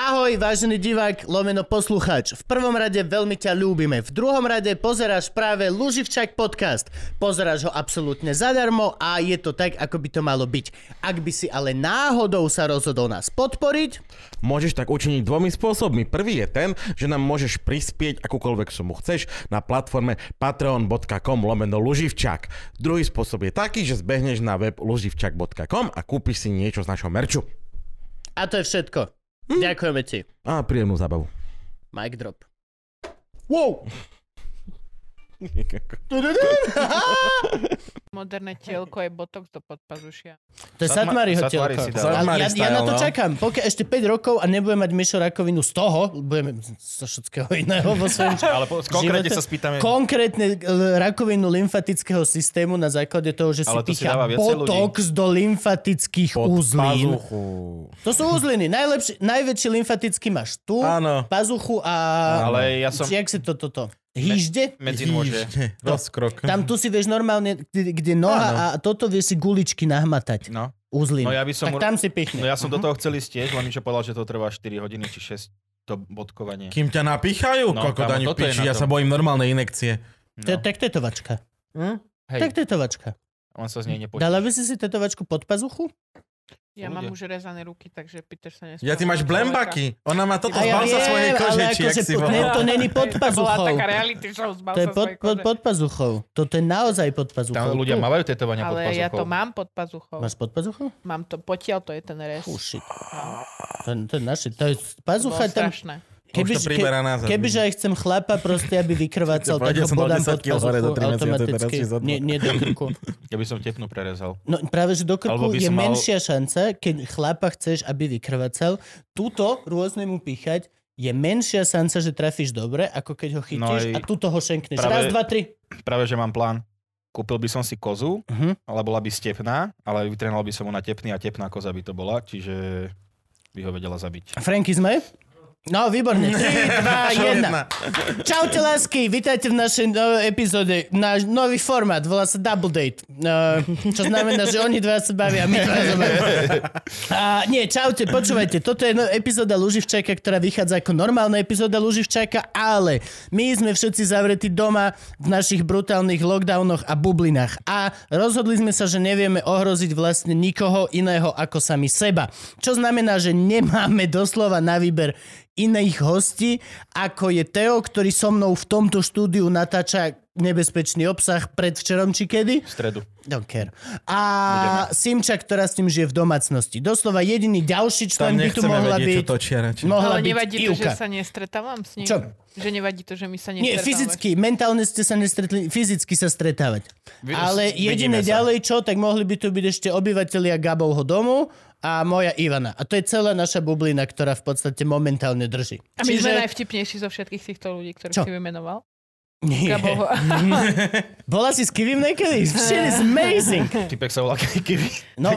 Ahoj, vážený divák, lomeno poslucháč. V prvom rade veľmi ťa ľúbime. V druhom rade pozeráš práve Luživčák podcast. Pozeráš ho absolútne zadarmo a je to tak, ako by to malo byť. Ak by si ale náhodou sa rozhodol nás podporiť... Môžeš tak učiniť dvomi spôsobmi. Prvý je ten, že nám môžeš prispieť akúkoľvek sumu chceš na platforme patreon.com/luživčák. Druhý spôsob je taký, že zbehneš na web luživčak.com a kúpiš si niečo z našho merču. A to je všetko. Ďakujeme ti. A príjemnú zábavu. Mic drop. Wow! Moderné tielko je botox do podpazušia. To je Satmáriho tielko. Ja na to čakám. Pokiaľ ešte 5 rokov a nebudem mať Mišo rakovinu z toho, budeme zo všetkého iného vo svojom Ale konkrétne sa spýtame... Konkrétne rakovinu lymfatického systému na základe toho, že si pícha botox do lymfatických uzlín. To sú uzliny. Najväčší lymfatický máš tu, pazuchu a... Ale ja som... Jak si toto? Hýžde? Medzi nôže. Rozkrok. Tam tu si vieš normálne, kde noha a toto vieš si guličky nahmatať. No. Uzliny. No ja by som... Tak tam si pichne. No ja som do toho chcel ísť tiež, len Mičo povedal, že to trvá 4 hodiny či 6 to bodkovanie. Kým ťa napíchajú? Kokodani piči, ja sa bojím normálnej inekcie. No. Tak tetovačka. Hej. Tak tetovačka. On sa z nej nepočíš. Dala by si tetovačku pod pazuchu? Ja mám už rezané ruky, takže Peter sa nespomína. Ja ty máš blembaky. Ona má toto zbal sa svojej kože, či jak si volal. To není pod pazuchou. To bola taká reality show, zbal sa svojej kože. To je pod pazuchou. Toto je naozaj pod pazuchou. Tam ľudia mávajú tetovania pod pazuchou. Ale ja to mám pod pazuchou. Máš pod pazuchou? Mám to, potiaľ to je ten rez. Shit. To je naše. To je pazucha tam... Kebyže aj chcem chlapa proste, aby vykrvácal, tak ho podám pod pazuchu automaticky. Nie do krku. Ja by som tepnu prerezal. No práve, že do krku je menšia šanca, keď chlapa chceš, aby vykrvácal. Túto rôzne mu píchať je menšia šanca, že trafíš dobre, ako keď ho chytíš a túto ho šenkneš. Raz, dva, tri. Práve, že mám plán. Kúpil by som si kozu, ale bola by stepná, ale vytrénoval by som ho na tepný a tepná koza by to bola, čiže by ho vedela zabiť. Franky sme? No, výborne. 3, 2, 1. Čaute, lásky. Vítajte v našej epizóde. Náš nový formát. Volá sa Double Date. Čo znamená, že oni dva sa bavia a my dva sa bavia. Nie, čaute, počúvajte. Toto je epizóda Luživčáka, ktorá vychádza ako normálna epizóda Luživčáka, ale my sme všetci zavretí doma v našich brutálnych lockdownoch a bublinách. A rozhodli sme sa, že nevieme ohroziť vlastne nikoho iného ako sami seba. Čo znamená, že nemáme doslova na výber iných hostí, ako je Teo, ktorý so mnou v tomto štúdiu natáča nebezpečný obsah predvčerom či kedy? V stredu. Don't care. A Simča, ktorá s tým žije v domácnosti. Doslova jediný ďalší člen by tu mohla byť. Ale nevadí to, že sa nestretávam s ním? Čo? Že nevadí to, že my sa nestretávame? Nie, fyzicky. Mentálne ste sa nestretli, fyzicky sa stretávať. Ale jediné ďalej čo, tak mohli by tu byť ešte obyvatelia Gabovho domu a moja Ivana. A to je celá naša bublina, ktorá v podstate momentálne drží. A my sme najvtipnejší zo všetkých týchto ľudí, ktorých si vymenoval? Nie. Bola si s Kivim niekedy? Shit is amazing. Typek sa volá Kivi. No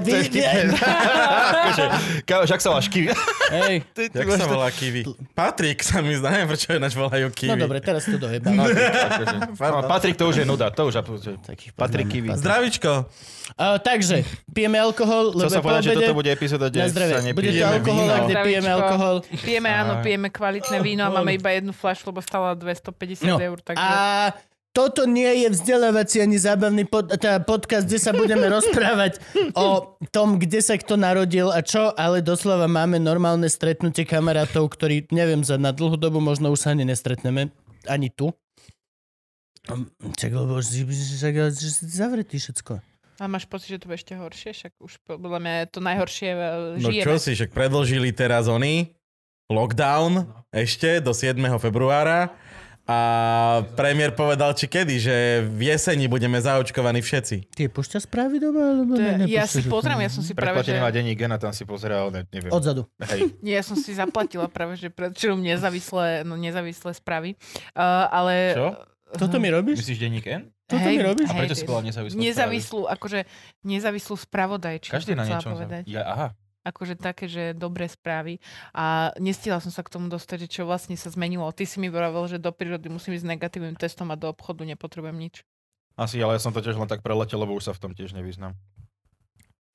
Však sa voláš Kivi. Hej. Jak sa volá Kivi? Patrik sa mi zdá, neviem, prečo ináč volajú Kivi. No dobre, teraz to dojebám. Patrik to už je nuda. To už Patrik Kivi. Zdravičko. Takže, pijeme alkohol, lebo chcel sa povedať, že toto bude epizóda, kde sa nepije. Bude to alkohol, a kde pijeme alkohol. Pijeme, áno, pijeme kvalitné víno a máme iba jednu fľašu, lebo stála 250 eur. Takže... A toto nie je vzdelávací ani zábavný podcast, kde sa budeme rozprávať o tom, kde sa kto narodil a čo, ale doslova máme normálne stretnutie kamarátov, ktorí, neviem, na dlhú dobu možno už sa ani nestretneme, ani tu. Čak, lebo že si zavretý všetko. A máš pocit, že to bude ešte horšie? Však už podľa mňa to najhoršie žijeme. No čo si, však predĺžili teraz lockdown ešte do 7. februára a premiér povedal, či kedy, že v jeseni budeme zaočkovaní všetci. Ty púšťa správy doma? Ja si pozriem, ja som si práve, že... Predplatený má denník Gena, tam si pozeral, neviem. Odzadu. Hej. Ja som si zaplatila práve, že predčerom nezávislé správy. Ale... Čo? Toto mi robíš? Myslíš denník N? Toto mi robíš? A prečo si povedal nezávislú spravodajčinu. Každý na niečom. Aha. Akože také, že dobré správy. A nestihla som sa k tomu dostať, že čo vlastne sa zmenilo. Ty si mi vravel, že do prírody musím ísť s negatívnym testom a do obchodu nepotrebujem nič. Asi, ale ja som to tiež len tak preletel, lebo už sa v tom tiež nevyznam.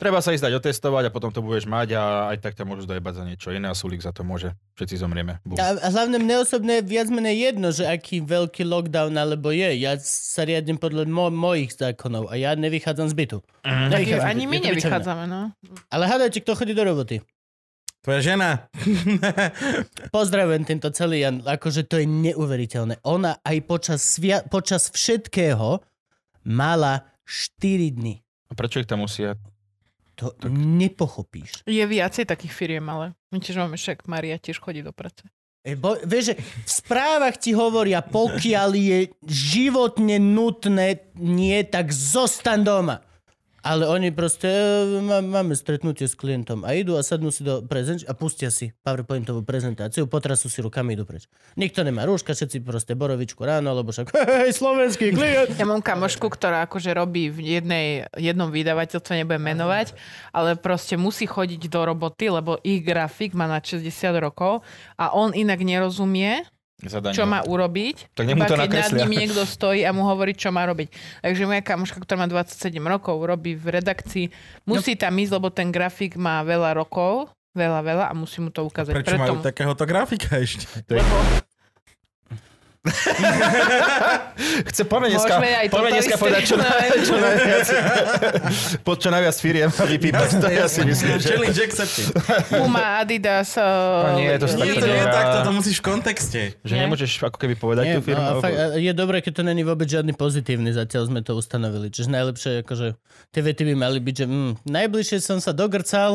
Treba sa ísť dať otestovať a potom to budeš mať a aj tak ťa môžu dojebať za niečo iné a Sulík za to môže. Všetci zomrieme. A hlavne mne osobne viac menej jedno, že aký veľký lockdown alebo je. Ja sa riadím podľa mojich zákonov a ja nevychádzam z bytu. Ani my nevychádzame, no. Ale hádajte, kto chodí do roboty. Tvoja žena. Pozdravujem týmto celý Jan, akože to je neuveriteľné. Ona aj počas všetkého mala 4 dny. A prečo ich tam musia? To nepochopíš. Je viacej takých firiem, ale my tiež máme však, Maria tiež chodí do práce. Vieš, že v správach ti hovoria, pokiaľ je životne nutné, nie, tak zostaň doma. Ale oni proste, máme stretnutie s klientom a idú a sadnú si do prezentácie a pustia si PowerPointovú prezentáciu, potrasú si rukami, idú preč. Nikto nemá rúška, všetci proste borovičku ráno, lebo však slovenský klient. Ja mám kamošku, ktorá akože robí v jednom vydavateľstve, nebudem menovať, ale proste musí chodiť do roboty, lebo ich grafik má na 60 rokov a on inak nerozumie, Zadanie. Čo má urobiť, tak iba keď nad ním niekto stojí a mu hovorí, čo má robiť. Takže moja kamoška, ktorá má 27 rokov, robí v redakcii, musí tam ísť, lebo ten grafik má veľa rokov, veľa a musí mu to ukázať. Prečo majú takéhoto grafika ešte? Lebo... Poďme dneska povedať čo najviac firiem a vypípať. To ja si myslím, že... Challenge accepted. Puma, Adidas... Nie, to nie je tak, to musíš v kontexte. Že nemôžeš ako keby povedať tú firmu. Je dobré, keď to není vôbec žiadny pozitívny, zatiaľ sme to ustanovili. Čiže najlepšie, akože tie vety by mali byť, že najbližšie som sa dogrcal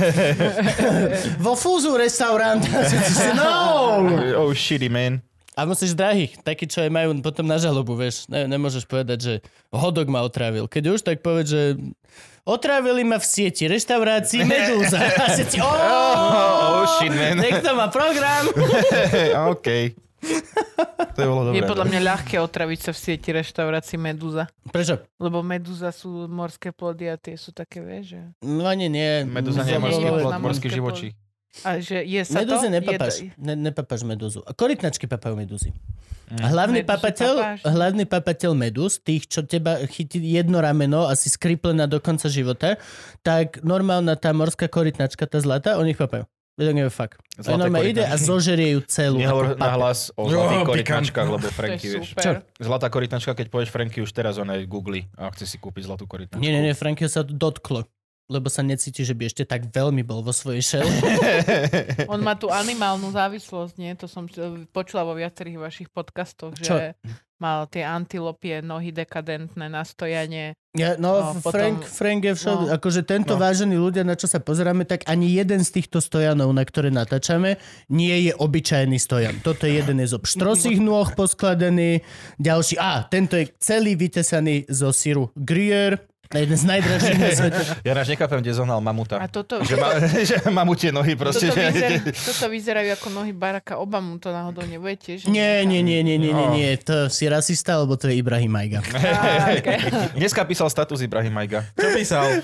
vo Fúzu restaurant. No! Oh, shitty, man. A musíš drahých, takí, čo aj majú potom na žalobu, vieš. Nemôžeš povedať, že hodok ma otrávil. Keď už, tak povedz, že otrávili ma v sieti reštaurácií Medúza. A si shit, man. Niekto má program. OK. To je bolo dobré. Je podľa mňa ľahké otraviť sa v sieti reštaurácií Medúza. Prečo? Lebo medúza sú morské plody a tie sú také, vieš, že... No ani nie. Medúza nie je morský plod, morský živočí. A že je sa medúzy to? nepapáš. Nepapáš medúzu. A korytnačky papajú medúzy. A hlavný papateľ medúz, tých, čo teba chytí jedno rameno asi skriplená do konca života, tak normálna tá morská korytnačka, tá zlatá, oni ich papajú. We don't give a fuck. Normálne ide a zožerie ju celú. Nehovor nahlas o zlatých korytnačkách, lebo Franky, vieš. Čo? Zlatá korytnačka, keď povieš Franky, už teraz ona je v Google a chce si kúpiť zlatú korytnačku. Nie, Franky sa to dotklo. Lebo sa necíti, že by ešte tak veľmi bol vo svojej šele. On má tú animálnu závislosť, nie? To som počula vo viacerých vašich podcastoch, že Čo? mal tie antilopie, nohy dekadentné, nastojanie. Ja, Frank je všade. Akože tento vážený ľudia, na čo sa pozeráme, tak ani jeden z týchto stojanov, na ktoré natáčame, nie je obyčajný stojan. Toto je jeden zo pštrosých nôh poskladaný, ďalší, tento je celý vytesaný zo syru Gruyère. Jeden z najdražších na svete. Ja náš nechápem, kde zohnal mamuta. A toto... Že mamutie nohy proste. Toto vyzerajú ako nohy Baracka Obamu, to náhodou nebudete? Že nie. To si rasista, alebo to je Ibrahim Majga. Okay. Dneska písal status Ibrahim Majga. Čo písal?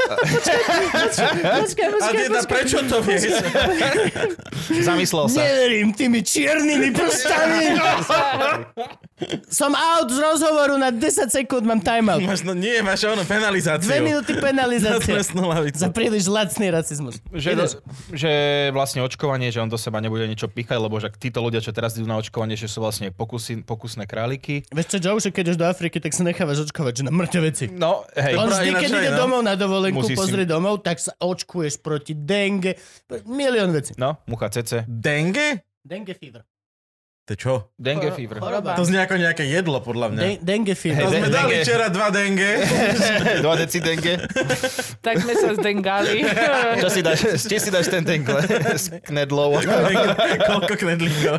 Počkaj. Prečo to vieš? Zamyslel sa. Neverím tými čiernymi prstami. Som out z rozhovoru na 10 sekúnd, mám timeout. Možno nie, máš penalizáciu. 2 minúty penalizácie. Za príliš lacný rasizmus. Že vlastne očkovanie, že on do seba nebude niečo píchať, lebo že títo ľudia, čo teraz idú na očkovanie, že sú vlastne pokusné králiky. Vieš čo, Joe, že keď už do Afriky, tak sa nechávaš očkovať, že na mŕtve veci. No, hej. On vždy, keď ide domov na dovolenku, pozrie domov, tak sa očkuješ proti dengue. Milión vecí. No, mucha CC. Dengue? Dengue fever. To čo? Dengue fever. Choroba. To znie ako nejaké jedlo, podľa mňa. Dengue fever. To sme dali včera 2 dengue. 2 deci dengue. Tak sme sa zdengali. Čo si dáš? Či si dáš ten dengue? S knedlou. Koľko knedlíkov?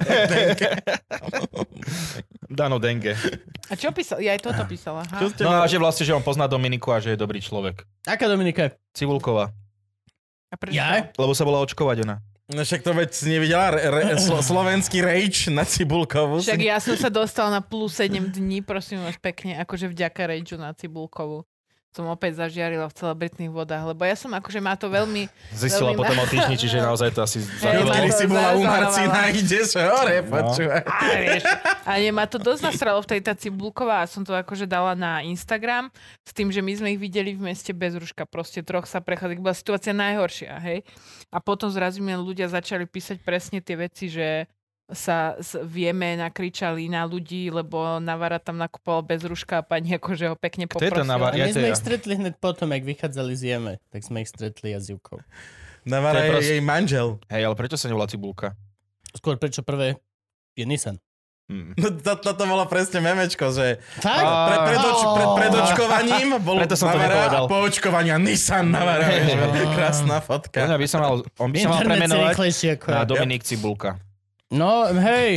Dano dengue. A čo písal? Ja aj toto písala. No a že vlastne, že on pozná Dominiku a že je dobrý človek. Aká Dominika? Cibulková. A prečo? Ja? Lebo sa bola očkovať ona. No však to veď nevidela slovenský rage na Cibulkovú. Však ja som sa dostal na plus 7 dní, prosím vás pekne, akože vďaka rageu na Cibulkovú. som opäť zažiarila v celebritných vodách, lebo ja som akože má to veľmi... Zistila potom o týždni, čiže naozaj to asi... Kedy si bola u Marcina, ideš hore, počúvaj. A ma to dosť nasralo v tej tá cibulková a som to akože dala na Instagram s tým, že my sme ich videli v meste bez ruška. Proste troch sa prechádzali, bola situácia najhoršia, hej. A potom zrazu mi ľudia začali písať presne tie veci, že sa vieme nakričali na ľudí, lebo Navara tam nakupoval bez ruška a pani akože ho pekne poprosila. A my sme ich stretli hneď potom, jak vychádzali z Jeme, tak sme ich stretli jazyvkou. Navara je jej manžel. Hej, ale prečo sa nevolá Cibulka? Skôr prečo prvé je Nissan. No, toto bolo presne memečko, že Fakt? pred očkovaním bol Navara a po očkovaní Nissan Navara. Krásna fotka. On by sa mal premenovať na Dominik Cibulka. No, hej.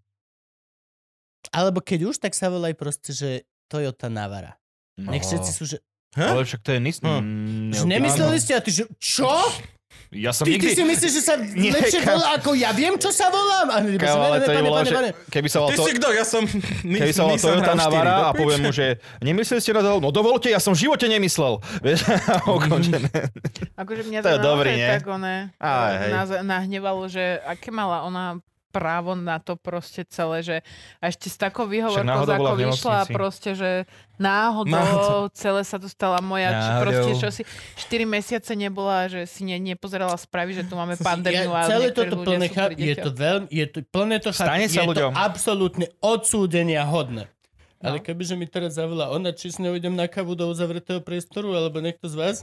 Alebo keď už, tak sa volaj proste, že Toyota Navara. No. Nech všetci sú, že... Ale však to je Že nemysleli ste, a ty, že čo? Ja som Ty nikdy... si myslíš, že sa lepšie volá ako ja viem, čo sa volám? Ale to je volá, že keby sa volal... Ty si kto? Ja som... Keby sa volal Toyota Navara a poviem mu, že nemysleli ste na to? No dovolte, ja som v živote nemyslel. Vieš, ukončené. Akože mňa To je dobrý, nie? tak nahnevalo, že aké mala ona právo na to proste celé, že a ešte s takou výhovorkou, ako vyšla proste, že náhodou celé sa tu stala moja, či proste, čo si 4 mesiace nebola, že si nepozerala správy, že tu máme pandémiu. Ja, celé toto plné je to veľmi, je to plné to chápať, je to absolútne odsúdenia hodné. Ale kebyže mi teraz zavolá ona, či s ňou idem na kavu do uzavretého priestoru, alebo niekto z vás?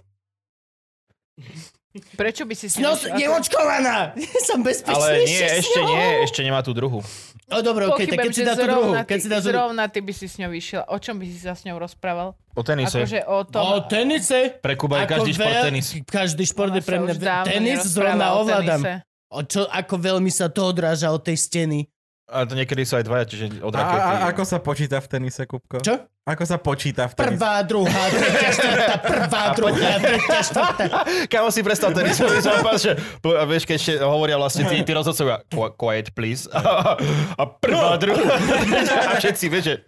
Prečo by si... Je očkovaná! Som bezpečný. Ale ešte nemá tú druhú. No dobre, okej, tak keď si dá tú druhú. Zrovna ty by si s ňou vyšiel. O čom by si sa s ňou rozprával? O tenise. Akože o tenise? Pre Kuba je každý šport tenis. Každý šport je pre mňa tenis, zrovna ovládam. Ako veľmi sa to odráža od tej steny. Ale to niekedy sú aj dvaja, čiže od rakety. A ako sa počíta v tenise, Kupko? Čo? Ako sa počíta v tenise? Prvá, druhá, tretia, štvrtá, prvá, druhá, tretia, štvrtá. Kámo si predstav tenisový zápas, že a vieš, keď ešte hovoria vlastne tí rozhodcovia quiet please. A prvá, druhá, a všetci, vieš, že...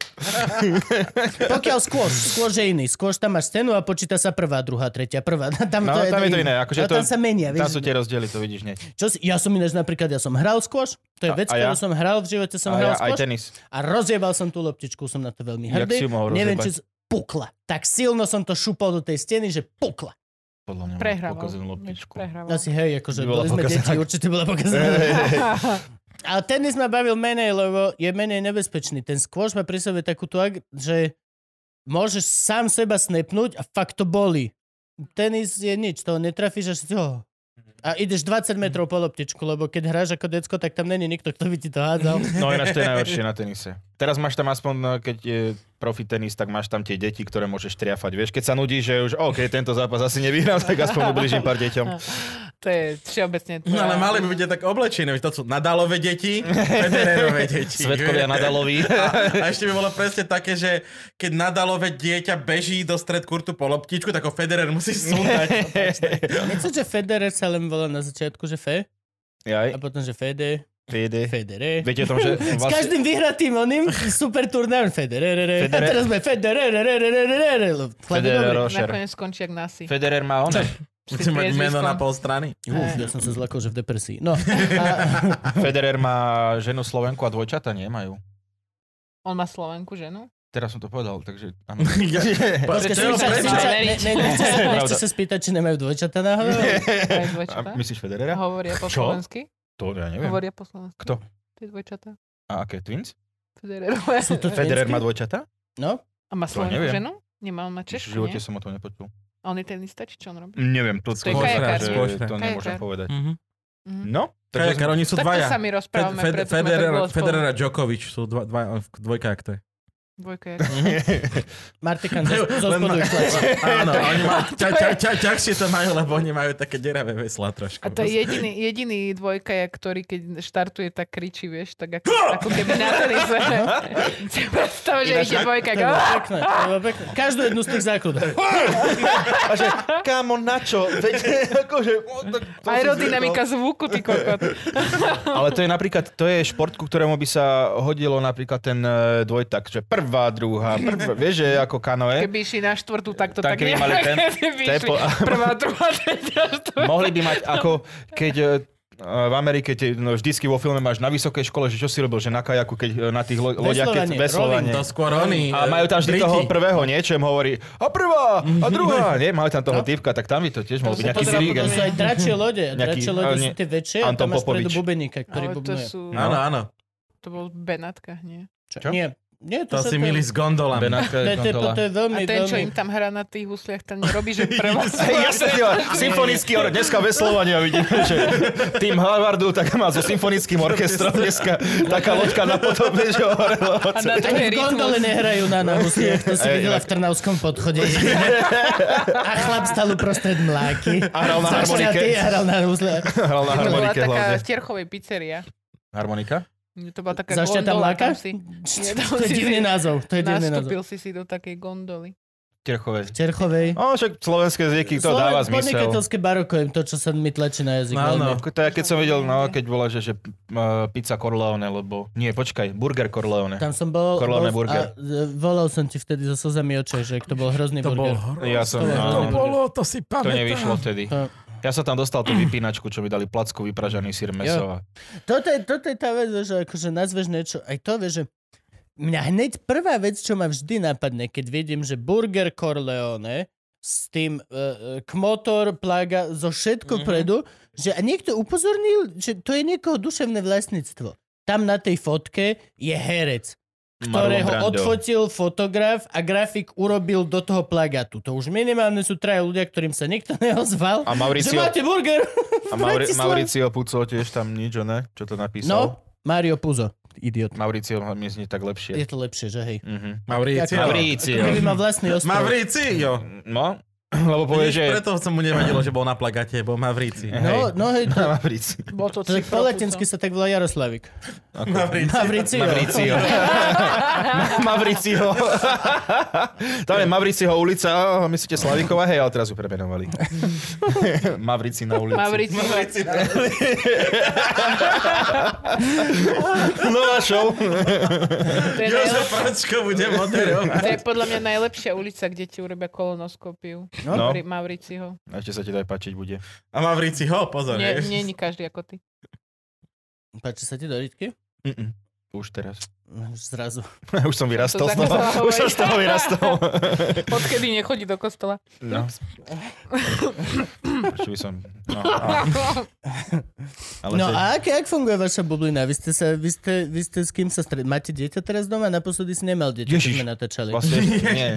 Pokiaľ skôr je iný. Skôr tam máš stenu a počíta sa prvá, druhá, tretia, prvá. Tam je to iné. Akože tam sa menia. Tam sú tie rozdiely, to vidíš hneď. Ja som ináč napríklad, ja som hral skôš. To je vec, ktorú som hral v živote, som hral skôš. Aj tenis. A rozjebal som tú loptičku, som na to veľmi hrdý. Neviem, či pukla. Tak silno som to šupol do tej steny, že pukla. Podľa mňa prehrával. pokazenú loptičku. Asi hej, akože boli sme deti, určite bola pokazená. Ale tenis ma bavil menej, lebo je menej nebezpečný. Ten skôš má pri sebe takú že môžeš sám seba snapnúť a fakt to bolí. Tenis je nič, toho netrafíš až a ideš 20 metrov po loptičku, lebo keď hráš ako decko, tak tam není nikto, kto by ti to hádzal. No ináč to je najhoršie na tenise. Teraz máš tam aspoň, keď je profi tenis, tak máš tam tie deti, ktoré môžeš triafať. Vieš, keď sa nudí, že už tento zápas asi nevyhrám, tak aspoň ublížim pár deťom. To je všeobecne... No ale mali by byť tak oblečené, to sú Nadalové deti, Federerové deti. Svedkovia Nadaloví. A ešte by bolo presne také, že keď Nadalové dieťa beží do stred kurtu po loptičku, tak ho Federer musí súdať. Myslím, že Federer sa len volá na začiatku, že a potom, že Federer. Viete o tom, že... S každým vyhratým oným super turnám Federer. A teraz sme Federer. Nakoniec skončí jak nasi. Federer má on. Musím mať meno na pol strany. Ja som sa zlakol, že v depresii. No. Federer má ženu Slovenku a dvojčata nemajú. On má Slovenku ženu? Teraz som to povedal, takže... áno. Nechceš sa spýtať, či nemajú dvojčata náhodou? Myslíš Federera? Hovoria po slovensky? To ja neviem. Hovoria po slovensky. Kto? Tie dvojčatá. A aké? Twins? Federer má dvojčatá? No. A má Slovenku ženu? Nemá, on má Češku, v živote som o to nepočul. A on je tenista, či čo on robí? Neviem, to nemôžem povedať. No, kajakár, oni sú dvaja. Takto sa mi rozprávame. Federer a Djokovic sú dvojka, jak to je. Dvojka. Martikan, zospoduj tlač. Áno, oni ťažšie to majú, lebo oni majú také deravé veslá trošku. A to je jediný dvojkajak, ktorý keď štartuje, tak kričí, vieš, tak ako keby na tenise. Si predstav, že ide dvojkajak. Každú jednu z tých zákrutov. A že, kámo, na čo? Aerodynamika zvuku, ty kokot. Ale to je napríklad, to je šport, ku ktorému by sa hodilo napríklad ten dvojtak, že prvá, prvá, druhá. Vieš, že ako kanoe. Keby išli na štvrtú, tak to tak keby mali tempo. Prvá, druhá, tretia, štvrtá. Mohli by mať ako, keď v Amerike vždycky vo filme máš na vysokej škole, že čo si robil, že na kajaku, keď na tých loďach, keď veslovanie. To skôr oni. A majú tam vždy toho prvého niečo, im hovorí a prvá, a druhá. Nie, majú tam toho typka, tak tam by to tiež mohol byť nejaký dirigent. To sú aj dračie lode. Dračie lode sú tie väčšie a tam máš predu bubeníka, ktorý bubnuje. Áno. To bol Benátka, nie? Čo? Nie, to si milí s gondolami. To je veľmi, a ten, čo im tam hrá na tých husliach, tam nerobí, že pre vás. Symfonický orchestr. Dneska veslovania vidíme, že tým Harvardu tak má so symfonickým orchestrom dneska taká loďka na potope, že horelo. Ani gondole nehrajú na husliach. To si videla v Trnavskom podchode. A chlap stal uprostred mláky. A hral na harmonike. Hral na husliach. Hral na harmonike hlavne. To bola taká hlavne. Stierchovej pizzeria. Harmonika? To bola taká Zaštiata gondola. mláka? To je divný názov. Nastúpil si do takej gondoly. Čerchovej. Však slovenské zvyky, to dáva zmysel. Podnikateľské baroko, to, čo sa mi tlačí na jazyk. Áno. To je, keď som videl, keď bola, že pizza Corleone, lebo... Nie, počkaj, burger Corleone. Tam som bol Corleone burger. a volal som ti vtedy so slzami očí, že to bol hrozný burger. Ja som... To si pamätám. To nevyšlo vtedy. Ja som tam dostal tú vypínačku, čo mi dali placku, vypražaný syr, mäso. Toto je tá vec, že akože nazveš niečo, aj to vieš, že mňa hneď prvá vec, čo ma vždy napadne, keď vidím, že burger Corleone s tým kmotor, plaga, zo všetko predu, že a niekto upozornil, že to je niekoho duševné vlastníctvo. Tam na tej fotke je herec, ktorého odfotil fotograf a grafik urobil do toho plagátu. To už minimálne sú traja ľudia, ktorým sa nikto neozval. A Mauricio... Že máte burger. A Mauricio Puzo tiež tam nič, ne? Čo to napísal? No, Mario Puzo. Idiot. Mauricio mi znie tak lepšie. Je to lepšie, že hej? Mauricio. Ako by mal vlastný ostrov. Mauricio. No, lebo povie, že... Preto som mu nevadilo, že bol na plagáte, bol Mavrici. No hej, to... Mavrici. Bol to To je po latinsky sa tak volá Jaroslavik. Mavricio. Mavricio. Tam je Mavriciho ulica. Myslíte Slavíková? Hej, ale teraz ju premenovali. Mavrici na ulici. Mavrici. Nová show. Jozef Pračko bude moderovať. To je podľa mňa najlepšia ulica, kde ti urobia kolonoskopiu. No. Mavriciho. Ešte sa ti daj páčiť bude. A Mavricio, pozor. Nie každý ako ty. Páči sa ti do Ritky? Už teraz. Zrazu. Už som vyrastol To z toho. Už som z toho vyrastol. Odkedy nechodí do kostola. No. Prečo by som... Ale No a ak funguje vaša bublina? Vy ste s kým sa máte dieťa teraz doma? Naposledy si nemal dieťa, keď sme natáčali. Vlastne, nie.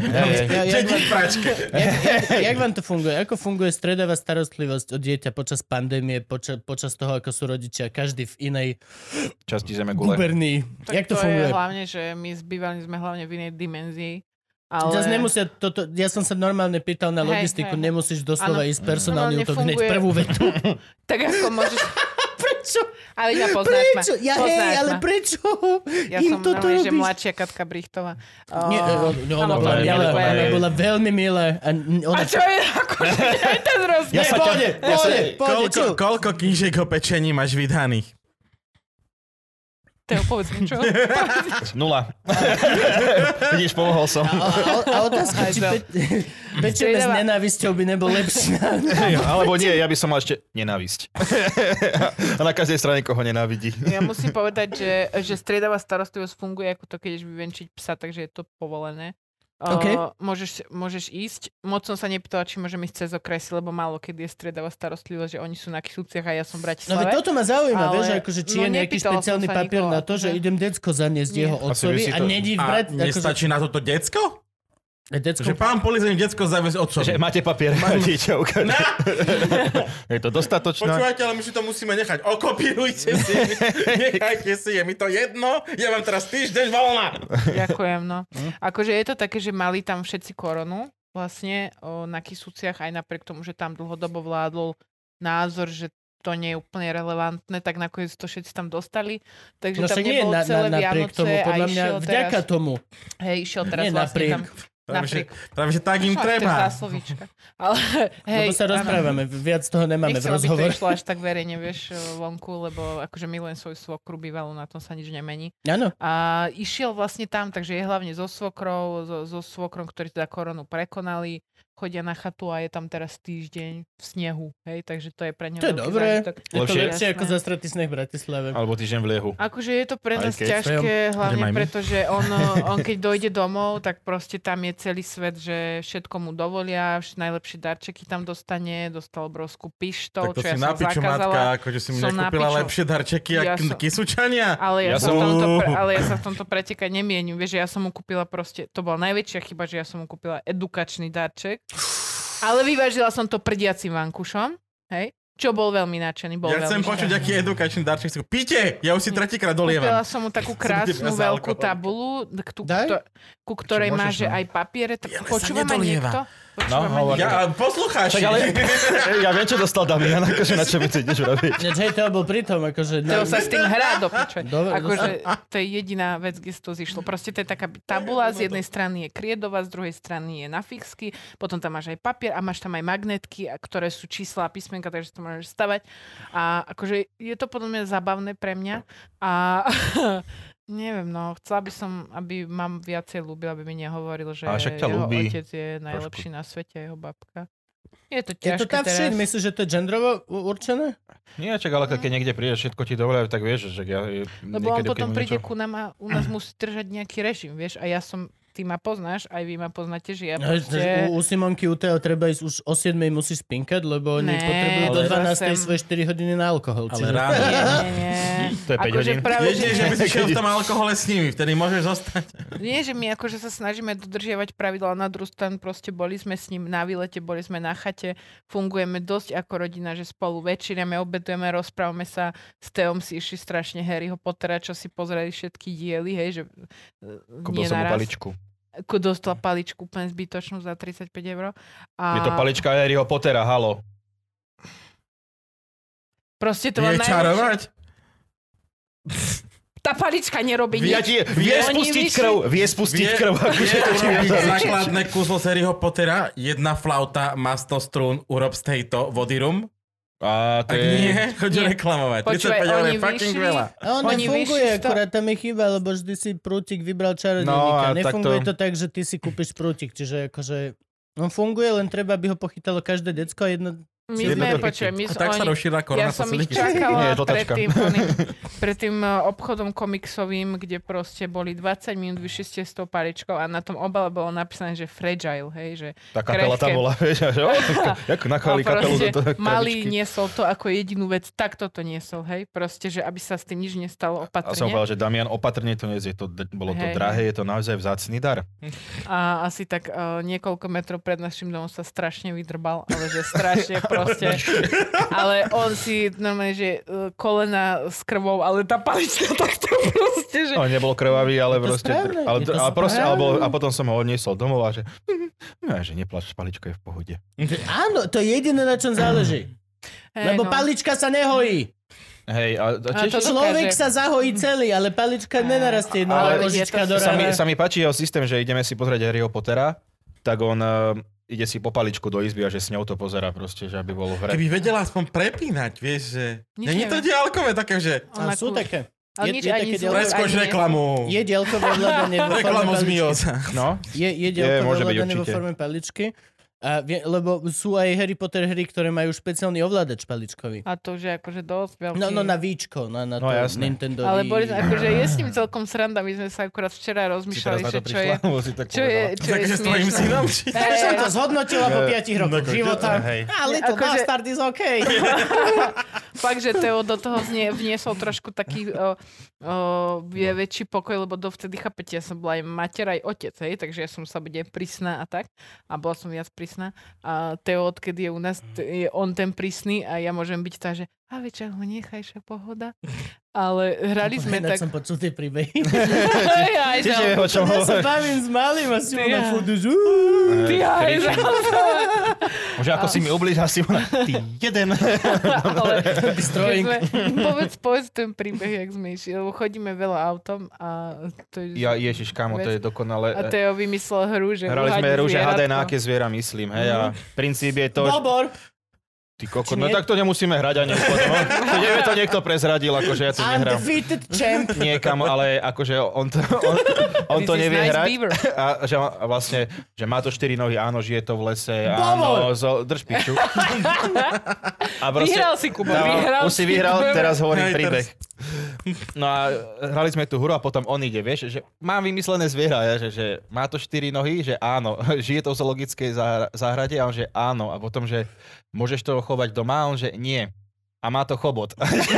Jak vám to funguje? Ako funguje stredová starostlivosť o dieťa počas pandémie, počas toho, ako sú rodičia, každý v inej Časti zemegule. gubernii? Jak to funguje? Je hlavne, že my s bývalým sme hlavne v inej dimenzii. Ale... Nemusia toto, ja som sa normálne pýtal na logistiku, nemusíš doslova ísť personálny útok hneď prvú vetu. Tak ako môžeš... Prečo? Ale ja poznáš ma. Ja hej, ale prečo? Ja som normálne, že mladšia Katka Brichtová. Ona bola veľmi milá. A čo je ako? Ten rozdiel. Pôjde. Koľko knížek o pečení máš vydaných? Teo, povedz mi čo? 0. Vidíš, pomohol som. A otázka, či pečenie s nenávisťou by nebol lepší. Alebo nie, ja by som mal ešte nenávisť. A na každej strane koho nenávidí. Ja musím povedať, že striedavá starostlivosť funguje ako to, keď ideš vyvenčiť psa, takže je to povolené. Okay. Môžeš ísť. Moc som sa nepýtala, či môžem ísť cez okresy, lebo málo kedy je striedavá starostlivosť, že oni sú na Kisúciach a ja som v Bratislave. No toto ma zaujíma, vieš, akože či je nejaký špeciálny papier na to, že idem decko zaniesť jeho otcovi a nedí A nestačí na toto decko? Že pán policajt decko zaviesť otcovi. Že máte papier, dieťa ukáže. Je to dostatočné? Počúvajte, ale my si to musíme nechať. Okopírujte si. Nechajte si, je mi to jedno. Ja mám teraz týždeň voľna. Ďakujem, no. Akože je to také, že mali tam všetci koronu vlastne na Kisúciach, aj napriek tomu, že tam dlhodobo vládol názor, že to nie je úplne relevantné, tak nakoniec to všetci tam dostali. Takže no tam nebolo celé Vianoce tomu, podľa mňa a išiel vďaka teraz, tomu. Hej, išiel teraz nie vlastne tam... Práve, že tak im To je treba. záslovíčka. Ale hej, Lebo sa rozprávame, viac toho nemáme v nechcem, aby to rozhovore. išlo až tak verejne, vieš, vonku, lebo akože milujem svoju svokru bývalú, na tom sa nič nemení. Áno. A išiel vlastne tam, takže je hlavne so svokrou, so svokrom, ktorí teda koronu prekonali, chodia na chatu a je tam teraz týždeň v snehu, hej, takže to je pre ňa To je veľký dobré. zážitok. Je to Lepšie. lepšie ako zastratý sneh v Bratislave. Alebo týždeň v liehu. Akože je to pre Aj nás keď ťažké, hlavne Idem aj my. preto, že on keď dojde domov, tak proste tam je celý svet, že všetko mu dovolia, najlepšie darčeky tam dostal obrovskú pištol, Tak to čo ja si som na piču, zakázala. matka, akože si mi Som na nekúpila piču. lepšie darčeky, Ja jak som- Kysučania. Ale ja, Ja sa, som- v tomto pretekať nemienim. Vieš, že ja som mu kúpila proste, to bola najväčšia chyba, že ja som mu kúpila edukačný darček. Ale vyvážila som to prdiacim vankušom, hej? Čo bol veľmi nadšený. Bol Ja chcem veľmi počuť, aký edukačný darček. Píte, ja už si tretíkrát dolievam. Kúpila som mu takú krásnu Som veľkú alkohol. tabulu, Daj. ku ktorej Čo má, môžeš, že no. aj papiere. Ja, ale sa Počúva ma nedolieva. niekto? No, hovor. Ja, poslucháči. Tak ale ja viem, čo dostal Damian, akože na čo mi chceš robiť. Hej, to bol pritom, akože... Teo sa s tým hrá do piče. Dobre, Akože to je jediná vec, kde to zišlo. Proste to je taká tabula, z jednej strany je kriedová, z druhej strany je na fixky, potom tam máš aj papier a máš tam aj magnetky, ktoré sú čísla a písmenka, takže to môžeš stavať. A akože je to podľa mňa zábavné pre mňa. A neviem, no, chcela by som, aby mám viacej ľúbil, aby mi nehovoril, že Ale však ťa jeho ľúbi. otec je najlepší na svete a jeho babka. Je to Je to ťažké tá teraz. všet, myslíš, že to je genderovo určené? Nie, čak, ale keď niekde príde, všetko ti dovolia, tak vieš, že ja... Lebo on niekedy, potom keď mu príde niečo- ku nám a u nás musí držať nejaký režim, vieš, a ja som, ty ma poznáš, aj vy ma poznáte, že ja proste... U Simonky, u Teo treba ísť už o 7 musíš spinkať, lebo oni Ne, potrebujú do ale 12 sem- svoje 4 hodiny na alkohol. Ale Čiže... ráno. Nie. To je 5 hodín. Práve, Jedine, že by si šiel v tom alkohole s nimi, vtedy môžeš zostať. Nie, že my akože sa snažíme dodržiavať pravidlá, na druhú stranu proste boli sme s ním na výlete, boli sme na chate, fungujeme dosť ako rodina, že spolu večeriame, obedujeme, rozprávame sa, s Teom si išli strašne Harryho Pottera, čo si pozreli všetky diely, hej, že Kúpil nie som mu naraz. paličku. Dostal paličku úplne zbytočnú za 35 €. A Je to palička Harryho Pottera, halo. proste to Vie má čarovať? Tá palička nerobí Vie- nič. Vie Oni spustiť vyšli- krv, vie spustiť Vie krv. akože to ti urobiť ja- základné kúzlo z Harryho Pottera, jedna flauta má 100 strún, urob z tejto vodirum. A to Tak je... nie, choď Nie. reklamovať. Počúvaj, 35 € je oni fucking vyšli- veľa. A on Oni nefunguje, vyšli z toho- akurát tam je chyba, lebo vždy si prútik vybral No, čarodejníka. a tak Nefunguje to- to tak, že ty si kúpiš prútik, čiže akože... On funguje, len treba, aby ho pochytalo každé decko a jedno... My Jedno sme, do počujem, my A tak sa oni, rozšírila ja korona som ich posledných. Nie, čakala je to tačka. pred tým obchodom komiksovým, kde proste boli 20 minút, vyšli ste s tou paličkou a na tom obale bolo napísané, že fragile, hej, že Tá kapela krehké. tam bola, vieš, a že ako nachvali a kapelu do proste toho malý krabičky. niesol to ako jedinú vec, tak toto niesol, hej, proste, že aby sa s tým nič nestalo A som opatrne. povedal, že Damian, opatrne to nie je, bolo to Hej. drahé, je to naozaj vzácny dar. A asi tak niekoľko metrov pred našim domom sa strašne vydrbal, ale že strašne proste. Ale on si normálne, že kolena s krvou, ale tá palička takto proste, že... No, nebol krvavý, ale to proste... správne, Ale, je to ale proste, správne. a potom som ho odniesol domov a že... No, že neplač, palička je v pohode. Áno, to je jediné, na čom záleží. Hej, Lebo no. palička sa nehojí. Hej, a to tiež... Človek dokáže. sa zahojí celý, ale palička nenarastie. No, Ale ale je kožička to- do sa rána. mi páči jeho systém, že ideme si pozrieť Harryho Pottera, tak on ide si po paličku do izby a že s ňou to pozerá proste, že aby bolo v hre. Keby vedela aspoň prepínať, vieš, že... Nič Není to neviem. diaľkové také, že... A sú také. Ale Je- nič je ani také zvuk, Preskoč ani reklamu. Je diaľkové ovládanie vo forme Reklamu z paličky. Mioza. No, Je diaľkové môže byť ovládanie vo určite. forme paličky. A lebo sú aj Harry Potter hry, ktoré majú špeciálny ovládač paličkový. A to už je akože dosť veľký. No na Víčko, na No, to jasné. Nintendo. Ale boli, akože je s ním celkom sranda, my sme sa akurát včera si rozmýšľali, teraz na že to čo je... prišla, lebo si tak Čo je, povedala. čo je Takže s tvojim smiešné. synom? či- Tak som to zhodnotila po 5 rokoch No, života. hej. A little Akože- bastard is OK. Fakt, že Teo do toho vniesol trošku taký väčší pokoj, lebo dovtedy, chápete, ja som bola aj mater, aj otec, hej, takže ja som sa bude prísna a tak. A bola som viac prísna. A Teo, odkedy je u nás, je on ten prísny a ja môžem byť tá, že a večer ho nechaj, však pohoda. Ale hrali sme Ináč tak... som počul tie príbehy. Čiže o čom Ja sa hovoríš? bavím s malým a si na fúdu, že... Ty hajzel. Že ako si mi ublížil, si ona, ty jeden. Ale Destroying. povedz ten príbeh, jak sme išli, lebo chodíme veľa autom a to je... Ja, ježiš, kámo, to je dokonale. A Teo vymyslel hru, že Hrali sme hru, že zvieratko. hádaj na aké zviera myslím, hej, a princíp je to... Bobor! Ty kokot, Či no nie? tak to nemusíme hrať ani potom. To niekto prezradil, akože ja to nehrám. Undefeated champ. Nie, kamo, ale akože on to This is nevie nice hrať. beaver. A že vlastne, že má to 4 nohy, áno, žije to v lese, Bobor! áno, drž piču. A Vyhral si, Kubo, vyhral už si si. vyhral, teraz hovorím Hej, príbeh. No a hrali sme tú hru a potom on ide, vieš, že mám vymyslené zviera, ja, že má to 4 nohy, že áno, žije to v zoologickej záhrade a on, že áno. A potom, že môžeš to chovať doma a on, že nie. A má to chobot.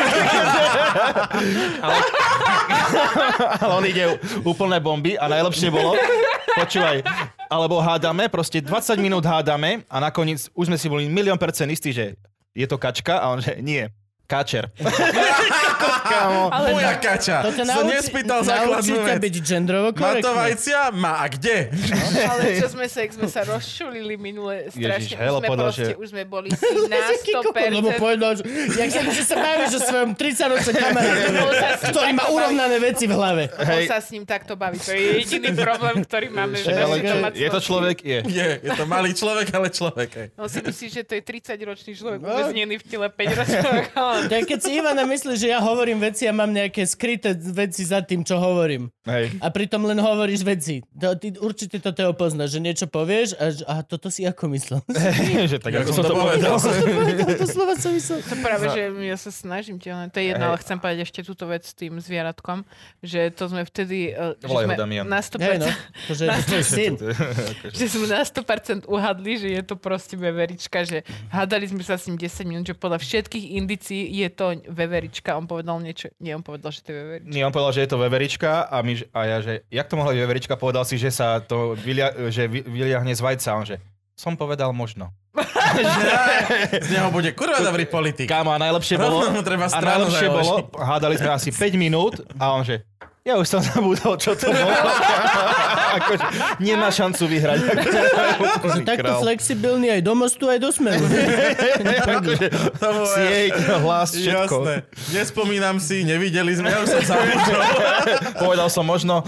ale on ide úplné bomby a najlepšie bolo, počúvaj, alebo hádame, proste 20 minút hádame a nakoniec už sme si boli 1,000,000% istí, že je to kačka a on, že nie. Káčer. Kámo. Moja kača. To ťa Som nespýtal základnú naučí ťa vec. byť genderovo Má to korektný. vajcia? Má. A kde? Ale čo sme sa rozšulili minule strašne. Ježiš, Helo povedal, že... Už sme boli si na Taký kokot, lebo 100%. povedal, že sa bavíš o svojom 30-ročnom kamarátovi, ktorý má urovnané veci v hlave. Mohol sa s ním takto baviť. To je jediný problém, ktorý máme v našej domácnosti. Je to človek? Je. Je to malý človek, ale človek. Hej. On si myslí, že to je 30-ročný človek, uväznený v tele 5-ročného. Tak keď si Ivana myslí, že ja hovorím veci a mám nejaké skryté veci za tým, čo hovorím. Hej. A pritom len hovoríš veci. Ty určite to Teo poznáš, že niečo povieš a toto si ako myslel? že tak, ako som som to to povedal. To slova som myslel. To práve, že ja sa snažím ti, to je jedno, ale chcem povedať ešte túto vec s tým zvieratkom, že to sme vtedy, že Volaj ho sme Damian. na 100%, Hej no, to je tvoj syn. že sme na 100% uhadli, že je to proste veverička, že hádali sme sa s ním 10 minút, že podľa všetkých indicií je to veverička. On povedal niečo, nie, on povedal, že to je veverička. Nie, on povedal, že je to veverička a ja, že jak to mohla byť veverička, povedal si, že sa to vyliahne z vajca. On, že som povedal možno. Z neho bude kurva dobrý politik. Kámo, a najlepšie bolo, Rovno mu treba a stranu najlepšie založiť. bolo, hádali sme asi 5 minút a on, že ja už som zabudol, čo to bolo. Akože, nemá šancu vyhrať. Že takto flexibilný aj do mostu, aj do smeru. Akože, To bolo sieť, hlas, všetko. Jasné. Nespomínam si, nevideli sme, ja už som zabudol. Povedal som možno.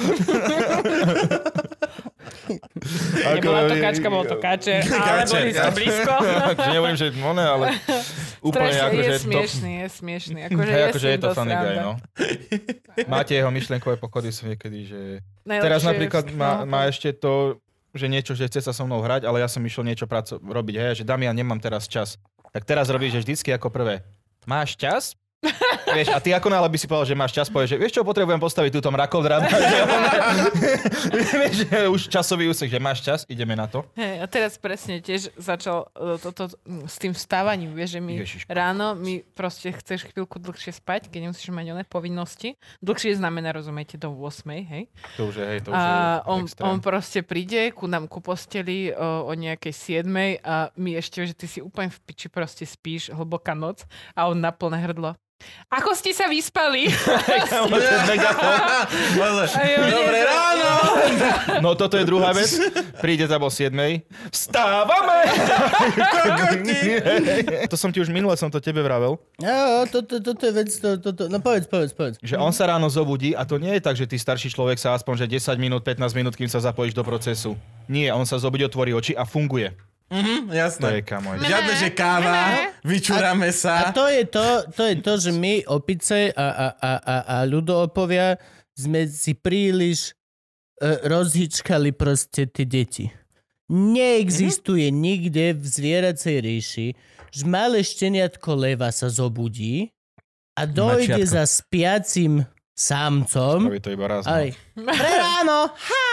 Nebola to kačka, bol to kačer, ale Kačer, boli sme blízko. Akože nehovorím, že ne, ale úplne Strašne akože je smiešný. Akože Hej, je akože s je ním to dosť funny guy, sranda. no. Máte jeho myšlenkové pochody sú niekedy, že... Najlepšie Teraz je napríklad no, má ešte to, že niečo, že chce sa so mnou hrať, ale ja som išiel niečo robiť, hej, že Damian, nemám teraz čas. Tak teraz robíš, že vždycky ako prvé. Máš čas? Vieš, a ty ako náhle by si povedal, že máš čas, povieš, že vieš čo, potrebujem postaviť túto mrakodrap. Vieš, že už časový úsek, že máš čas, ideme na to. Hej, a teraz presne tiež začal toto s tým vstávaním, vieš, že my Ježiško. ráno, my proste chceš chvíľku dlhšie spať, keď nemusíš mať oné povinnosti. Dlhšie znamená, rozumiete, do 8, hej? To už je, hej, to už A je extrém. on proste príde ku nám ku posteli o nejakej 7 a my ešte, že ty si úplne v piči proste spíš, hlboká noc a on na plné hrdlo. Ako ste sa vyspali? Dobré ráno! No toto je druhá vec. Príde tam o 7. Vstávame! To som ti už minule, som to tebe vravel. Jo, toto je vec, no povedz. Že on sa ráno zobudí a to nie je tak, že ty starší človek sa aspoň že 10 minút, 15 minút, kým sa zapojíš do procesu. Nie, on sa zobudí, otvorí oči a funguje. To Jasné. je kamo. Žiadne, že káva, vyčúrame A sa. to je to, že my, opice a ľudoopovia, sme si príliš rozhičkali proste tie deti. Neexistuje nikde v zvieracej ríši, že malé šteniatko leva sa zobudí a dojde Mačiatko. za spiacim samcom. Spraví to iba raz. Aj. Pre ráno,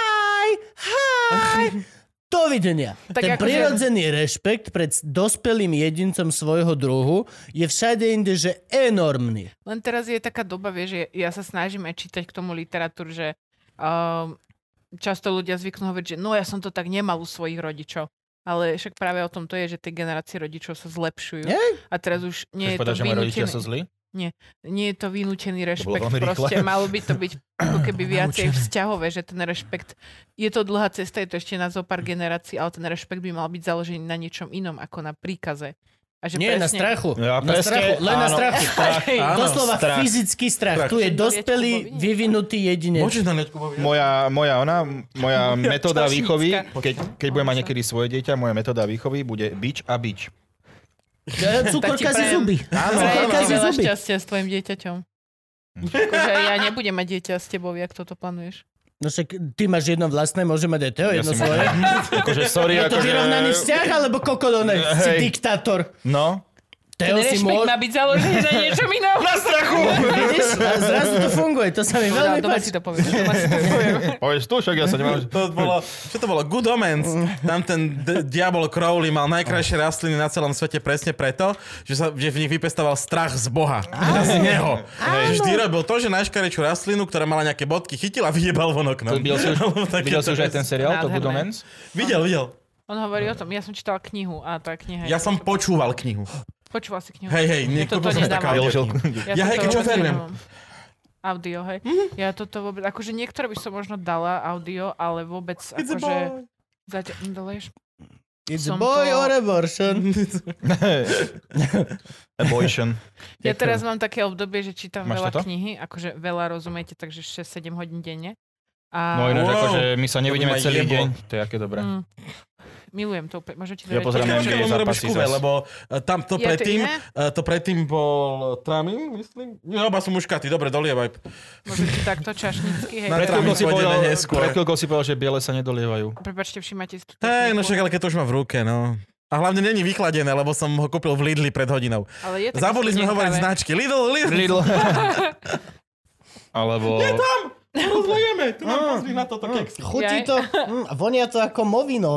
hi. Dovidenia. Tak Ten akože- prirodzený rešpekt pred dospelým jedincom svojho druhu je všade inde, že enormný. Len teraz je taká doba, vieš, že ja sa snažím aj čítať k tomu literatúru, že často ľudia zvyknú hovoriť, že no ja som to tak nemal u svojich rodičov. Ale však práve o tom to je, že tie generácie rodičov sa zlepšujú. Nie? A teraz už nie je to Chceš povedať, že moji rodičia vynútené. sú zlí? Nie je to vynútený rešpekt, veľmi rýchle. proste malo by to byť ako keby viacej vzťahové, že ten rešpekt, je to dlhá cesta, je to ešte na zopár generácií, ale ten rešpekt by mal byť založený na niečom inom ako na príkaze. A že Nie, presne... na strachu. Ja, Na strachu. Len na strachu. Áno, Doslova strach. fyzický strach. Strach. Tu je dospelý, vyvinutý jedinec. Môžeš na neťku povedať? Moja metóda Čašnícka. výchovy, keď budem mať niekedy svoje dieťa, moja metóda výchovy bude bič a bič. Cukor Tak ti kazí prajem- zuby. Prajem Cukor ti kazí veľa zuby. šťastia s tvojim dieťaťom. Akože ja nebudem mať dieťa s tebou, jak toto plánuješ. No však ty máš jedno vlastné, môže mať aj Teo jedno si svoje. Akože sorry, Je to akože... vyrovnaný vzťah, alebo kokodone? Si Hej. diktátor. No. Ten Teo si rešpekt môže... má byť založený na niečom inom. Na strachu! Vidíš? A zrazu to funguje, to sa mi veľmi Doma páči. si to poviem. Doma si to poviem. Povieš tu, však ja sa nemám... To bolo, čo to bolo? Good Omens. Tam ten diabol Crowley mal najkrajšie rastliny na celom svete presne preto, že v nich vypestoval strach z Boha. Z neho. Že vždy robil to, že najškarejšiu rastlinu, ktorá mala nejaké bodky, chytil a vyjebal von oknom. Videl si už aj ten seriál, to Good Nádherné. Omens? Videl. On hovorí o tom, ja som čítala knihu a tá kniha... Ja som počúval knihu. Počúval si knihu. Hej, toto niekto som taká nedávam. Ja hej, keď čo verujem. Audio, hej. Ja toto vôbec... Akože niektoré by som možno dala audio, ale vôbec It's a akože... boy. Doleješ? It's a Som boy to- or abortion. Abortion. Ja teraz mám také obdobie, že čítam Máš veľa toto? knihy, akože veľa rozumiete, takže 6-7 hodín denne. A No ináč, Wow. akože my sa nevidíme To by ma celý jeblo. deň. To je aké dobré. Milujem to úplne. Môžem ti Ja dať pozerám tiež? NBA zápasy zas. lebo tam to Je to predtým, iné? to predtým bol Tramin, myslím. Nie, oba sú muškaty, dobre, dolievaj. Môžem ti takto čašnícky, hej. Na Pred chvíľkou si pôjdeme povedal, neskôr. pred chvíľkou si povedal, že biele sa nedolievajú. Prepačte, všimáte si tú Hej, no techniku. však, ale keď to už má v ruke, no. A hlavne není vychladené, lebo som ho kúpil v Lidli pred hodinou. Ale je také Zabudli sme hovoriť studenkavé. značky. Lidl. Lidl. Alebo... Rozlejeme, tu mám pozri na toto keksy. Chutí Jaj. to, a vonia to ako movino.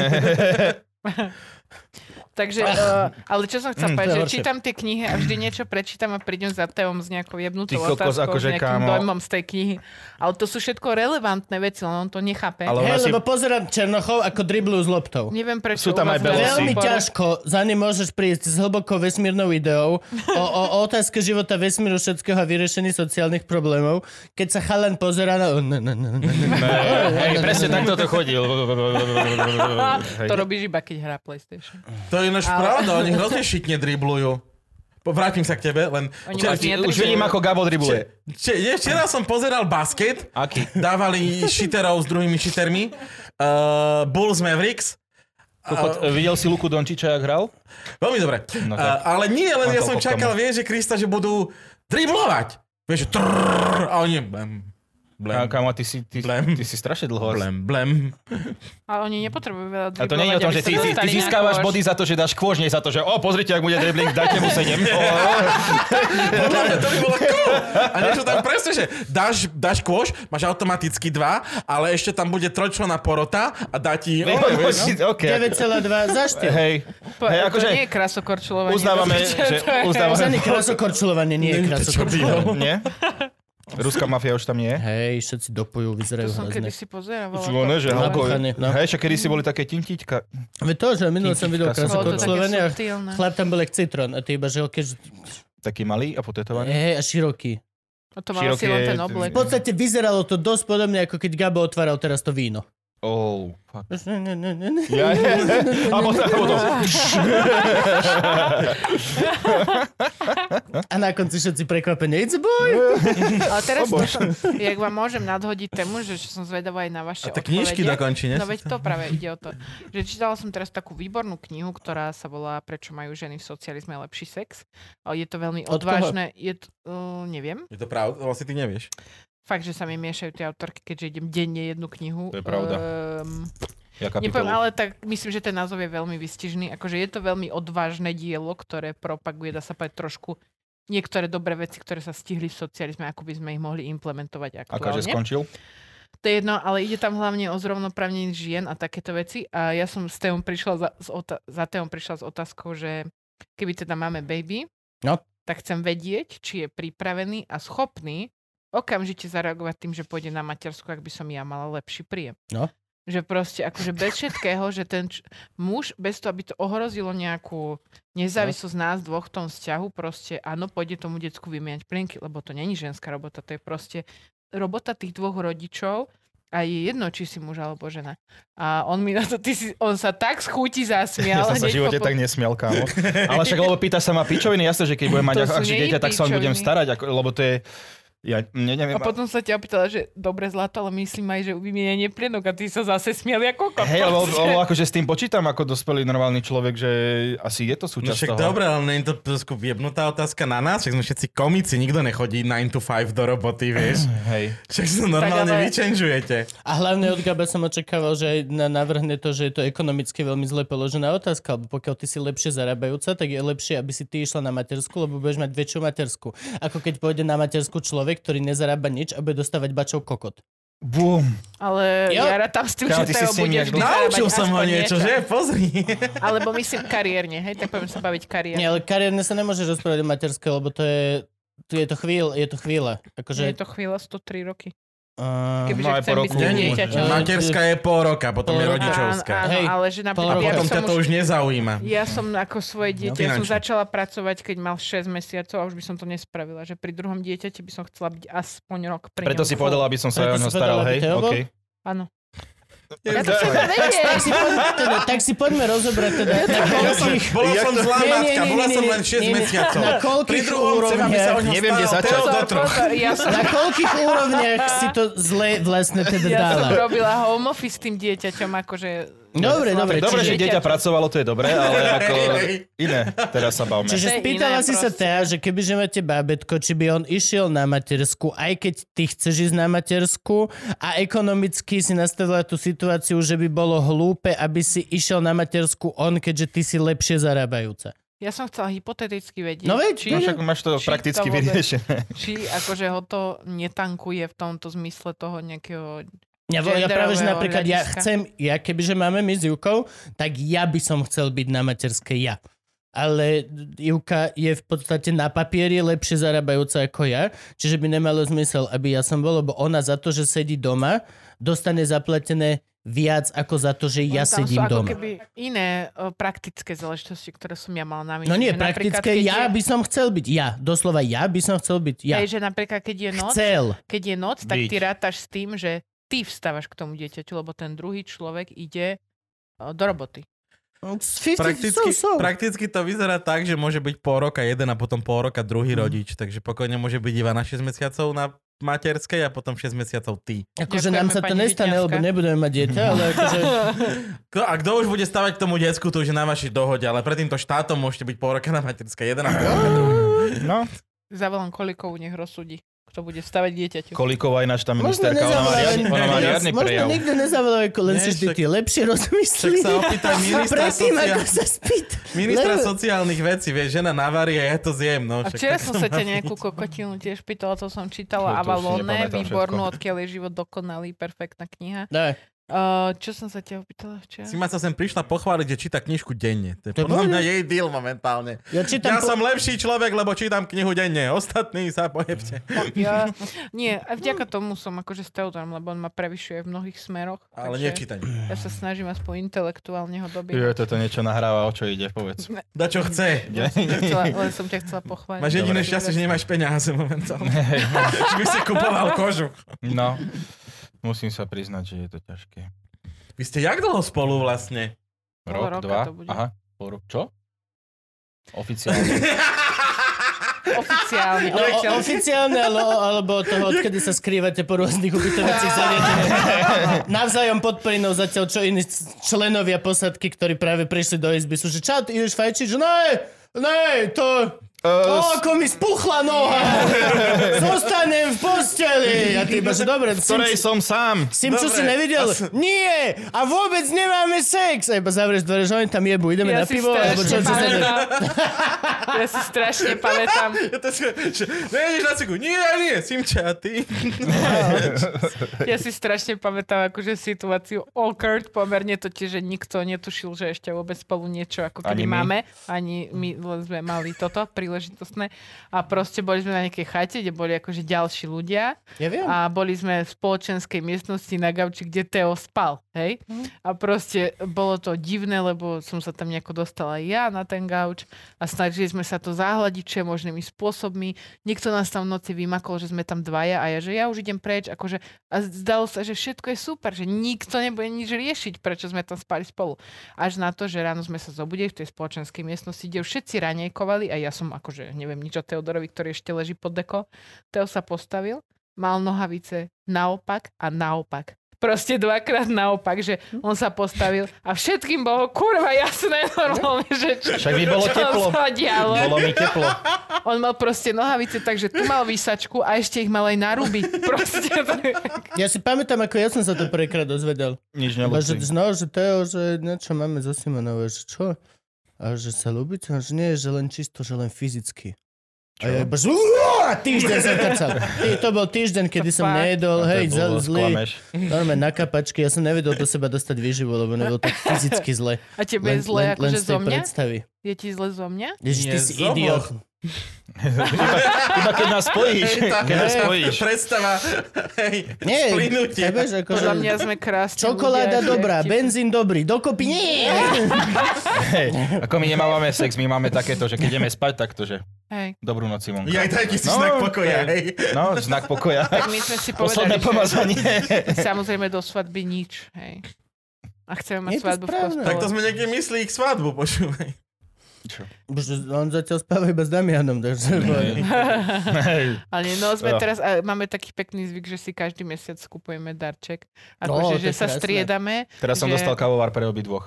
Takže, ale čo som chcel to je povedať, že horšie. čítam tie knihy a vždy niečo prečítam a prídem za Teom s nejakou jebnutou Ty kokos, otázkou, akože, s nejakým kámo. dojmom z tej knihy. Ale to sú všetko relevantné veci, len on to nechápe. Ale- Hej, ona si- lebo pozerám Černochov, ako driblujú s loptou. Neviem prečo. Sú tam u aj vás Belosy. Veľmi výboru- ťažko za ním môžeš prísť s hlbokou vesmírnou ideou o otázke života, vesmíru, všetkého a vyriešení sociálnych problémov, keď sa chalan pozerá na... Hej, presne takto to chodí. To robíš iba, keď hrá PlayStation. To je ináč pravda, oni hrozne šitne driblujú. Vrátim sa k tebe, len... Oni vás Už vidím, ako Gabo dribluje. Včera som pozeral basket, Aký? dávali šiterov s druhými šitermi, Bulls Mavericks. Videl si Luku Dončiča, jak hral? Veľmi dobre. No tak. Ale nie, len Mám ja som toľko k čakal, tomu. vieš, že Krista, že budú driblovať. Vieš, že trrrr, a oni blem, Kámo, ty si strašne dlho. blem. Ale oni nepotrebujú veľa A to nie je o driblovať, tom, aby že sa ty dostali na získavaš kôš. body za to, že dáš kôž, nie za to, že pozrite, ak bude dribbling, dajte mu 7. Podľa mňa to by bolo cool. A niečo tam presne, že dáš kôš, máš automaticky 2, ale ešte tam bude trojčlenná porota a dá ti... OK. 9,2 za 4. Hej, hej, To akože nie je krasokorčulovanie. uznávame, rozumiem, že to je- uznávame. Žádny krasokorčulovanie, nie je krasokorčulovanie. Nie? Ruská mafia už tam nie je? Hej, všetci dopujú, To vyzerajú som hrozne. kedysi pozerávala. Čo, ne, že halko. Nabuchaný, no. Hej, však kedy si boli také tintiťka. Veď to, že minulé som videl Tintička som- Bolo to také krasokorčulovanie a subtilné. chlap tam bol jak citrón a ty iba, že keď... Taký malý a potetovaný. Hej, a široký. A to mal asi Široké- len ten oblek. V podstate vyzeralo to dosť podobne, ako keď Gabo otváral teraz to víno. Oh, fuck. Ja, A potom... a na konci všetci prekvapení. It's a boy! Ale teraz, jak vám môžem nadhodiť tému, že čo som zvedavá aj na vaše A tie knižky odpovede. dokončí, nie? No veď to práve ide o to. Že čítala som teraz takú výbornú knihu, ktorá sa volá Prečo majú ženy v socializme lepší sex. Je to veľmi Od odvážne. Je to, neviem. Je to pravda? Vlastne ty nevieš. Fakt, že sa mi miešajú tie autorky, keďže idem denne jednu knihu. To je pravda. Ja Nepoviem, kapitolu. ale tak myslím, že ten názov je veľmi vystižný. Akože je to veľmi odvážne dielo, ktoré propaguje, dá sa povedať, trošku niektoré dobré veci, ktoré sa stihli v socializme, ako by sme ich mohli implementovať aktuálne. Akože skončil? To je jedno, ale ide tam hlavne o zrovnoprávnenie žien a takéto veci. A ja som s Teom prišla za Teom prišla s otázkou, že keby teda máme baby, No. tak chcem vedieť, či je pripravený a schopný okamžite zareagovať tým, že pôjde na matersku, ak by som ja mala lepší príjem. No. Že proste akože bez všetkého, že ten muž, bez toho, aby to ohrozilo nejakú nezávislosť nás dvoch v tom vzťahu, proste áno, pôjde tomu decku vymieňať plienky, lebo to není ženská robota, to je proste robota tých dvoch rodičov a je jedno, či si muž alebo žena. A on mi na to, on sa tak z chúti zasmial. Ja som sa v živote tak nesmiel, kámo. Ale však, lebo pýta sa ma pičoviny, jasne, že keď budem mať dieťa, tak sa len budem starať, lebo to je... Ja neviem. A potom sa ťa opýtala, že dobre zlato, ale myslím aj, že vymienenie plienok a ty sa zase smiel ako kokot. Hej, lebo akože s tým počítam ako dospelý normálny človek, že asi je to súčasť no však toho. dobre, ale nie je to trošku vyjebnutá otázka na nás, však sme všetci komici, nikto nechodí 9 to 5 do roboty, vieš. Hej. Však sa normálne vyčenžujete. A hlavne od Gaba som očakával, že navrhne to, že je to ekonomicky veľmi zle položená otázka, lebo pokiaľ ty si lepšie zarábajúca, tak je lepšie, aby si ty išla na matersku, lebo budeš mať väčšiu matersku. Ako keď pôjde na matersku človek, ktorý nezarába nič a bude dostávať bačov kokot. Bum. Ale jo. ja tam s tým, že Teo bude vždy Naučil zarábať som ho aspoň niečo, že? Pozri. Alebo myslím kariérne, hej, tak poviem sa baviť kariérne. Nie, ale kariérne sa nemôžeš rozprávať o materskej, lebo to je to chvíľa. Akože, Je to chvíľa 103 roky. Kebyže No aj chcem po byť roku. dieťa, čo? Materská je pol roka, potom je rodičovská. Áno, Hej, ale že napríklad roka. ja Potom ťa som to už nezaujíma. Ja som ako svoje dieťa, ja som finančne. začala pracovať, keď mal 6 mesiacov a už by som to nespravila, že pri druhom dieťati by som chcela byť aspoň rok pri Preto ňom. si povedala, aby som sa Preto o ňo si staral, povedala, hej? aby Teo bol? OK. Áno. Ja to chcem vedieť. tak si poďme rozobrať teda. Bola som zlá Nie, nie, matka, nie, bola nie, som nie, len 6 nie, nie. mesiacov. Na Pri koľkých druhom chcem, aby sa o ňo Neviem, kde staral začať. Teo do troch. Ja som Na koľkých úrovniach si to zle vlastne teda Ja som dala? robila home office s tým dieťaťom, akože... Dobre. Dobre, že dieťa pracovalo, to je dobré, ale ako Hej. iné. Teraz sa bavme. Čiže To je spýtala iné si sa proste. Tea, že kebyže máte bábätko, či by on išiel na matersku, aj keď ty chceš ísť na matersku a ekonomicky si nastavila tú situáciu, že by bolo hlúpe, aby si išiel na matersku on, keďže ty si lepšie zarábajúca. Ja som chcela hypoteticky vedieť, No veď, či, No však máš to či prakticky to vôbec- vyriešené. či akože ho to netankuje v tomto zmysle toho nejakého... Ja práve, že genderového napríklad hľadiska. kebyže máme my s Júkou, tak ja by som chcel byť na materskej ja. Ale Júka je v podstate na papieri lepšie zarábajúca ako ja, čiže by nemalo zmysel, aby ja som bol, lebo ona za to, že sedí doma, dostane zaplatené viac ako za to, že ja Tam sedím sú ako doma. keby iné praktické záležitosti, ktoré som ja mal na mysli. No nie, Že napríklad, praktické, keď ja by som chcel byť ja. Doslova ja by som chcel byť ja. Hej, že napríklad, keď je noc, tak Byť. ty rátaš s tým, že ty vstávaš k tomu dieťaťu, lebo ten druhý človek ide do roboty. Prakticky to vyzerá tak, že môže byť pol roka jeden a potom pol roka druhý rodič, takže pokojne môže byť iba na 6 mesiacov na materskej a potom 6 mesiacov ty. Akože Ďakujeme, nám sa to pani nestane, Žitňanská. lebo nebudeme mať dieťa, ale akože... A kto už bude stavať k tomu decku, to už je na vašej dohode, ale pred týmto štátom môžete byť pol roka na materskej, jeden a pol roka druhý. No, Zavolám Kolíkovú, nech rozsudí, kto bude stavať dieťaťu. Kolíková ináč tá Možno ministerka, ona má riadny možno prejav. nikto nezavoláva, len Nie, si vždy však- ty lepšie Však rozmyslí. sa opýtaj Predtým, ako sa spýta. ministra Lebo- sociálnych vecí, vieš, žena navarí a ja to zjem, no. A však včera tak som sa ťa nejakú kokotinu tiež pýtala, to som čítala No, to už si Avalone, nepamätám výbornú, všetko. odkiaľ je život dokonalý, perfektná kniha. Daj. Čo som sa ťa opýtala včera? Si ma sa sem prišla pochváliť, že číta knižku denne. To je To je podľa mňa dobre. jej deal momentálne. Ja čítam Ja som lepší človek, lebo čítam knihu denne. Ostatní sa pojebte. Ja, nie, aj vďaka tomu som akože s Teodorom, lebo on ma prevyšuje v mnohých smeroch. Ale takže nečítanie. Ja sa snažím aspoň intelektuálne ho Je, dobiť. toto niečo nahráva, o čo ide, povedz. Da čo chce. Len som ťa chcela pochváliť. Máš jediné Dobre. šťastie, že nemáš peniaze momentálne. Že by si kupoval kožu. No, musím sa priznať, že je to ťažké. Vy ste jak dlho spolu vlastne? Pol Rok, roka dva? to bude. Aha, pol rok. Čo? Oficiálne. Oficiálne. No, oficiálne, alebo od toho, odkedy sa skrývate po rôznych ubytovacích zariadeniach. Navzájom pod perinou, zatiaľ čo iní členovia posadky, ktorí práve prišli do izby, sú, že čau, ty ideš fajčiť? Že ne, to... ako mi spuchla noha! Zostanem v posteli! A ty iba, že dobre, Ktorej som sám. s tým, čo Dobre. si nevidel? Nie! A vôbec nemáme sex! A iba zavrieš dvere, že oni tam jebu, ideme na pivo? Alebo čo sa deje? Ja si strašne pamätám. Nejdeš na cigu. Nie, Simča, a ty? Ja si strašne pamätám akože situáciu awkward, pomerne totiž, že nikto netušil, že ešte vôbec spolu niečo ako keby Ani my. máme. Ani my len sme mali toto pri príležitostné. A proste boli sme na nejakej chate, kde boli akože ďalší ľudia. Ja viem. A boli sme v spoločenskej miestnosti na gauči, kde Teo spal, hej? A proste bolo to divné, lebo som sa tam nejako dostala aj ja na ten gauč a snažili sme sa to zahľadiť možnými spôsobmi. Niekto nás tam v noci vymakol, že sme tam dvaja a ja už idem preč, akože a zdalo sa, že všetko je super, že nikto nebude nič riešiť, prečo sme tam spali spolu. Až na to, že ráno sme sa zobudili v tej spoločenskej miestnosti, kde všetci raňajkovali a ja som akože neviem nič o Teodorovi, ktorý ešte leží pod deko. Teo sa postavil, mal nohavice naopak a naopak. Proste dvakrát naopak, že on sa postavil a všetkým bolo kurva jasné normálne, že Však mi bolo teplo. sa dialo. Bolo mi teplo. On mal proste nohavice, takže tu mal výsačku a ešte ich mal aj na ruby. Proste. Ja si pamätám, ako ja som sa to prvýkrát dozvedel. Nič Že, neľúbim. že Teo, že niečo máme zo Simonové, že čo? A že sa ľúbite? A že nie, že len čisto, že len fyzicky. A ja iba, že týždeň som kacal. To bol týždeň, kedy som nejedol, hej, zlý. Normálne na kapačky, ja som nevedel do seba dostať výživu, lebo nebol tak fyzicky zle. A tebe je zle akože z tej zo mňa? predstavy. Je ti zle zo mňa? Ježiš, ty Nie, si z oboch. idiot. Iba keď nás spojíš. Keď nás spojíš. Predstava, hej, Nie, splynutie. chápeš, akože... Podľa mňa sme krásni Čokoláda ľudia, dobrá, že- benzín dobrý, dokopy nie. Hej, ako my nemávame sex, my máme takéto, že keď ideme spať, takto, že Hej. dobrú noc, Simonka. Ja aj taký si No, znak pokoja, hej. No, znak pokoja. Tak my sme si Posledné povedali, pomazanie. že samozrejme do svadby nič. Hej. A chceme Je mať to svadbu v správne. kostole. Tak to sme niekde myslí ich svadbu, počúvaj. Bože, on zatiaľ spáva iba s Damianom, takže... Hej. Ale nie, no sme Jo. teraz, máme taký pekný zvyk, že si každý mesiac kupujeme darček. No, Akože, to že je sa krásne. striedame. Teraz som že... dostal kávovár pre obidvoch.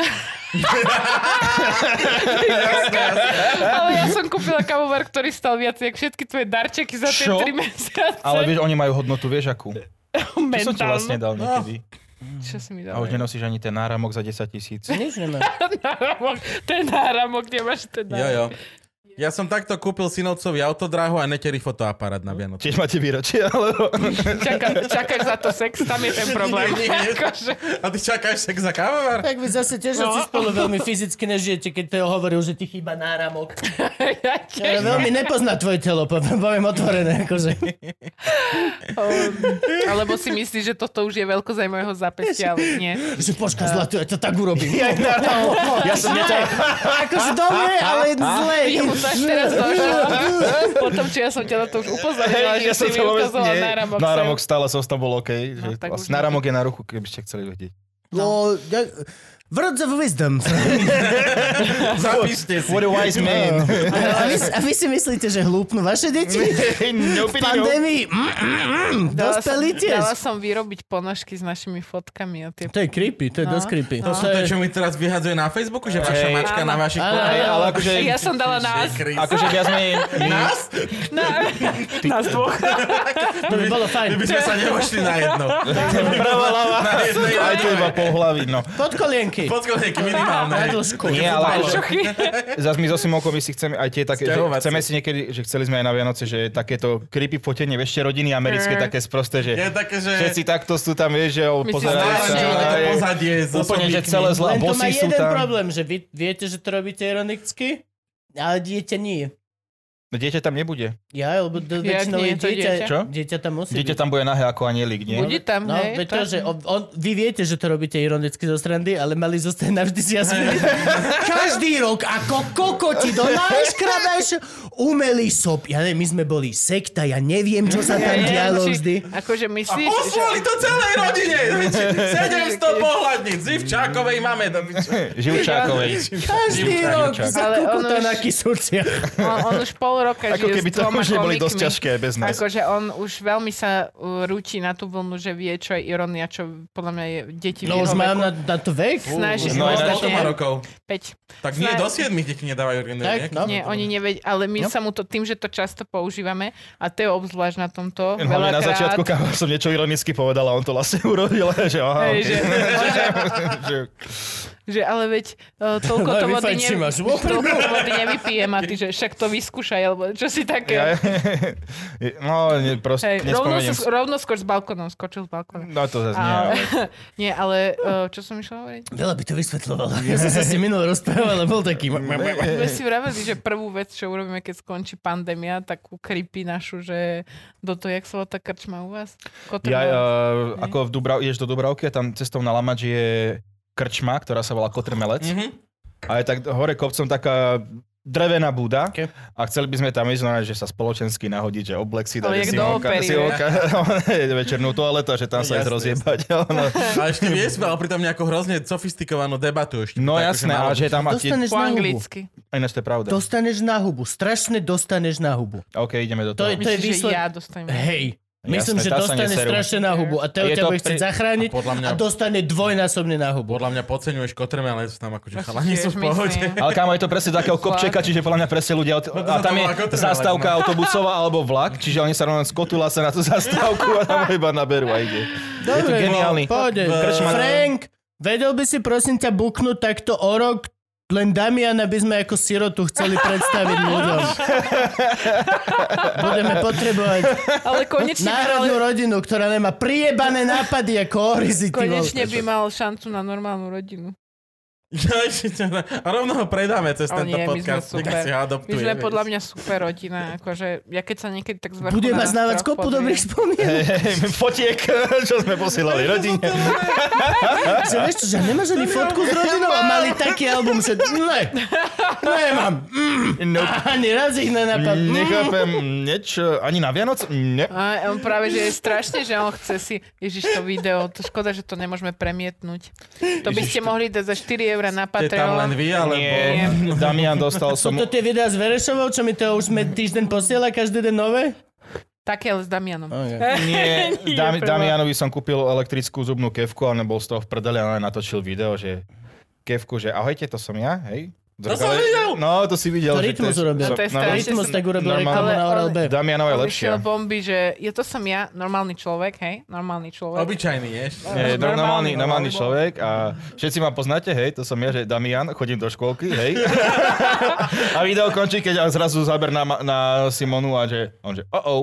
Ale ja som kúpila kavovar, ktorý stal viac, jak všetky tvoje darčeky za tie Čo? 3 mesiace. Ale vieš, oni majú hodnotu, vieš akú? Čo som ti vlastne dal niekedy? Čo si mi A dal? už nenosíš ani ten náramok za 10 000. Nič nemá. Ten náramok, nemáš ten Jo, náramok. jo. Ja som takto kúpil synovcovi autodráhu a Neteri fotoaparát na Vianoce. Tiež máte výročie, alebo... Čakáš za to sex, tam je ten problém. Nie, nie, nie. Akože... A ty čakáš sex za kávovar? Tak vy zase tiež asi spolu veľmi fyzicky nežijete, keď Teo hovoril, že ti chýba náramok. Ja Ja tiež. veľmi nepozná tvoje telo, poviem otvorené, akože. Alebo si myslíš, že toto už je veľko za mojho zápestia, ale nie. Že počka, zlato, ja to tak urobím. Ja som netal... Akože dobre, ale zle. Jemu to až teraz došlo. Potom, či ja som ťa na to už upozorila, že Ja si som mi to vôbec... ukazoval Nie, náramok. náramok stále som tam bol OK. No, Že tak už náramok je na ruku, keby ste chceli vedieť. No, words of wisdom. Zapíšte si. What a wise man. A vy si myslíte, že hlúpnú vaše deti? V pandémii? Dospelí Dala tiež? som vyrobiť ponožky s našimi fotkami. A tie... To je creepy, to je dosť creepy. To sú to, čo mi teraz vyhadzuje na Facebooku, že vaša Hej. mačka na vašich Áno. koľách. Hej, ale akože... Ja som dala nás. Akože viac menej... Nás? Nás dvoch. To by bolo fajn. My by sme sa nevošli na jedno. Pravá hlava. Na jednej Aj to iba pol hlavy, no. Podkolienky. Podkolenky minimálne. Na dĺžku. Nie, ale akože... Šochy. Zas my so Simonkou my si chceme aj tie také, že Sťahovať chceme si. si niekedy, že chceli sme aj na Vianoce, že takéto creepy fotenie, vieš, rodiny americké také sprosté, že Je také, že... všetci takto sú tam, vieš, že My si pozerajú sa. zvláštne, Také aj- pozadie so Úplne, že sobíkmi. celé zlá, Len to má bosy sú jeden tam. problém, že vy viete, že to robíte ironicky, ale dieťa nie. No dieťa tam nebude. Ja, lebo Jak väčšinou nie je je to dieťa. dieťa? Čo? Dieťa tam musí Dieťa byť. tam bude nahé ako anielik, nie? Bude tam, No, hej. veď to, tak. že vy viete, že to robíte ironicky zo srandy, ale mali zostať navždy si jasný. Každý rok ako kokoti do najškrabajšieho umelý sop. Ja neviem, my sme boli sekta, ja neviem, čo sa tam dialo vždy. Akože myslíš, Poslali to celej rodine! 700 pohľadníc! Zivčákovej máme. Živčákovej. Každý rok Živčák. za Ale kokota ono na už- kysuciach. on už pol roka Ako žije keby s to dvoma už neboli dosť komikmi. ťažké bez nás. Akože on už veľmi sa rúti na tú vlnu, že vie, čo je ironia, čo podľa mňa je deti v No už jeho mám veku. na to vek. Snaží No, sa ináč Koľko má rokov? 5. Tak nie, do 7 deti nedávajú Tak, rinné. no. Nie, oni nevedia, ale my sa mu to tým, že to často používame a Teo obzvlášť na tomto Hlavne na veľakrát. začiatku, kámo, som niečo ironicky povedal a on to vlastne urobil, že aha, Hej, okay. že- Že- že ale veď toľko to vody nevypijem a ty, že však to vyskúšaj, alebo čo si také. No, proste nespomeniem. Rovno skôr s balkónom, skočil z balkóna. No to zase nie. Nie, ale čo som išla hovoriť? Veľa by to vysvetľovalo. Ja som sa s tým minul rozprával, ale bol taký... My si vraveli, že prvú vec, čo urobíme, keď skončí pandémia, takú creepy našu, že do toho, jak sa volá tá krčma u vás? Ako ideš do Dubravky a tam cestou na Lamač je krčma, ktorá sa volá Kotrmelec. A je tak hore kopcom taká drevená búda a chceli by sme tam ísť, že sa spoločensky nahodiť, že oblek si dá, že večernú toaletu a že tam sa aj rozjebať. A ešte vieš, ale pritom nejakú hrozne sofistikovanú debatu. Ešte no jasné, ale že tam... Dostaneš po na anglicky. Ináč to je pravda. Dostaneš na hubu. Strašne dostaneš na hubu. OK, ideme do toho. To je výsled... ja dostanem. Hej. Myslím, že dostane strašne na hubu a Teo ťa bude chcieť zachrániť a dostane dvojnásobne na hubu. Podľa mňa podceňuješ Kotrmelec, tam akože chalani sú v pohode. Ale kámo, je to presne takého kopčeka, čiže podľa mňa presne ľudia... A tam je zastávka autobusová alebo vlak, čiže oni sa rovno skotula sa na tú zastávku a tam iba naberú a ide. Dobre, je to geniálny. Frank, vedel by si prosím ťa buknúť takto o rok len Damiana by sme ako sirotu chceli predstaviť ľuďom. Budeme potrebovať náhradnú rodinu, ktorá nemá priebané nápady ako Orizy. Konečne by mal šancu na normálnu rodinu. A rovno ho predáme cez tento podcast. My sme podľa mňa super rodina. Akože, ja keď sa niekedy tak zvrchu... Budem vás dávať kopu dobrých spomienok. Fotiek, čo sme posielali rodine. Že vieš čo, že nemáš ani fotku s rodinou a mali taký album, že nemám. Ani raz ich nenapadlo. Nechápem niečo, ani na Vianoc? Ne. A on práve, že je strašne, že on chce si, Ježiš, to video, to škoda, že to môžeme premietnúť. To by ste mohli dať za 4 € na Patreon. Ste tam len vy, alebo... Nie. Damian dostal som... Sú to tie videá s Verešovou, čo mi to už týždeň posiela, každý deň nové? Také, ale s Damianom. Okay. Nie, Damianovi som kúpil elektrickú zubnú kevku, ale nebol z toho v prdeli, ale natočil video, že kevku, že ahojte, to som ja, hej? To som videl! No, to si videl. To Rytmus urobil. To je strašne... Rytmus tak urobil reklamu na Oral-B. Damianova je lepšia. On bomby, že to som ja, normálny človek, hej? Normálny človek. Obyčajný, ješ? Nie, normálny človek a všetci ma poznáte, hej? To som ja, že Damian, chodím do škôlky, hej? A video končí, keď zrazu záber na Simonu a že on že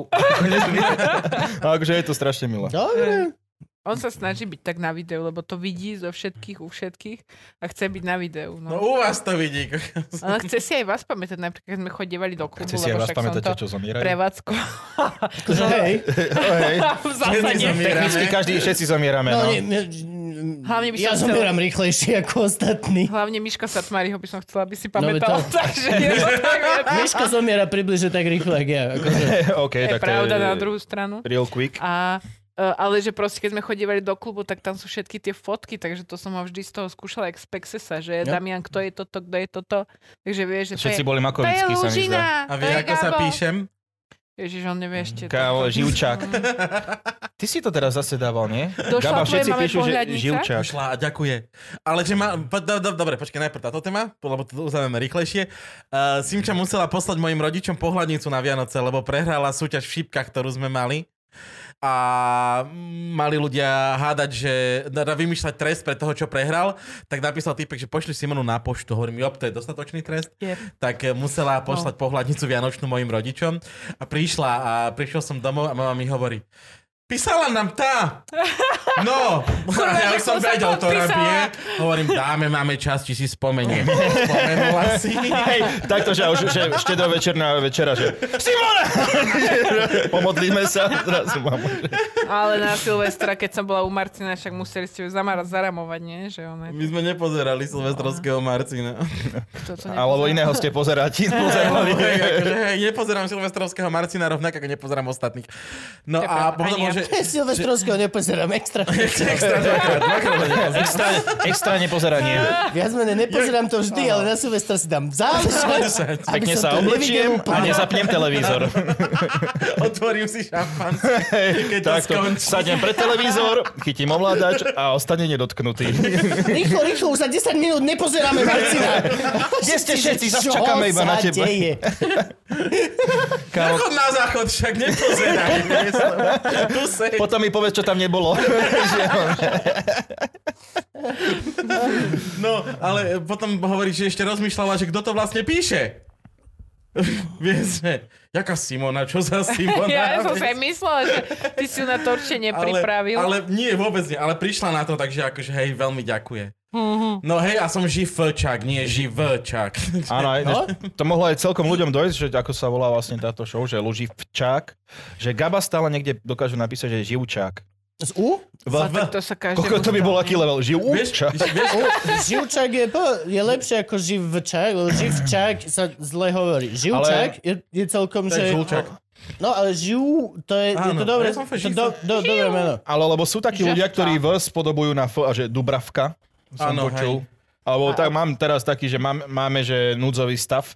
Takže je to strašne milé. Dobre. On sa snaží byť tak na videu, lebo to vidí zo všetkých, u všetkých a chce byť na videu. No u vás to vidí. Ale chce si aj vás pamätať, napríklad keď sme chodievali do klubu, chce si aj vás pamätať, čo zomierajú? Prevádzko. Hej. Technicky všetci zomierame. No. Hlavne by som ja zomieram rýchlejšie ako ostatní. Hlavne Miška Satmáriho by som chcela, aby si pamätal. Miška zomiera približne tak rýchle, ako ja. Okay, je pravda na druhú stranu. Real quick. Ale že proste, keď sme chodívali do klubu, tak tam sú všetky tie fotky, takže to som ho vždy z toho skúšala jak z Pexesa, že Damian, kto je toto. Takže vieš, že všetci boli Makovickí, sa mi zdá. A vy ako sa píšem? Ježiš, on nevie ešte. Kámo, Živčák. Ty si to teraz zase dával, nie? Došla všetci píšu, že Živčák. Došla, ďakuje. Ale že má... Dobre, počkaj, najprv táto téma, lebo to uzavíme rýchlejšie. Simča musela poslať mojim rodičom pohľadnicu na Vianoce, lebo prehrala súťaž v šípkach, ktorú sme mali. A mali ľudia hádať, že vymýšľať trest pre toho, čo prehral, tak napísal týpek, že pošli Simonu na poštu. Hovorím, to je dostatočný trest. Yep. Tak musela poslať pohľadnicu vianočnú mojim rodičom a prišiel som domov a mama mi hovorí, písala nám tá! No! Ja som vedel, ktorá bije. Hovorím, máme čas, či si spomeniem. Spomenula si. Hej, takto, že už štedrovečerná večera, že Simona! Pomodlíme sa. Ale na Silvestra, keď som bola u Marcina, však museli ste ju zaramovať, nie? Že on My sme nepozerali Silvestrovského Marcina. Alebo iného ste pozerali. Nepozerám Silvestrovského Marcina rovnako, ako nepozerám ostatných. No a potom Silvestrovského nepozerám, extra nepozeranie. Viac menej nepozerám to vždy, ale na Silvestra si dám záležať. Pekne sa oblečiem a nezapnem televízor. Otvorím si šampanské, keď to skončí. Sadnem pred televízor, chytím ovládač a ostane nedotknutý. Rýchlo, už za 10 minút nepozeráme Marcina. Kde ste všetci? Čakáme iba na teba. Záchod na záchod, však nepozeraj. Potom mi povedz, čo tam nebolo. No, ale potom hovorí, že ešte rozmýšľala, že kto to vlastne píše. Vieš, že jaká Simona, čo za Simona? Ja som si aj myslela, že ty si ju na to určite nepripravil. Ale nie, vôbec nie. Ale prišla na to, takže akože hej, veľmi ďakuje. No hej, a som živčák, nie živčák. Áno, to mohlo aj celkom ľuďom dojsť, že ako sa volá vlastne táto show, že Luživčák, že Gaba stále niekde dokážu napísať, že je živčák. Z U? To sa To by bol aký level? Živčák? Živčák je lepšie ako živčák, lebo živčák sa zle hovorí. Živčák je celkom, že... No ale živ, to je to dobré, dobré meno. Ale lebo sú takí ľudia, ktorí V spodobujú na F a že Dubravka. Som počul. Alebo tak mám teraz taký, že máme, že núdzový stav.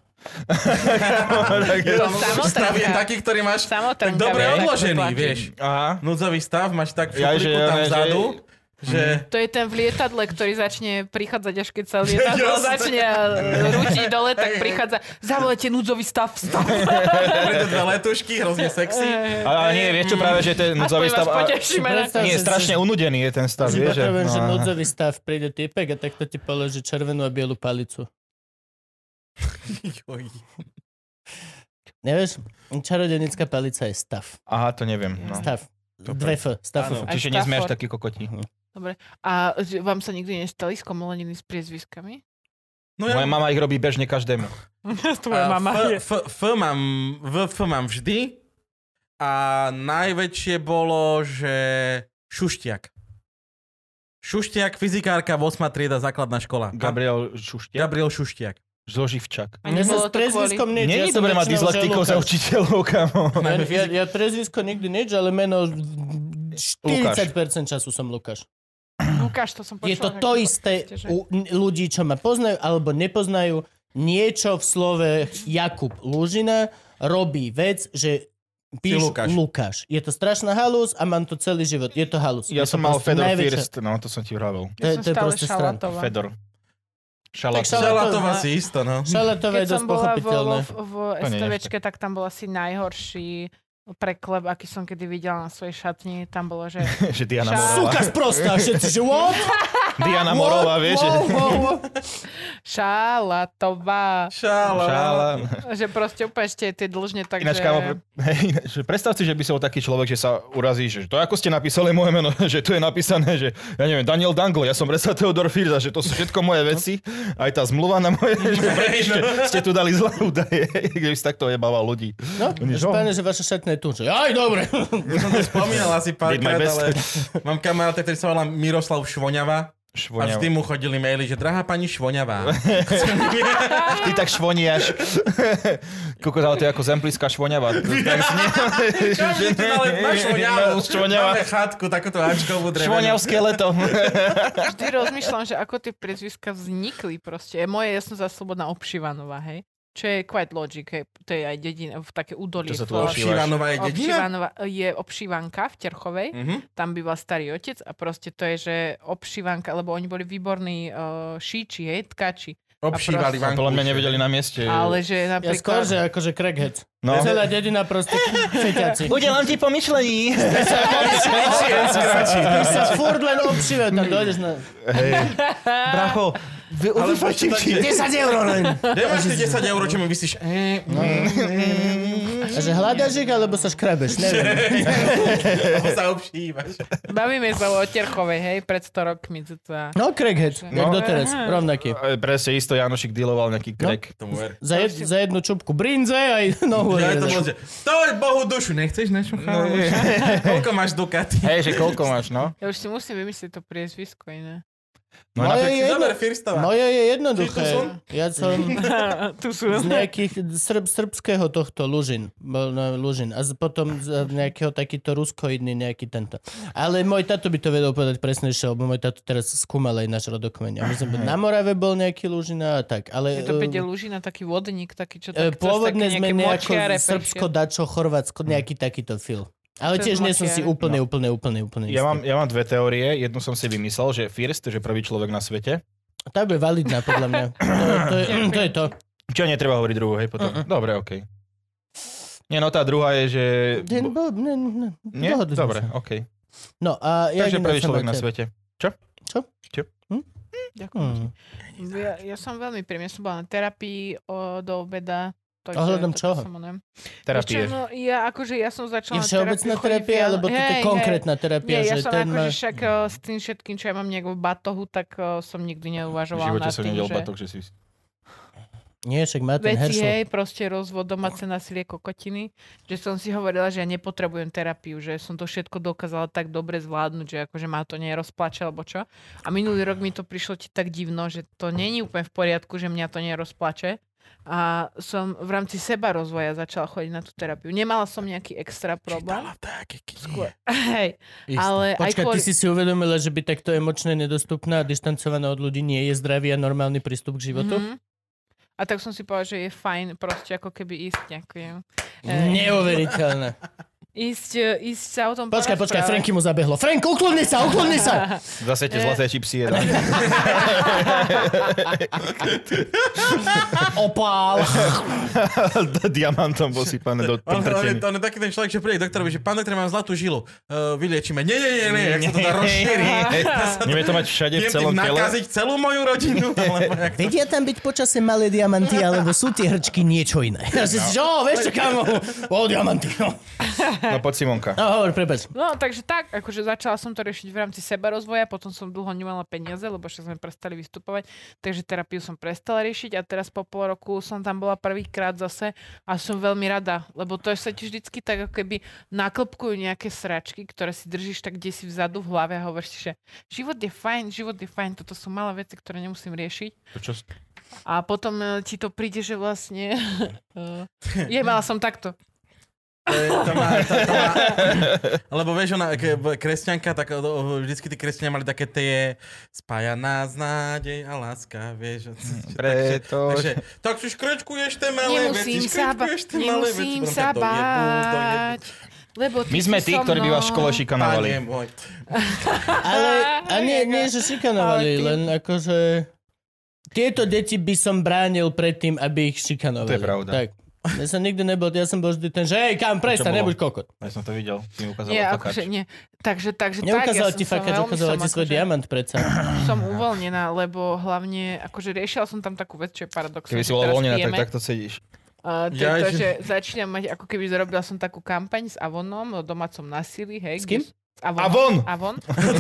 Stav je taký, ktorý máš tak dobre odložený, vieš. Aha. Núdzový stav máš tak v šuplíku tam vzadu. Že... To je ten v lietadle, ktorý začne prichádzať, až keď sa lietadlo začne rútiť dole, tak prichádza, zavolajte núdzový stav. Preto dve letušky, hrozne sexy. Ale nie, vieš čo práve, že ten núdzový stav... Nie, že strašne unudený je ten stav, vieš. Že núdzový stav príde typek a takto ti položí červenú a bielu palicu. Nevieš? Čarodenická palica je stav. Aha, to neviem. No. Stav. Dve F. Stav. Čiže nie sme až takí kokoti. Dobre. A vám sa nikdy nestali skomoleniny s priezviskami? No moja mama ich robí bežne každému. Tvoja mama je. F mám vždy a najväčšie bolo, že Šuštiak. Šuštiak, fyzikárka, 8. trieda, základná škola. Gabriel Šuštiak. Zloživčak. Ja sa s prezviskom nič. Nie je dobré mať dyslektikov za učiteľov, kamo. Ja prezvisko nikdy nič, ale meno 40% času som Lukáš. Lukáš, to som počula. Je to to isté u ľudí, čo ma poznajú alebo nepoznajú. Niečo v slove Jakub Lužina robí vec, že píš Lukáš. Je to strašná halus a mám to celý život. Je to halus. Ja som mal Fedor First, no to som ti vravel. Ja som stále Šalatová. Fedor. Šalatová si isto, no. Šalatová je dosť pochopiteľné. Keď som bola v STVčke, tak tam bol asi najhorší preklep, aký som kedy videla na svojej šatni. Tam bolo, že... že Diana Morová. Suka sprostá, všetci, že what? Diana Morová, vieš? Šalatová. Šala. Že proste úplne ešte tie dlžne, takže... Ináč, kámo, predstav si, že by som bol taký človek, že sa urazí, že to ako ste napísali moje meno, že tu je napísané, že ja neviem, Daniel Dangle, ja som predstav Theodor Firza, že to sú všetko moje veci, aj tá zmluva na moje, že ste tu dali zlé údaje, kde by si takto jebával ľudí. No, páne, že vaša šatna je tu, že aj, dobre. Ja som to spomínal asi párkrát, ale mám kamaráta, ktorý sa volá Miroslav Švoňava. A vždy mu chodili maily, že drahá pani Švoňavá. Ty tak švoniaš. Kukos, ale to je ako zemplíska švoňava. Máme chatku, takúto ačkovú drevenú. Švoňavské leto. Vždy rozmýšľam, že ako tie priezviska vznikli proste. Moje ja som za Slobodná Obšivanová, hej? Čo je quite logic, hej? To je aj dedina, v také údolí. Obšivanová je dedina? Obšivanová je Obšivanka v Terchovej, tam býval starý otec a proste to je, že Obšivanka, lebo oni boli výborní šíči, hej, tkači. Obšívali vanku. Podľa mňa nevedeli na mieste. Ale že napríklad... Ja skôr, že akože crackhead. No. Celá dedina proste feťaci. Udelám ti pomyšlení. Ty sa furt len obšíva, tam dojdeš na... Hej. Bracho, vyfačím ti. 10 eur len. Nemáš ty 10 eur, čo mi vysíš? A že hľadáš ich, alebo sa škrabeš, neviem. Alebo sa obšívaš. Bavíme sa o Terchovej, hej, pred 100 rokmi. No, crackhead, jak doteraz, rovnaký. Presne isto Janošik dealoval nejaký crack. Za jednu čupku brinze aj nohu. To je Bohu dušu, nechceš našo chávu? Koľko máš Ducati? Hej, že koľko máš, no? Ja už si musím vymyslieť to priezvisko iné. Moje je jednoduché. Ja som z nejakých srbského tohto Lužin. A potom z nejakého takýto ruskoidný nejaký tento. Ale môj tato by to vedel povedať presnejšie, lebo môj tato teraz skúmal aj náš rodokmeň. Myslím, na Morave bol nejaký Lužina a tak. Ale, je to bude Lužina, taký vodník, taký čo tak... Pôvodne sme nejako Srbsko, Dačo, Chorvátsko, nejaký takýto fil. Ale tiež nie som si úplne istý. Ja mám dve teórie. Jednu som si vymyslel, že First, že prvý človek na svete. Tá je validná, podľa mňa. To je to. Čo, netreba hovoriť druhú, hej, potom. Dobre, okej. Nie, no tá druhá je, že... Nie? Dobre, okej. No, a takže prvý človek na svete. Čo? Čo Ďakujem. Ja som veľmi príjemný. Ja som bola na terapii do obeda. Ohľadom čoho? Terapie. Ja som začala je všeobecná terapia, alebo to je konkrétna terapia? Nie, ja som akože však s tým všetkým, čo ja mám nejak v batohu, tak som nikdy neuvažovala nad tým, že... V živote som nedel batok, že si... Nie, však má ten veci, Herschel. proste rozvod, domáce násilie, kokotiny, že som si hovorila, že ja nepotrebujem terapiu, že som to všetko dokázala tak dobre zvládnuť, že akože ma to nerozplače, alebo čo. A minulý rok mi to prišlo ti tak divno, že to není úplne v poriadku, že mňa to nerozplače. A som v rámci seba rozvoja začala chodiť na tú terapiu. Nemala som nejaký extra problém. Skôr. Hej. Ale počkaj, ty si uvedomila, že by takto emočne nedostupná a distancovaná od ľudí nie je zdravý a normálny prístup k životu? A tak som si povedala, že je fajn proste ako keby ísť nejakým... Neuveriteľné. Ísť sa o tom Počkaj, Franky mu zabehlo. Frank, uklonni sa! Zase tie zlaté čipsy jedá. Opál. Diamantom posypané do potrčení. On je taký ten človek, že príde k doktorovi, že pán doktor, mám zlatú žilu. Vyliečíme. Nie, ak sa to dá rozšíri. Nevieme to mať všade v celom tele. Nakaziť celú moju rodinu. Vedia tam byť počase malé diamanty, alebo sú tie hrčky niečo iné. Vieš čo, kámo? Diamanty, No poď Simonka. Hovor, prepáč. No, takže tak, akože začala som to riešiť v rámci sebarozvoja, potom som dlho nemala peniaze, lebo však sme prestali vystupovať, takže terapiu som prestala riešiť a teraz po pol roku som tam bola prvýkrát zase a som veľmi rada, lebo to sa ti vždycky tak ako keby naklopkujú nejaké sračky, ktoré si držíš tak kde si vzadu v hlave a hovoríš si, že život je fajn, toto sú malé veci, ktoré nemusím riešiť. A potom ti to príde, že vlastne mala som takto. To má. Lebo vieš, ona kresťanka, tak vždycky tí kresťania mali také tie spája nás nádej a láska, vieš. Takže tak si škrečkuješ tie malé veci, nemusím sa báť. Lebo my sme tí, ktorí by vás v škole šikanovali. Ale nie, že šikanovali, len akože tieto deti by som bránil pred tým, aby ich šikanovali. To je pravda. Tak. Ja som nikdy nebol, ja som bol vždy ten, že hej, kam, prestaň, nebuď kokot. Ja som to videl, ty mi ukázala fakáč. Takže neukázala ti fakáč, ukázala ti svoj diamant predsa. Som uvoľnená, lebo hlavne, akože riešila som tam takú vec, čo je paradoxné. Keby si bola uvoľnená, tak takto sedíš. Takže začínam mať, ako keby zarobila som takú kampaň s Avonom o domácom násilí, hej. S kým? Avon. Avon.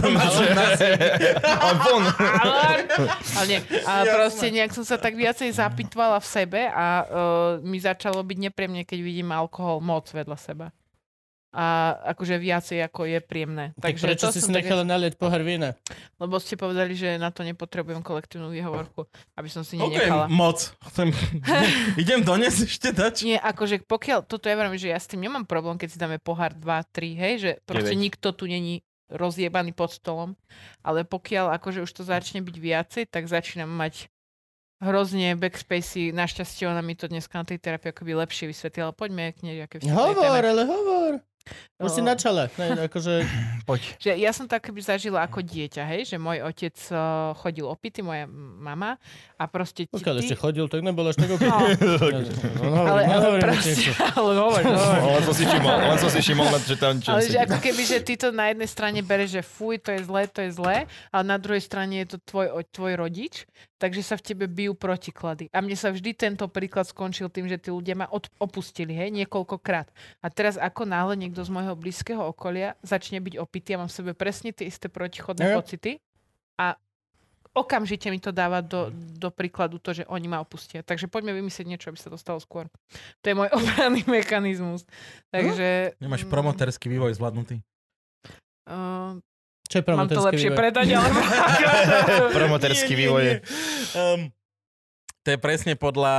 Ale nie. A proste nejak som sa tak viacej zapýtvala v sebe a mi začalo byť nepríjemne, keď vidím alkohol moc vedľa seba. A akože viacej ako je príjemné. Tak prečo si nechala naliať pohár vína? Lebo ste povedali, že na to nepotrebujem kolektívnu výhovorku, aby som si nenechala. Moc. Idem doniesť ešte dať. Nie, akože pokiaľ, toto ja vravím, že ja s tým nemám problém, keď si dáme pohár 2, 3, hej, že proste nikto tu není rozjebaný pod stolom, ale pokiaľ akože už to začne byť viacej, tak začínam mať hrozne backspacey. Našťastie ona mi to dneska na tej terapii akoby lepšie vysvetlila. Poďme k nej, aké hovor. Už si načala. Akože... Poď. Že ja som to akoby zažila ako dieťa, hej, že môj otec chodil opitý, moja mama a proste... Pokiaľ ešte chodil, tak nebol až tak opitý. Ale proste... Len som si všimol, že tam čo... Ale že ako keby, že ty to na jednej strane bereš, že fuj, to je zlé, ale na druhej strane je to tvoj rodič, takže sa v tebe bijú protiklady. A mne sa vždy tento príklad skončil tým, že tí ľudia ma opustili, hej, niekoľkokrát. A teraz ako náhle niekto z môjho blízkeho okolia začne byť opitý, ja mám v sebe presne tie isté protichodné pocity a okamžite mi to dáva do príkladu to, že oni ma opustia. Takže poďme vymyslieť niečo, aby sa to stalo skôr. To je môj obranný mechanizmus. Takže... Nemáš promoterský vývoj zvládnutý? Čo je promoterský vývoj? Mám to lepšie predať, ale... Promoterský vývoj je... To je presne podľa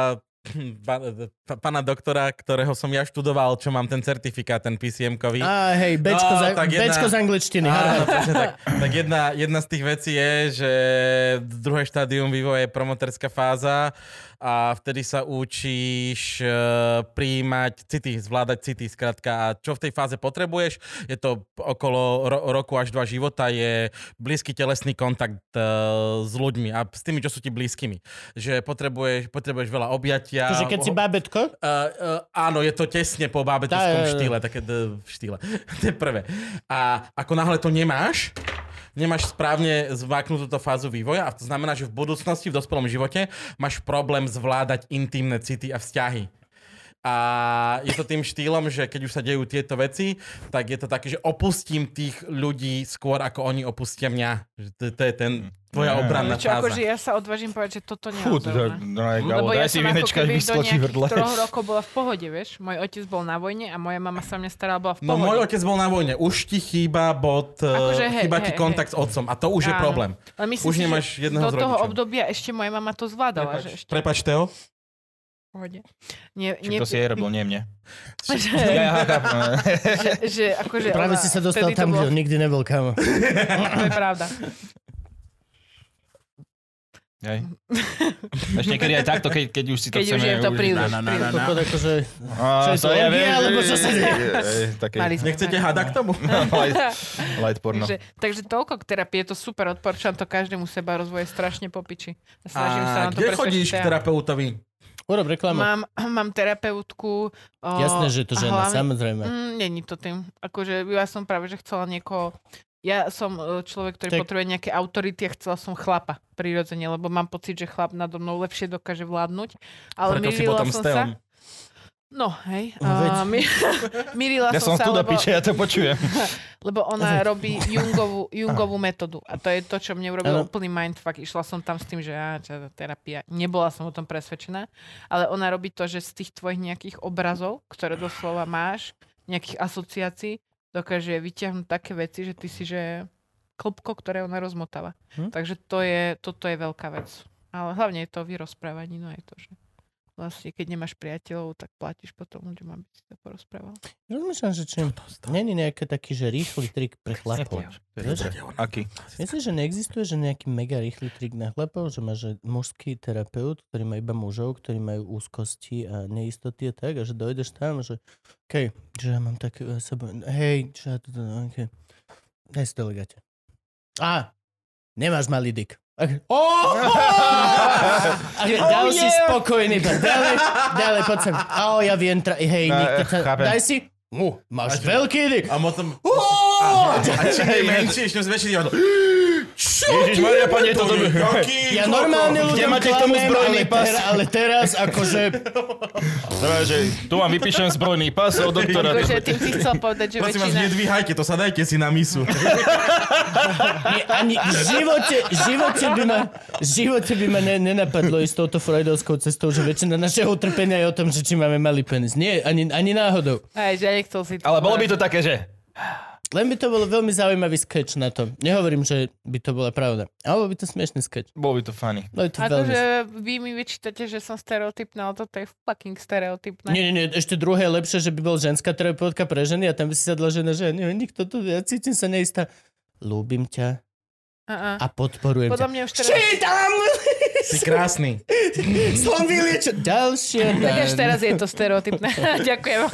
pána doktora, ktorého som ja študoval, čo mám ten certifikát, ten PCM-kový. Hej, Bčko z angličtiny. Tak jedna z tých vecí je, že druhé štádium vývoja je promoterská fáza a vtedy sa učíš prijímať city, zvládať city, skrátka. A čo v tej fáze potrebuješ? Je to okolo roku až 2 života, je blízky telesný kontakt s ľuďmi a s tými, čo sú ti blízkymi. Že potrebuješ veľa objatia. Takže keď si bábätko? Áno, je to tesne po bábätovskom štýle, také v štýle. To je prvé. A ako náhle to nemáš, nemáš správne zváknutú túto fázu vývoja a to znamená, že v budúcnosti, v dospelom živote máš problém zvládať intimné city a vzťahy. A je to tým štýlom, že keď už sa dejú tieto veci, tak je to také, že opustím tých ľudí skôr, ako oni opustia mňa. Že to je ten tvoja obranná fáza. Akože ja sa odvážim povedať, že toto Fú, lebo ja daj si som ako vínečka, keby do vyskočí nejakých hrdle. 3 rokov bola v pohode, vieš. Môj otec bol na vojne a moja mama sa mňa starala, bola v pohode. No môj otec bol na vojne. Už ti chýba bod, chýba ti kontakt s otcom a to už je problém. Už nemáš jedného z rodičov. Do toho obdobia ešte moja mama to zvládala. Prepač, Teo. Čím to si jej robil, nie mne. že akože Práve si sa dostal tam, kde on nikdy nebol, kámo. To je pravda. Hej. Ešte niekedy aj takto, keď už si to Keď chceme... už je to príliš. Toto akože... To ja viem, alebo čo sa deje? Nechcete hada k tomu? Light porno. Takže toľko k terapii, je to super, odporúčam to každému, seba rozvoje strašne popiči. Snažím sa na to kde chodíš k terapeutovi? Urob reklamu. Mám terapeutku. Jasné, že to žena, samozrejme. Není to tým. Akože ja som práve, že chcela niekoho... Ja som človek, ktorý potrebuje nejaké autority a chcela som chlapa prirodzene, lebo mám pocit, že chlap nado mnou lepšie dokáže vládnuť. Ale mýlila som sa. No, hej. Mýlila som sa, tu do piče, ja to počujem. Lebo ona robí Jungovú metódu. A to je to, čo mne urobilo úplný mindfuck. Išla som tam s tým, že terapia. Nebola som o tom presvedčená. Ale ona robí to, že z tých tvojich nejakých obrazov, ktoré doslova máš, nejakých asociácií, dokáže vyťahnuť také veci, že ty si, že klopko, ktoré ona rozmotáva. Takže toto je veľká vec. Ale hlavne je to o vyrozprávaní, no je to, že vlastne, keď nemáš priateľov, tak platíš potom ľuďom, aby si to porozprával. Rozmýšľam, že či není nejaký taký, že rýchly trik pre chlapov. Aký? Myslíš, že neexistuje, že nejaký mega rýchly trik na chlapov, že máš mužský terapeut, ktorý má iba mužov, ktorí majú úzkosti a neistoty a tak, a že dojdeš tam, že že ja mám tak seba, že ja to, daj si delegate. Nemáš malý dik. Ďalší spokojný. Ďalej, poď sem. Ja viem, daj si. Máš veľký dik. A potom... A čím je menší, ešte zväčší divadlo. Ježišmaria, pane, toto by... Ja normálne ľuďom klamem, ale teraz akože... Tu vám vypíšem zbrojný pás od doktora. Akože tým si chcel povedať, že prosím väčšina... vás, nedvíhajte, to sa dajte si na misu. Ani v živote by ma nenapadlo ísť touto freudovskou cestou, že väčšina našeho utrpenia je o tom, že či máme malý penis. Nie, ani náhodou. Že nechcel si to. Ale bolo by to také, že... Len by to bolo veľmi zaujímavý sketch na to. Nehovorím, že by to bola pravda. Ale by to smiešný sketch. Bolo by to funny. Akože vy mi vyčítate, že som stereotypná, ale toto je fucking stereotypné. Nie. Ešte druhé je lepšie, že by bol ženská terapeutka pre ženy a tam by si sadla žena, že nikto tu, ja cítim sa neistá. Ľúbim ťa a podporujem ťa. Mňa už teraz... Si krásny. Som vyliečený. Ďalšie. Tak až teraz je to stereotypné. Ďakujem.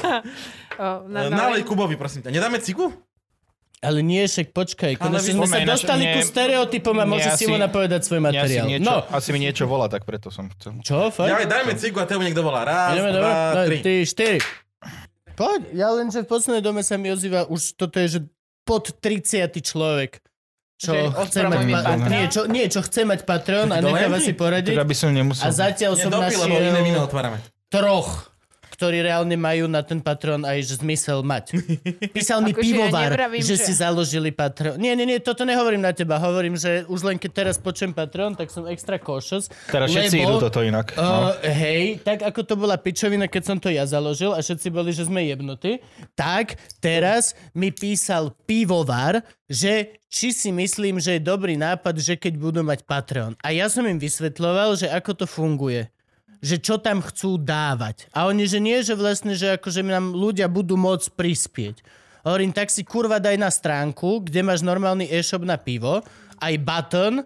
Nalej Kubovi, prosím ťa. Nedáme cigu? Ale nie, však počkaj. Konečne sme sa dostali ku stereotypom a môže Simona povedať svoj materiál. Asi mi niečo volá, tak preto som chcel. Čo? Fakt? Dajme cigu a tebe niekto volá. Raz, ideme, 2, 3. 4. Poď. Ja len, že v poslednej dome sa mi ozýva už toto je, že pod 30. človek. Čo chce mať Patreon? Čo chce mať Patreon a necháva si poradiť. Tak aby som nemusel. A zatiaľ som našiel iné víno otvárame. 3, ktorí reálne majú na ten Patreon aj že zmysel mať. Písal mi pivovar, že si založili Patreon. Nie, toto nehovorím na teba. Hovorím, že už len keď teraz počujem Patreon, tak som extra cautious. Teraz všetci idú toto inak. Hej, tak ako to bola pičovina, keď som to ja založil a všetci boli, že sme jebnutí, tak teraz mi písal pivovar, že či si myslím, že je dobrý nápad, že keď budú mať Patreon. A ja som im vysvetľoval, že ako to funguje. Že čo tam chcú dávať. A oni, že nie, že vlastne, že akože nám ľudia budú môcť prispieť. Hovorím, tak si kurva daj na stránku, kde máš normálny e-shop na pivo, aj button,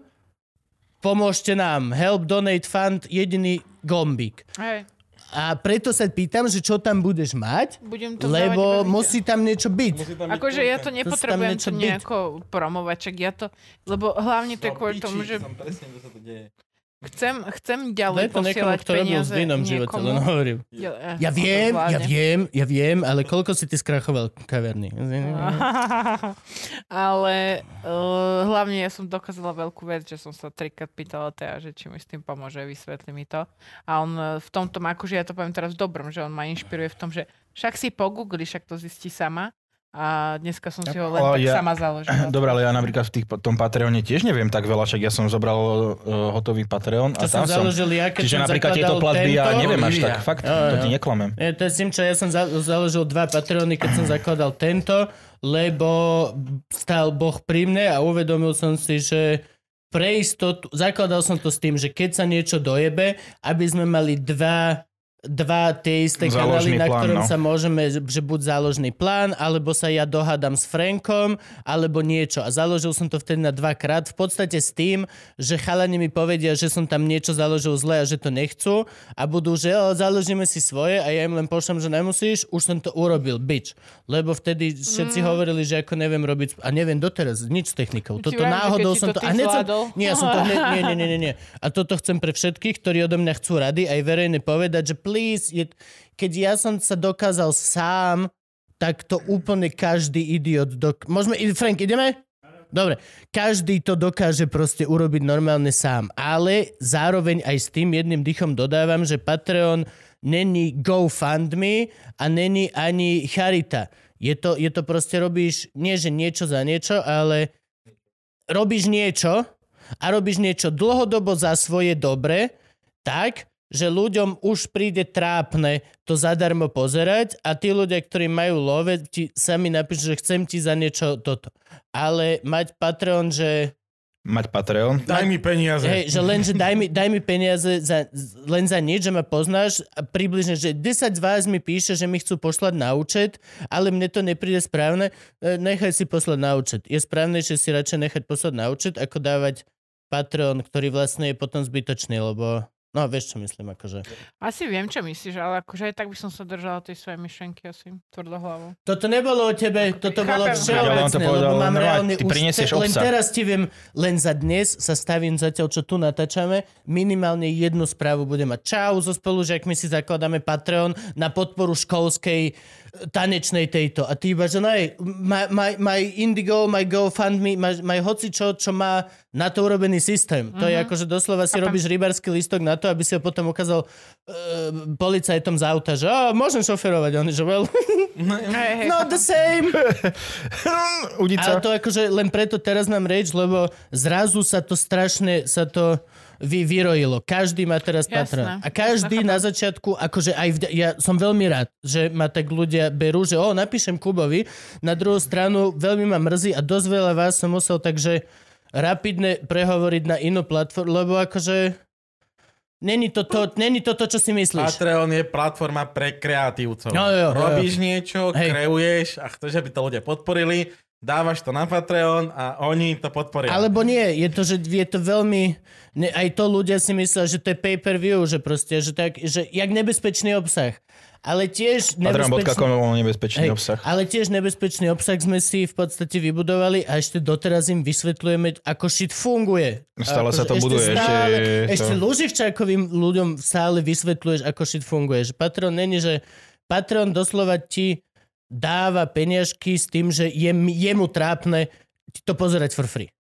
pomôžte nám, help, donate, fund, jediný gombík. Hej. A preto sa pýtam, že čo tam budeš mať, lebo musí tam niečo byť. Akože ja to nepotrebujem to nejako promovať, čak ja to, lebo hlavne to je kvôli tomu, že... Chcem ďalej posielať peniaze niekomu. Len hovorím. Ja viem, ale koľko si ty skrachoval kaverny? Ale hlavne ja som dokázala veľkú vec, že som sa 3-krát pýtala Tea, že či mi s tým pomôže, vysvetlí mi to. A on v tomto, akože ja to poviem teraz v dobrom, že on ma inšpiruje v tom, že však si pogooglí, však to zistí sama. A dneska som si ho len tak sama založila. Dobre, ale ja napríklad v tom Patreone tiež neviem tak veľa, však ja som zobral hotový Patreon a tam som založil ja, keď čiže napríklad tieto platby ja neviem až tak, fakt, to ti neklamem. To je s tým, čo ja som založil 2 Patreony, keď som zakladal tento, lebo stál Boh pri mne a uvedomil som si, že pre istotu, zakladal som to s tým, že keď sa niečo dojebe, aby sme mali dva tie isté kanály, na ktorom sa môžeme, že buď záložný plán, alebo sa ja dohádam s Frankom, alebo niečo. A založil som to vtedy na 2-krát, v podstate s tým, že chalani mi povedia, že som tam niečo založil zle a že to nechcú a budú, že založíme si svoje a ja im len pošlem, že nemusíš, už som to urobil, bitch. Lebo vtedy všetci hovorili, že ako neviem robiť, a neviem doteraz, nič s technikou. Toto náhodou som to... Nie, ja som to nie. A toto chcem pre všetkých, ktorí odo mňa chcú rady, aj verejne povedať, že please, keď ja som sa dokázal sám, tak to úplne každý idiot Môžeme, Frank, ideme? Dobre, každý to dokáže proste urobiť normálne sám, ale zároveň aj s tým jedným dýchom dodávam, že Patreon není GoFundMe a není ani charita. Je to proste robíš, nie že niečo za niečo, ale robíš niečo a robíš niečo dlhodobo za svoje dobre, tak, že ľuďom už príde trápne to zadarmo pozerať a tí ľudia, ktorí majú love, ti sami napíšu, že chcem ti za niečo toto. Ale mať Patreon, že... Mať Patreon? Daj mi peniaze. Hej, že len, že daj mi peniaze len za nič, že ma poznáš a približne, že 10 z vás mi píše, že mi chcú poslať na účet, ale mne to nepríde správne, nechaj si poslať na účet. Je správnejšie si radšej nechať poslať na účet, ako dávať Patreon, ktorý vlastne je potom zbytočný, lebo... No, vieš, čo myslím, akože... Asi viem, čo myslíš, ale akože aj tak by som sa držala tej svojej myšlenky asi tvrdohlavo. Toto nebolo o tebe, toto bolo všeobecné, lebo mám reálne len teraz ti viem, len za dnes sa stavím zatiaľ, čo tu natáčame, minimálne jednu správu budem mať. Čau, so spolužiakmi si zakladáme Patreon na podporu školskej tanečnej tejto. A ty iba, že my Indigo, my GoFundMe, my hocičo, čo má na to urobený systém. To je ako, že doslova si robíš rybársky listok na to, aby si ho potom ukázal policajtom z auta, že môžem šoferovať. On je, že well, not the same. Ale to akože len preto teraz nám reč, lebo zrazu sa to strašne, vyrojilo. Každý má teraz Patreon. A každý na začiatku, akože ja som veľmi rád, že ma tak ľudia berú, že napíšem Kubovi. Na druhú stranu veľmi ma mrzí a dosť veľa vás som musel takže rapidne prehovoriť na inú platformu, lebo akože není to to, čo si myslíš. Patreon je platforma pre kreatívcov. Robíš niečo, kreuješ a chceš, aby to ľudia podporili, dávaš to na Patreon a oni to podporia. Alebo nie, je to veľmi... aj to ľudia si myslia, že to je pay-per-view, že proste, že jak nebezpečný obsah. Ale tiež nebezpečný obsah. Ale tiež nebezpečný obsah sme si v podstate vybudovali a ešte doteraz im vysvetľujeme, ako shit funguje. Stále sa to buduje. Ešte Luživčákovým ľuďom stále vysvetľuješ, ako shit funguje. Že Patreon není, že Patreon doslova ti dáva peniažky s tým, že je mu trápne to pozerať for free.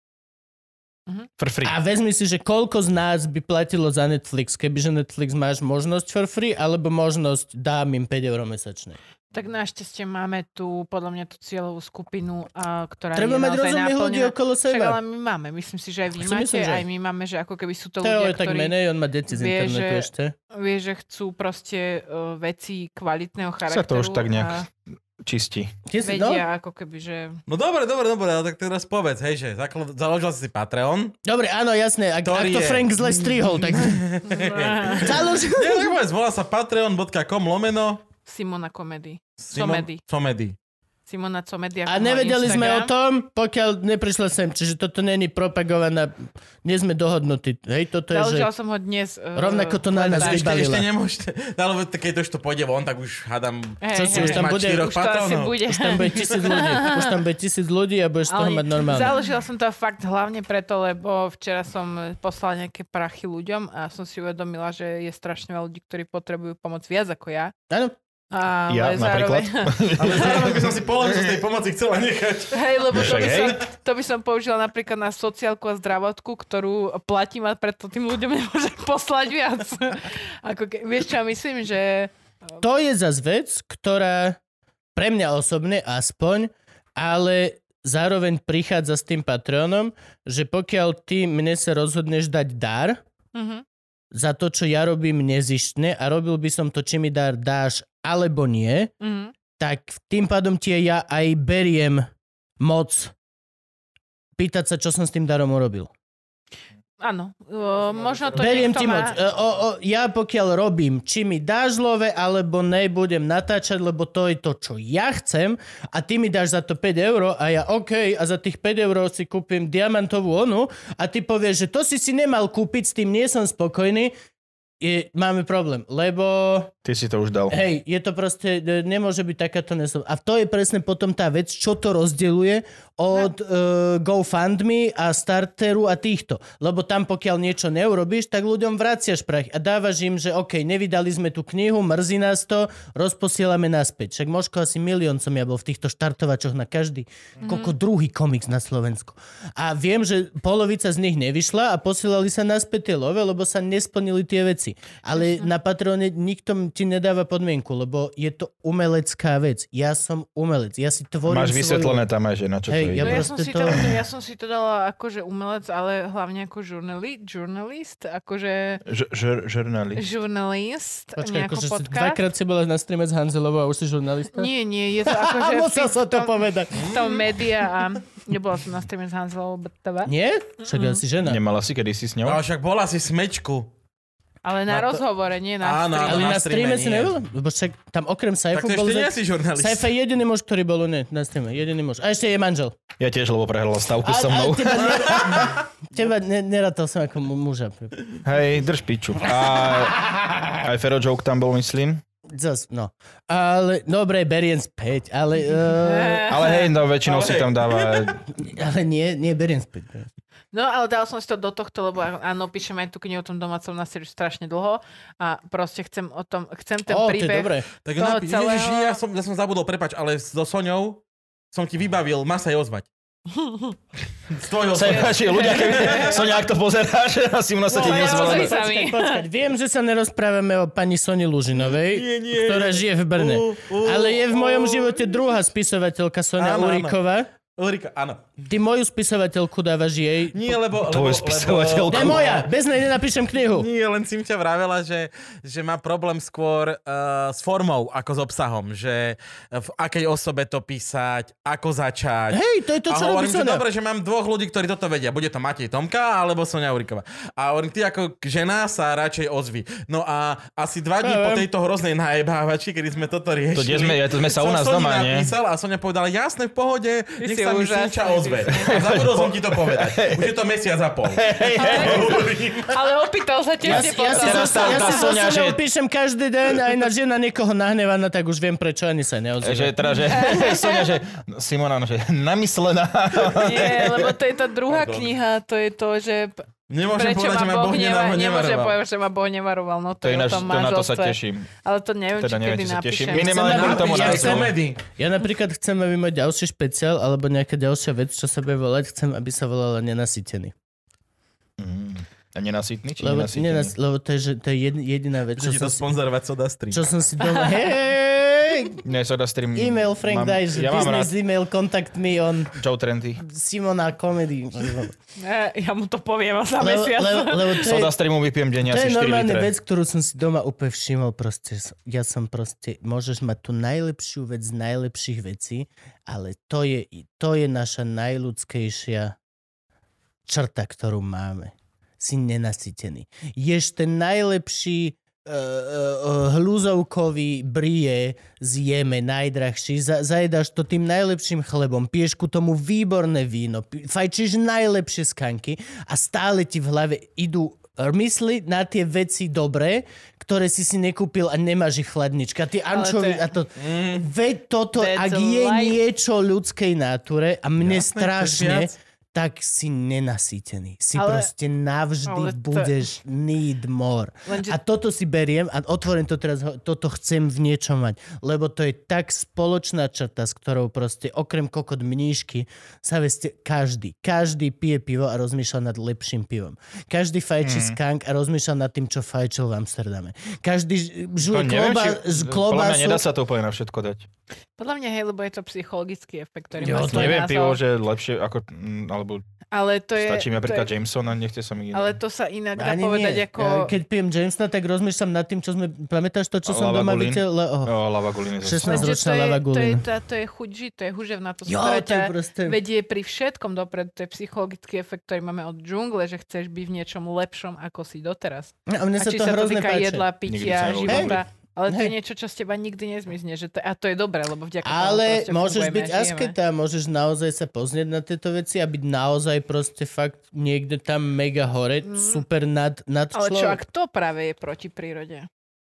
For free. A vezmi si, že koľko z nás by platilo za Netflix, kebyže Netflix máš možnosť for free, alebo možnosť dám im 5 € mesačne. Tak našťastie máme tu, podľa mňa, tú cieľovú skupinu, ktorá treba mať rozumných ľudí okolo seba. Však, ale my máme, myslím si, že aj vy máte, aj my máme, že ako keby sú to ľudia, tak menej, on má deti z internetu ešte. Vie, že chcú proste veci kvalitného charakteru. Sa to už tak nejak čistí. Vedia, ako keby, že... No dobre, ale tak teraz povedz, hej, že založil si Patreon. Dobre, áno, jasné, ak to Frank zle strihol, tak... Založil... Nie, tak povedz, volá sa patreon.com/ Simona Comedy. Simona Comedy. A nevedeli sme o tom, pokiaľ neprišla sem. Čiže toto není propagovaná. Nie sme dohodnutí. Hej, toto je, založila som ho dnes. Rovnako to na nás vybalila. Ešte nemôžete. Ale keď to pôjde von, tak už hádam... Čo si, už tam bude? Už tam bude 1000 ľudí. Už tam bude 1000 ľudí a budeš z toho mať normálne. Založila som to fakt hlavne preto, lebo včera som poslala nejaké prachy ľuďom a som si uvedomila, že je strašne veľa ľudí, ktorí potrebujú pomoc viac ako ja. Áno. Ale napríklad. Ale zároveň by som si polovicu z tej pomoci chcela nechať. Hej, lebo Však to by som použila napríklad na sociálku a zdravotku, ktorú platím a preto tým ľuďom nemôžem poslať viac. Vieš čo ja myslím, že... To je zase vec, ktorá pre mňa osobne aspoň, ale zároveň prichádza s tým Patreonom, že pokiaľ ty mne sa rozhodneš dať dar, za to, čo ja robím nezištne a robil by som to, či mi dar dáš alebo nie, tak tým pádom ja aj beriem moc pýtať sa, čo som s tým darom urobil. Áno, možno to beriem niekto ti moc. Ja pokiaľ robím, či mi dáš love, alebo nebudem natáčať, lebo to je to, čo ja chcem a ty mi dáš za to 5 € a ja OK, a za tých 5 € si kúpim diamantovú onu a ty povieš, že to si nemal kúpiť, s tým nie som spokojný, máme problém, lebo... Ty si to už dal. Hej, je to proste, nemôže byť takáto neslobodná. A to je presne potom tá vec, čo to rozdeľuje od GoFundMe a Starteru a týchto. Lebo tam pokiaľ niečo neurobíš, tak ľuďom vraciaš prach a dávaš im, že OK, nevydali sme tú knihu, mrzí nás to, rozposielame naspäť. Však Možko asi 1 000 000 som ja bol v týchto štartovačoch na každý, koľko druhý komiks na Slovensku. A viem, že polovica z nich nevyšla a posielali sa naspäť tie love, lebo sa nesplnili tie veci. Ale na Patreone nikto ti nedáva podmienku, lebo je to umelecká vec. Ja som umelec, ja si tvorím Máš vysvetlené tam aj, že na čo to ide. Ja som si to dala akože umelec, ale hlavne ako žurnalist, akože... Žurnalist, počkaj, nejako akože podcast. Dvakrát si bola na streame s Hanzelovou a už si žurnalista? Nie, je to akože... Musel som to povedať. To média a... Nebola som na streame s Hanzelovou. Nie? Však si žena. Nemala si, kedy si s ňou? No však bola si smečku. Ale na rozhovore, nie na streame. Ale na streame si nebol? Lebo však tam okrem Saifu bol... Tak to ešte nie si žurnalist. Saifa je jediný muž, ktorý bol na streame. Jediný muž. A ešte je manžel. Ja tiež, lebo prehral stavku so mnou. Teba nerátal som ako muža. Hej, drž piču. A aj Fero Joke tam bol, myslím. No. Ale, dobre, beriem späť, ale... Ale hej, no väčšinou si tam dáva... Ale nie beriem späť. No, ale dal som si to do tohto, lebo áno, píšem aj tú knihu o tom domácom na už strašne dlho a proste chcem ten príbeh tak toho celého... Ja som zabudol, prepáč, ale so Soňou som ti vybavil, má sa jej ozvať. Z tvojho ľudia, keby Soňa, ak to pozeráš, asi mu na sa ti nezvala. Počkať, viem, že sa nerozprávame o pani Soni Lužinovej, ktorá žije v Brne. Ale je v mojom živote druhá spisovateľka Soňa Uríková. Ulrika, áno. Ty moju spisovateľku dávaš jej? Nie, lebo... Tvoju spisovateľku? To je moja, bez nej nenapíšem knihu. Nie, len si mi ťa vravela, že má problém skôr s formou ako s obsahom, že v akej osobe to písať, ako začať. Hej, to je to, čo robí Soňa. Dobre, že mám 2 ľudí, ktorí toto vedia. Bude to Matej Tomka alebo Soňa Uríková. A hovorím, ty ako žena sa radšej ozvi. No a asi 2 dní po tejto hroznej najebávači, kedy sme toto riešili. To sme sa u nás doma, nie? A Soňa povedala, jasné, v pohode, nech sa mi Sinča ozve. A zabudol som ti to povedať. Už je to mesiac a pol. Ale opýtal sa tiež Ja si so Soňou píšem každý deň a iná žena niekoho nahnevaná, tak už viem, prečo ani sa neozýva. Soňa, že Simona, že namyslená. Nie, lebo to je tá druhá kniha, to je to, že... Nemôžem povedať, že ma Boh nevaroval. Nemôžem povedať, že ma Boh nevaroval. No to je o tom manželstve. Na to sa teším. Ale to neviem, či kedy napíšem. Ja napríklad chcem, aby môj ďalší špeciál alebo nejaká ďalšia vec, čo sa bude volať, chcem, aby sa volala Nenasytený. A nenasytný? Či nenasytený? Lebo to je jediná vec, čo som si... sponzorovať SodaStream. Čo som si doma... Nie, SodaStream... E-mail Frank Dajž, business email, contact me on... Joe Trendy. Simona Comedy. Ja mu to poviem za mesiac. SodaStreamu vypijem deň asi 4 litre. To je normálna vec, ktorú som si doma úplne všimol. Ja som môžeš mať tú najlepšiu vec z najlepších vecí, ale to je naša najľudskejšia črta, ktorú máme. Si nenasytený. Ješ ten najlepší hľuzovkový brie zjeme, najdrahší, zajedáš to tým najlepším chlebom, piješ ku tomu výborné víno, fajčíš najlepšie skanky a stále ti v hlave idú mysli na tie veci dobré, ktoré si nekúpil a nemáš ich chladnička. Tie ančovy a to... Veď toto, ak je niečo ľudskej náture a mne strašne... tak si nenasýtený. Si Ale proste navždy to- budeš need more. Lenže- A toto si beriem a otvorím to teraz, toto chcem v niečom mať, lebo to je tak spoločná črta, s ktorou proste okrem kokot mníšky sa veste každý pije pivo a rozmýšľa nad lepším pivom. Každý fajčí skunk a rozmýšľa nad tým, čo fajčil v Amsterdame. Každý žuje Podľa mňa nedá klobásu. sa to úplne na všetko dať. Podľa mňa, hej, lebo je to psychologický efekt, ktorý Jo, má to svoj Neviem, názov. pivo, že lepšie ako... alebo Ale to je... stačí mi napríklad to je, Jameson a nechce sa mi... ale to sa inak dá Ani povedať nie. ako... Ja, keď pijem Jamesona, tak rozmýšľam nad tým, čo sme... Pamätáš to, čo som doma Lavagulín. videl? Lavagulín je 16 Lenže ročná lavagulín. to je chuť žiť, to je huževná, to Jo, ktoré to je ťa proste... vedie pri všetkom dopredu. To je psychologický efekt, ktorý máme od džungle, že chceš byť v niečom lepšom, ako si doteraz. A mne A sa či to sa to hrozne týka páči. jedla, Nikdy pitia, sa nebol života. Ale to je Hej. niečo, čo z teba nikdy nezmizne. A to je dobré, lebo vďaka tomu Ale proste môžeš fungujeme byť a žijeme. asketa, môžeš naozaj sa pozrieť na tieto veci a byť naozaj proste fakt niekde tam mega hore, super nad Ale čo človek. ak to práve je proti prírode?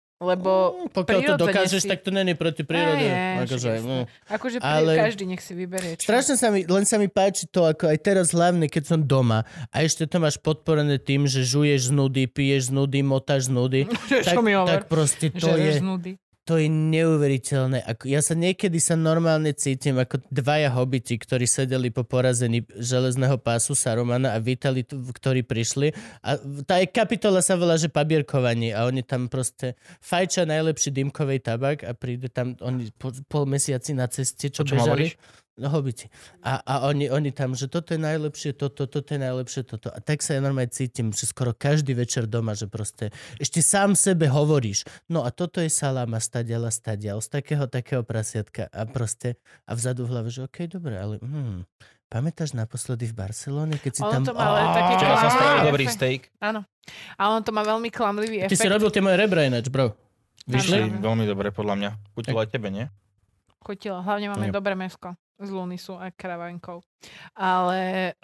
Lebo Pokiaľ to prirodzene dokážeš, si- tak to není proti prírode. Je, Akože, však jasné. Akože Ale- každý nech si vyberie. Čo? Strašne len sa mi páči to, ako aj teraz hlavne, keď som doma a ešte to máš podporené tým, že žuješ z nudy, piješ z nudy, motáš z nudy, Čo mi hovor? tak proste to Žereš je... z nudy. To je neuveriteľné. Ja sa niekedy normálne cítim ako dvaja hobiti, ktorí sedeli po porazení železného pásu Sarumana a vítali, ktorí prišli. A tá kapitola sa volá, že pabierkovanie a oni tam proste fajčia najlepší dymkovej tabak a príde tam oni pol mesiaci na ceste, čo O čom bežali. hovoríš? No, hobiti. A oni tam, že toto je najlepšie, toto je najlepšie, toto. A tak sa ja normálne cítim, že skoro každý večer doma, že proste ešte sám sebe hovoríš, no a toto je saláma stadial, z takého prasiatka a proste a vzadu v hlave, že okej, dobre, ale pamätáš naposledy v Barcelone, keď si Ono tam... to má ale taký Včera som spravil klamlivý dobrý efekt. steak. Áno. A on to má veľmi klamlivý Ty si efekt. robil tie moje rebra ináč, bro. Vyšli Áno. veľmi dobre, podľa mňa. Chutilo aj tebe, nie? Chutilo. Hlavne máme Yep. dobré mäsko z Lunisu a kravankov. Ale...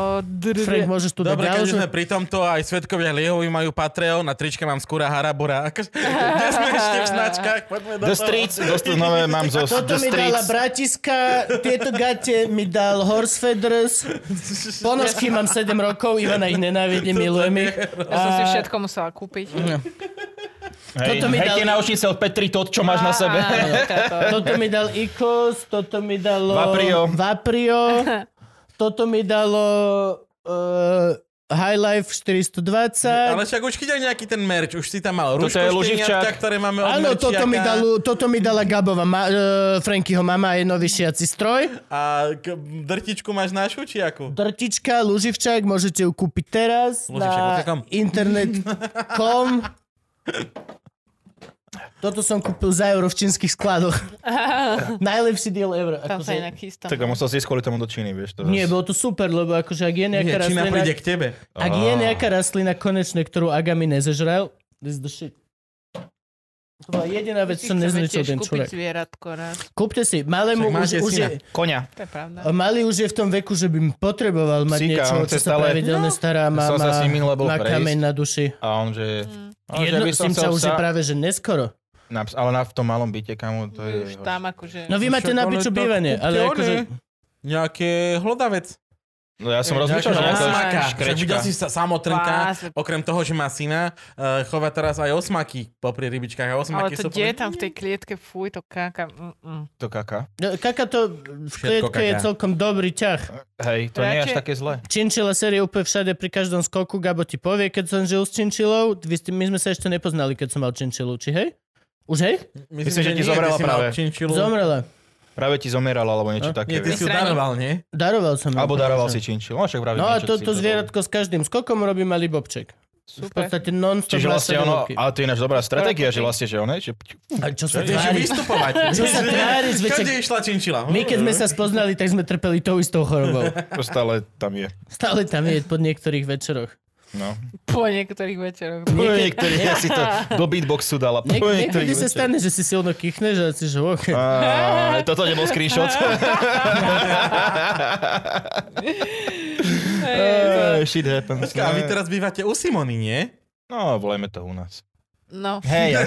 Frank, môžeš tu dať Dobre, keď ďalšiu? sme pri tomto, aj Svedkovia Liehovi majú Patreon, na tričke mám Skúra Harabora. Kde sme ešte v značkách? Poďme do The toho. Streets, nové mám zo Toto The mi dala Streets. Bratiska, tieto gate mi dal Horse Feathers. Ponožky mám 7 rokov, Ivana ich nenávidí, milujem ich. Ja som si všetko musela kúpiť. Hej, Toto mi hej, dal- tie náušnice od Petri, to, čo máš na sebe. Toto mi dal Ikos, toto mi dalo... Vaprio. Toto mi dalo High Life 420. Ale však už chyťaj nejaký ten merch, už si tam mal Toto rúško je Luživčák. šteniatka, ktoré máme od Áno, Merčiaka. toto mi dala Gabova, Frankyho mama, je nový šiaci stroj. A drtičku máš našu, či akú? Drtička, Luživčák, môžete ju kúpiť teraz Luživčák.com. na internet.com. Toto som kúpil za euro v čínskych skladoch. Najlepší deal ever. Tam sa Akože, inak chystám. Tak a musel si ísť kvôli tomu do Číny, vieš. To nie, bolo to super, lebo akože ak je nejaká Nie, Čína rastlina... príde k tebe. Ak je nejaká rastlina konečne, ktorú Agami nezežral, this is the shit. To bola jediná vec, Si čo chceme nezničil tiež ten kúpiť čurek. zvieratko raz. Kúpte si, malému Však máte už je... syna. Koňa. To je pravda. Malý už je v tom veku, že by potreboval mať Psíka, niečo, on čo chce sa stále- pravidelne stará Som sa mama, s ním minule bol má prejsť. kameň na duši. A on, že... že Jedno by s som tým sa chcel už je psa. práve, že neskoro. Ale v tom malom byte, kamo, to je... Už tam akože... No vy máte na piču bývanie, ale akože... Nejaké hlodavec. No ja som rozmýšľal, že nejakého osmaka. Však škrečka. videl si sa samotrnka, Vás. okrem toho, že má syna, chová teraz aj osmaky popri rybičkách. A Ale osmaky to sú... kde tam v tej klietke, fuj, to káka. To kaká. No, Kaka to v Všetko klietke je kaká. celkom dobrý ťah. Hej, to nie je až Radšej- také zlé. Činčila série úplne všade pri každom skoku. Gabo ti povie, keď som žil s činčilou. My sme sa ešte nepoznali, keď som mal činčilu. Či hej? Už hej? Myslím, že ti zomrela práve. Zomrela. Práve ti zomierala, alebo niečo také. Nie, ty vieš. si ju daroval, nie? Daroval som. ju. Alebo daroval si činčil. No však práve No a niečo toto si zvieratko s každým skokom robí malý bobček. V Super. podstate non-stop Čiže vlastne ono, násadovky. ale to je ináč dobrá stratégia, že vlastne, že ono, že A čo sa Ideš tvári? vystupovať. Čo sa tváriš, veď Kade čak- išla činčila? My keď sme sa spoznali, tak sme trpeli tou istou chorobou. to stále tam je. Stále tam je po niektorých večeroch. No. Po niektorých večeroch. Niektorí, ja si to do beatboxu dala. Po Niekedy niektorých sa večer. stane, že si silno kýchneš a si že ok. Toto nebol screenshot. Shit happens. Počkaj, a vy teraz bývate u Simony, nie? No, volajme to u nás. No. Hej,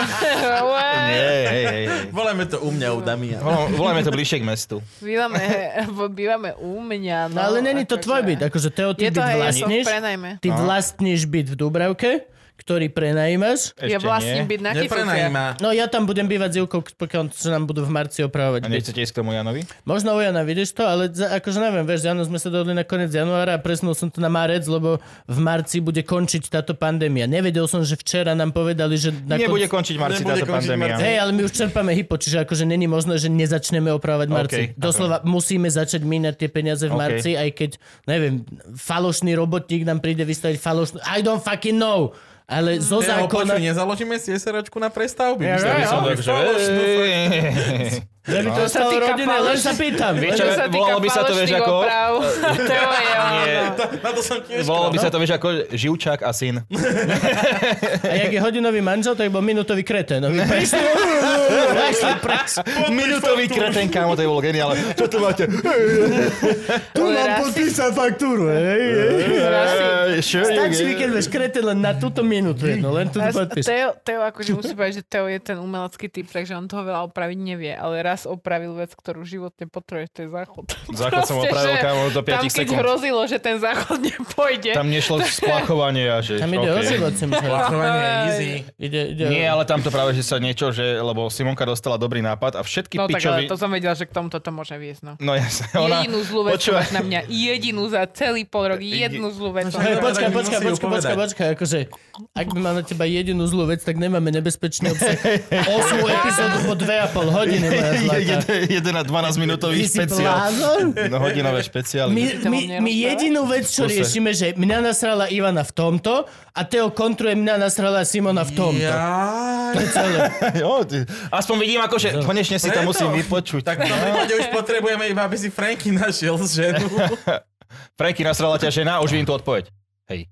hej. Voláme to u mňa, u Damia. Voláme to bližšie k mestu. Bývame u mňa, no. No ale není to tvoj byt, akože Teo, ty Je to byt aj vlastníš. Ty vlastníš byt v Dúbravke, ktorý prenajímaš. Ja vlastním byt na Kisucia. Neprenajíma. No ja tam budem bývať s Ivkou, pokiaľ sa nám budú v marci opravovať A byt. nechcete ísť k tomu Janovi? Možno u Jana, vidíš to, ale akože neviem, vieš, Jano sme sa dohodli na koniec januára a presnul som to na marec, lebo v marci bude končiť táto pandémia. Nevedel som, že včera nám povedali, že Nebude končiť marci táto pandémia. Hej, ale my už čerpáme hypo, čiže akože není možné, že nezačneme opravovať marci. Okay, Doslova musíme začať míňať tie peniaze v marci, aj keď, neviem, falošný robotník nám príde vystaviť falošnú... I don't fucking know! Ale zo zákona... Nezaložíme si SROčku na prestavby. Ja som tak, že... Ja by to stalo rodine, len sa pýtam. Volalo by sa to, vieš, ako... Teo je Nie, Na to som tiež volalo by sa to, vieš, ako živčák a syn. A jak je hodinový manžel, tak bol minútový kretén. Prišli preč. Minutový kreten, kámo, to je bolo geniálne. Čo tu máte? Tu mám podpísať faktúru. Stačí mi, keď máš kretén len na túto minútu jedno, len túto podpis. Teo, akože musí povedať, že Teo je ten umelecký typ, takže on toho veľa opraviť nevie, ale raz opravil vec, ktorú životne potrebuje, to je záchod. Záchod som opravil, kámo, do 5 tam, keď sekúnd. hrozilo, že ten záchod nepôjde. Tam nešlo splachovanie a že... Tam ide o život, si myslel. Plachovanie je easy. Ide Nie, ale tam to práve, že sa niečo, že, lebo Simonka dostala dobrý nápad a všetky No tak pičovi... ale to som vedela, že k tomuto to môže viesť, no. No jasne, ona... Jedinú zlú vec, čo máš na mňa. Jedinú za celý pol rok. Jednu zlú vec. Hej, Tak musí ju povedať. počkaj, akože ak by mal na teba jedinú zlú vec, tak nemáme nebezpečný obsah. 8 epizódu po 2,5 hodiny, moja zlatá. 1 a 12 minútový Ty si špeciál. blázon? No hodinové špeciály. My jedinú vec, čo Kuse. riešime, že mňa nasrala Ivana v tomto a Teo kontruje mňa nasrala Simona v tomto. Ja. To je celé. Jo, aspoň vidím, akože konečne si to musím vypočuť. Tak v tom prípade už potrebujeme iba, aby si Franky našiel ženu. Franky, nasrala ťa žena, už vidím tú odpoveď. Hej.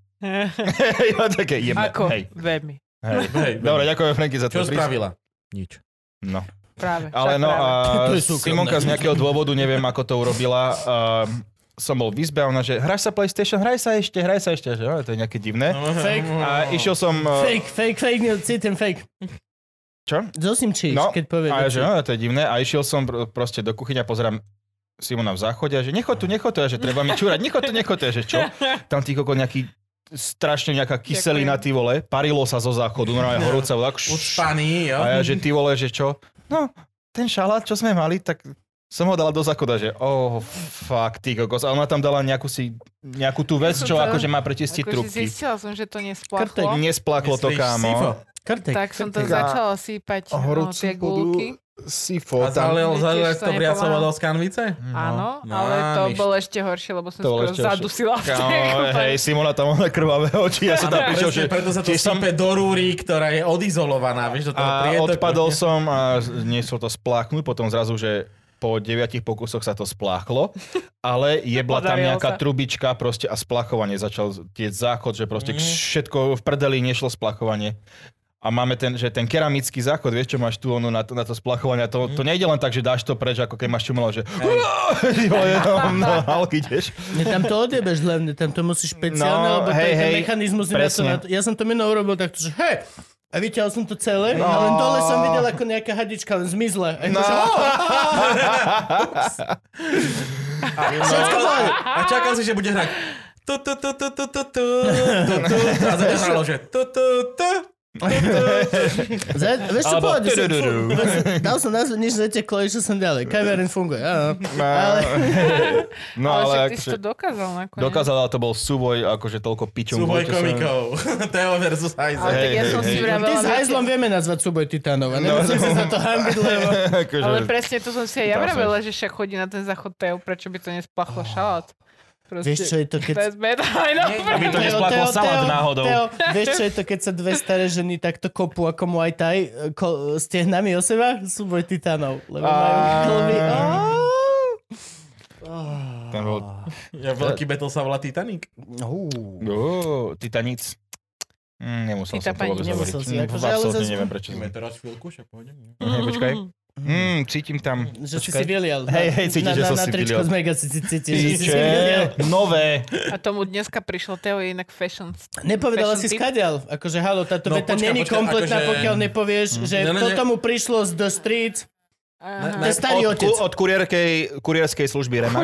Jo, také jemné. Ako? Hej. Veľmi. Hej. Dobre, ďakujem Franky za Čo to. spravila? Nič. No. Práve. Ale no a To je súkromné. Simonka z nejakého dôvodu, neviem ako to urobila, som bol v izbe a ona, že hráš sa PlayStation, hraj sa ešte, že to je nejaké divné. Fake. A išiel som... Fake, cítim fake. Čo? Zosím číš, No, keď povie. a že to je divné. A išiel som proste do kuchyňa, pozerám Simona v záchode a že nechod tu, že treba mi čúrať, nechod tu, že čo? Tam tí koko nejaký strašne nejaká kyselina, ty vole, parilo sa zo záchodu, normálne horúca voda. Uspaný, jo. A ja, že ty vole, že čo? No, ten šalát, čo sme mali, tak som ho dala do záchoda, že fuck, ty kokos. A ona tam dala nejakú tú vec, čo akože má prečistiť Akože trubky. zistila som, že to nesplachlo. Nesplaklo to, Myslíš kámo. sifo? Krtek. Tak som to začala sípať tie gulky. Sifo. A zalil Tiež to to briacou nepomáha. vodou z kanvice? Áno, No, ale to nič. bolo ešte horšie, lebo som To bolo skoro ešte horšie. zadusila. v tej Kámo, kúpeľni. hej, Simona tam má krvavé oči, ja som tam prišiel, že... Preto sa to tiež som- sype do rúry, ktorá je odizolovaná, vieš, do toho A prietoku. odpadol som a nechcel to spláchnuť, potom zrazu, že po 9 pokusoch sa to spláchlo, ale jebla tam Podarilo nejaká sa. trubička proste a spláchovanie začal tieť záchod, že proste všetko v prdeli nešlo spláchovanie. A máme ten keramický záchod, vieš, čo máš tu na to spláchovanie. To nejde len tak, že dáš to preč, ako keď máš čumelo, že halky ideš. Tam to odjebeš hlavne, tam to musíš špeciálne, No, lebo to je ten hej, mechanizmus. presne. Ja som to minul urobil takto, že hej, a vyťahol som to celé, a len dole som videl, ako nejaká hadička len zmizla. No. A čakal si, že bude hrať a zahralo, že Vieš čo Alebo povedať? tudududu. Dal som názvu, nič neteklo, išiel som ďalej. Kaviareň funguje, áno. Ale No Ale však ty si akože... to dokázal nakoniec. Dokázal, ale to bol súboj, akože toľko pičom. súboj komikov. Teo versus Ale Heiser. tak ja som si hej. vravela, ty s viete- Hajzlom vieme nazvať súboj titánov. A nemusím sa za to hambiť, lebo... Akože... Ale presne to som si aj ja Dal som. vravela, že však chodí na ten záchod Teo, prečo by to nesplachlo šalát. Proste, Vieš, čo je to, keď... to je zbeda, aj no. Aby to nesplaklo salát náhodou. Vieš, čo je to, keď sa dve staré ženy takto kopú ako Muay Thai stehnami o seba? Súboj titánov. Lebo majú klby. Ten bol... Ja, veľký battle sa volá Titanic. Titanic. Nemusel Tita som to pani, vôbec nemusel hovoriť. si, akože, ale Absolútne zas- neviem, prečo Ideme sme. teraz chvíľku, však pôjdem. Počkaj. Cítim tam. Že si si vylial. Hej, cítiš, že som si tričko vylial. z Mega si cítiš, že si si vylial. Nové. A tomu dneska prišlo, Teo je inak fashion. Nepovedala fashion si tip. skadiaľ. Akože halo, táto veta počkaj, není počkaj, kompletná, akože- pokiaľ nepovieš, že toto mu prišlo z The Streets. To je starý otec. Od kurierskej služby Remax.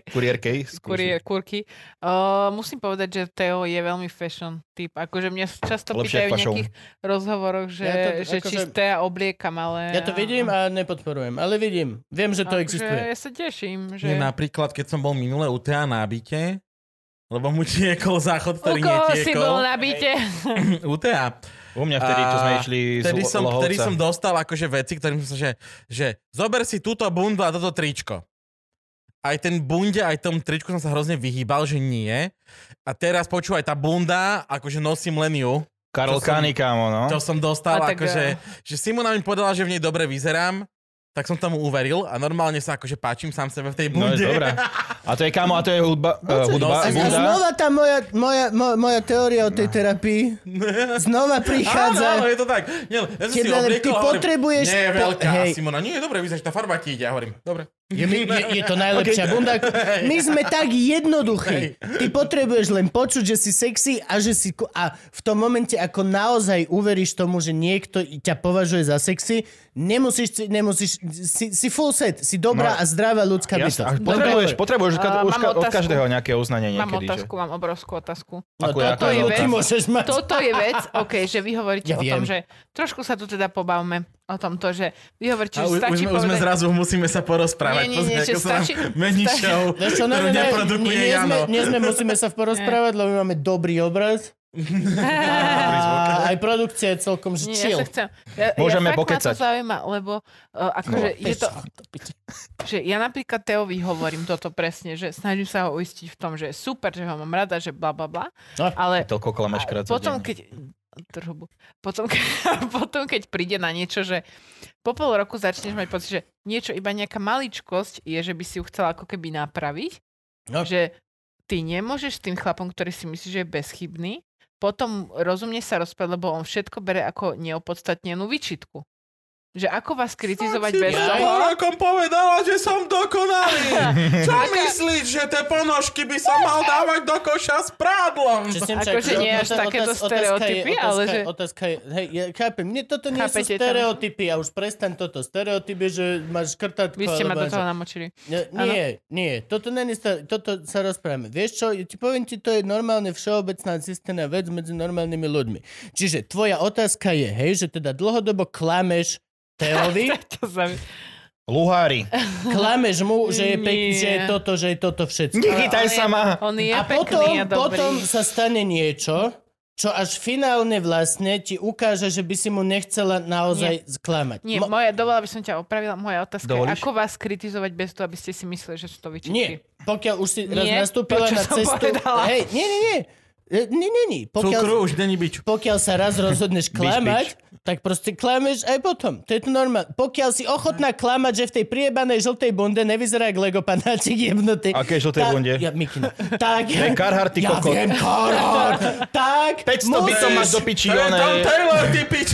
Kurky. Musím povedať, že Teo je veľmi fashion typ. Akože mňa často Lepšie pýtajú v ako nejakých rozhovoroch, že či z Tea obliekam, ale... Ja to vidím a nepodporujem, ale vidím. Viem, že to existuje. Ja sa teším, že... Napríklad, keď som bol minule u Tea na byte, lebo mu tiekol záchod, ktorý U koho netiekol. si bol na byte? U Tea. U mňa vtedy, čo sme išli z Lohovca. Vtedy som dostal akože veci, ktorým som sa, že zober si túto bundu a toto tričko. Aj ten bunde, aj tom tričku som sa hrozne vyhýbal, že nie. A teraz počúvaj, tá bunda, akože nosím len ju. Karol Kani, kámo, no. Čo som dostal, A tak, akože, že Simona mi povedala, že v nej dobre vyzerám, tak som tomu uveril a normálne sa akože páčim sám sebe v tej No bunde. je dobré. A to je, kámo, a to je hudba, A bunda. znova tá moja teória o tej terapii znova prichádza. Áno, je to tak. Nie, ja som si Ty obliekol a hovorím, potrebuješ... nie je veľká. Hej. A Simona, nie je dobré, vyzerá, že tá farba ti ide. Ja hovorím, dobre. Je to najlepšia bunda. My sme tak jednoduchí. Ty potrebuješ len počuť, že si sexy a že si... A v tom momente, ako naozaj uveríš tomu, že niekto ťa považuje za sexy, nemusíš si full set. Si dobrá a zdravá ľudská bytosť. Potrebuješ od každého nejaké uznanie Mám niekedy. otázku, mám obrovskú otázku. No toto je vec. Toto je vec, že vy hovoríte o tom, že trošku sa tu teda pobavme o tomto, že vy hovoríte, že stačí už sme povedať... zrazu musíme sa porozprávať. Nie, že stačí... Mení show, ktorú neprodukuje Jano. Musíme sa porozprávať, lebo my máme dobrý obraz. A aj produkcia je celkom Nie, chill. ja sa chcem... Môžeme fakt ma pokecať. to zaujíma, lebo akože je to... Že ja napríklad Teovi hovorím toto presne, že snažím sa ho uistiť v tom, že je super, že ho mám rada, že bla bla bla, ale... Toľko klameš krát za potom, deň. Potom, keď príde na niečo, že po pol roku začneš mať pocit, že niečo, iba nejaká maličkosť je, že by si ju chcela ako keby napraviť, že ty nemôžeš s tým chlapom, ktorý si myslí, že je bezchybný, potom rozumne sa rozprávať, lebo on všetko bere ako neopodstatnenú výčitku. Že ako vás kritizovať bez toho... Ako povedala, že som dokonalý. Čo myslíš, že tie ponožky by som mal dávať do koša s prádlom? Akože nie až takéto stereotypy, ale že... Otázka je, hej, ja chápem, toto nie sú Chápete to? stereotypy a už prestaň toto. Stereotypy, že máš škrtatko. Vy ste ma do alebo toho že- namočili. Nie, toto sa rozprávame. Vieš čo, poviem ti, to je normálne všeobecná zistená vec medzi normálnymi ľuďmi. Čiže tvoja otázka je, hej, že teda dlhodobo klameš Teovi, Luhári. klameš mu, že je pekný, že je toto všetko. Nechytaj sa ma. On je A pekný a dobrý. potom sa stane niečo, čo až finálne vlastne ti ukáže, že by si mu nechcela naozaj sklamať. Nie, dovolila by som ťa opravila. Moja otázka je, ako vás kritizovať bez toho, aby ste si mysleli, že sú to vyčitky? Nie, pokiaľ už si raz Nie, nastúpila to, čo na som cestu... povedala. Hej, nie. Cukru už není bič. Pokiaľ sa raz rozhodneš klamať, tak proste klameš aj potom. To je to normálne. Pokiaľ si ochotná klamať, že v tej priebanej žltej bunde nevyzerá jak Lego panáčik jebnutý. Akej žltej bunde? Ja, Mikina. Tak, To je Carhartt, ty kokot. Ja viem, Carhartt. Tak, 500 by to máš do piči, To je Tom one... Taylor, ty pič.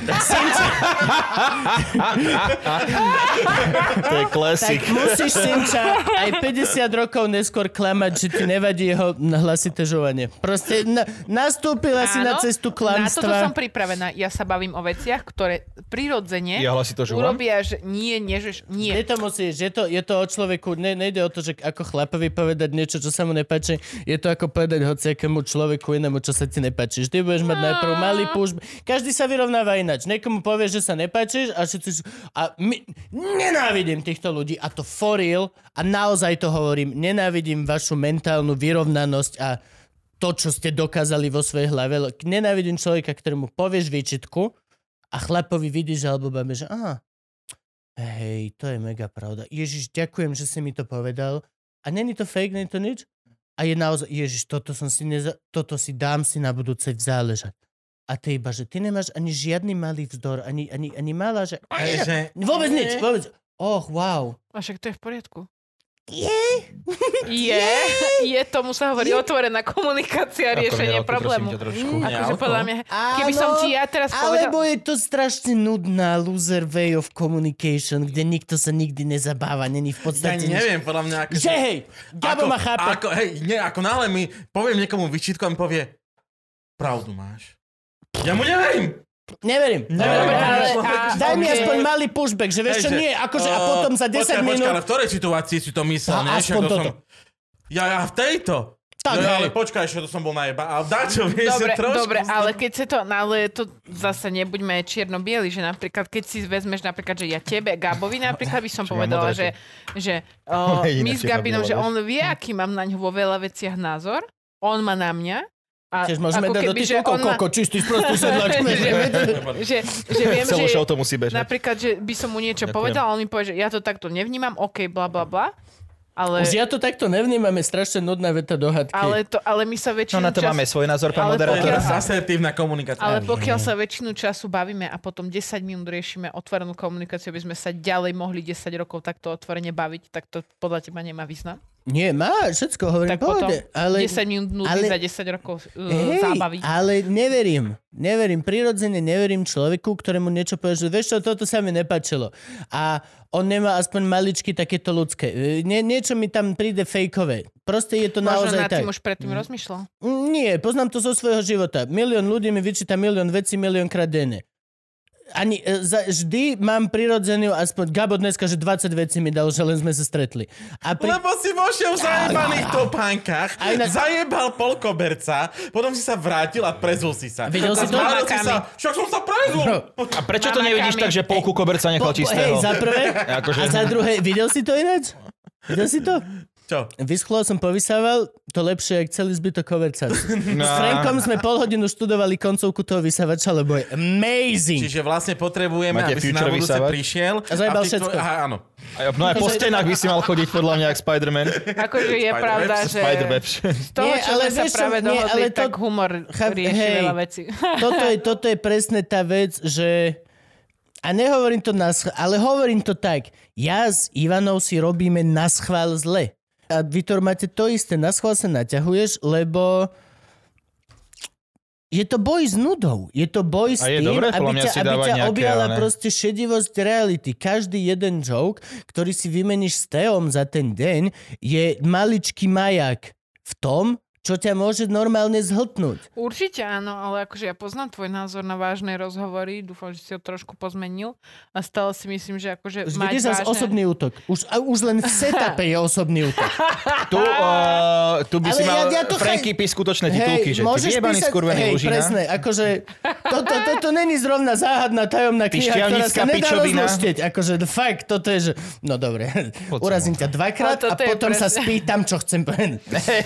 To je tak klasik. musíš, Simča, aj 50 rokov neskôr klamať, že ti nevadí jeho hlasité žovanie. Proste nastúpila si na cestu Na toto som klamstva. pripravená. Ja sa bavím o veciach, ktoré prirodzene Ja hlasito žúvam? urobia, že nie. Je to musíš, je to o človeku, nejde o to, že ako chlapovi povedať niečo, čo sa mu nepáči, je to ako povedať hociakému človeku inému, čo sa ti nepáči. Vždy budeš mať najprv malý púšť. Každý sa vyrovnáva ináč. Niekomu povieš, že sa nepáčiš a všetci nenávidím týchto ľudí a to for real a naozaj to hovorím, nenávidím vašu mentálnu vyrovnanosť a to, čo ste dokázali vo svojej hlave. Nenávidím človeka, ktorému povieš výčitku a chlapovi vidíš alebo babe, že hej, to je mega pravda. Ježiš, ďakujem, že si mi to povedal. A není to fake, není to nič? A je naozaj, Ježiš, toto si dám si na budúce záležať. A ty iba, že ty nemáš ani žiadny malý vzdor, ani malá, že... Vôbec nič, vôbec. Wow. A však to je v poriadku. Je, tomu sa hovorí otvorená komunikácia, riešenie problému. Akože podľa mňa, keby som ti ja teraz povedal... Alebo je to strašne nudná loser way of communication, kde nikto sa nikdy nezabáva, není v podstate... Ja neviem, podľa mňa... Že hej, Gabo ma chápe. Ako náhle mi poviem niekomu vyčítku a mi povie pravdu máš. Ja mu neverím. Neverím. Daj mi aspoň malý pushback, že vieš čo, nie, akože a potom za 10 minút... Počkaj, ale v ktorej situácii si to myslel? Aspoň toto. Ja v tejto. Tak, ale počkaj, ešte to som bol najeba. Ale dáčo, vieš, Dobre, ale keď sa to... Ale to zase nebuďme čierno-bieli, že napríklad, keď si vezmeš napríklad, že ja tebe, Gabovi napríklad by som povedala, že my s Gabinom, že on vie, aký mám na ňo vo veľa veciach názor, on má na mňa. Tiež môžeme dať do tých čistý sprostý sedlač. Že viem, celú že show to musí bežať. napríklad, že by som mu niečo povedal, on mi povie, že ja to takto nevnímam, OK, bla bla bla. Ale... Už ja to takto nevnímame, strašne nudná veta do hadky. Ale my sa väčšinu na to máme svoj názor, pán moderátor. Asertívna komunikácia. Ale pokiaľ sa väčšinu času bavíme a potom 10 minút riešime otvorenú komunikáciu, aby sme sa ďalej mohli 10 rokov takto otvorene baviť, tak to podľa teba nemá význam? Nie, má, všetko hovorím, tak potom povede. Ale 10 minút nudný za 10 rokov zábavy. Ale neverím, prirodzene neverím človeku, ktorému niečo povie, že vieš čo, toto sa mi nepáčilo. A on nemá aspoň maličky takéto ľudské. Niečo mi tam príde fejkové. Proste je to naozaj tak. Možno nad tým už predtým rozmýšľal? Nie, poznám to zo svojho života. Milión ľudí mi vyčíta milión vecí miliónkrát denne. Ani vždy mám prirodzenú, aspoň Gabo dneska, že 20 vecí mi dal, že len sme sa stretli. Lebo si vošiel v zajebaných topánkach, zajebal pol koberca, potom si sa vrátil a prezul si sa. Videl si to? Však som sa prezul! A prečo to nevidíš tak, že polku koberca nechal čistého? Hej, za prvé, a za druhé, videl si to ináč? Videl si to? Čo? Vyschlo som povysával, to lepšie, jak celý zbytok koverca. S Frankom sme pol hodinu študovali koncovku toho vysavača, lebo je amazing. Čiže vlastne potrebujeme, aby si na budúce prišiel. A zajebal všetko. Aha, áno. No aj po stenách by si mal chodiť podľa mňa jak Spider-Man. Akože je pravda, že z toho, čo sme sa práve dohodli, tak humor rieši veľa vecí. Toto je presne tá vec, že... A nehovorím to ale hovorím to tak. Ja s Ivanou si robíme naschvál zle. A vy to máte to isté, naschvál sa naťahuješ, lebo je to boj s nudou. Je to boj s tým, dobré, aby ťa objala proste šedivosť reality. Každý jeden joke, ktorý si vymeníš s Teom za ten deň, je maličký majak v tom, čo ťa môže normálne zhltnúť. Určite áno, ale akože ja poznám tvoj názor na vážne rozhovory, dúfam, že si ho trošku pozmenil a stále si myslím, že akože mať vážne... osobný útok. Už len v setupe je osobný útok. Tu by si mal Franky písť skutočné titulky, že ty vyjebaný skurvený Lužina. Presne, akože toto není zrovna záhadná tajomná kniha, ktorá sa nedá rozluštiť. Akože fakt, toto je, že... No dobre, urazím ťa dvakrát a potom sa spýtam, čo chcem povedať.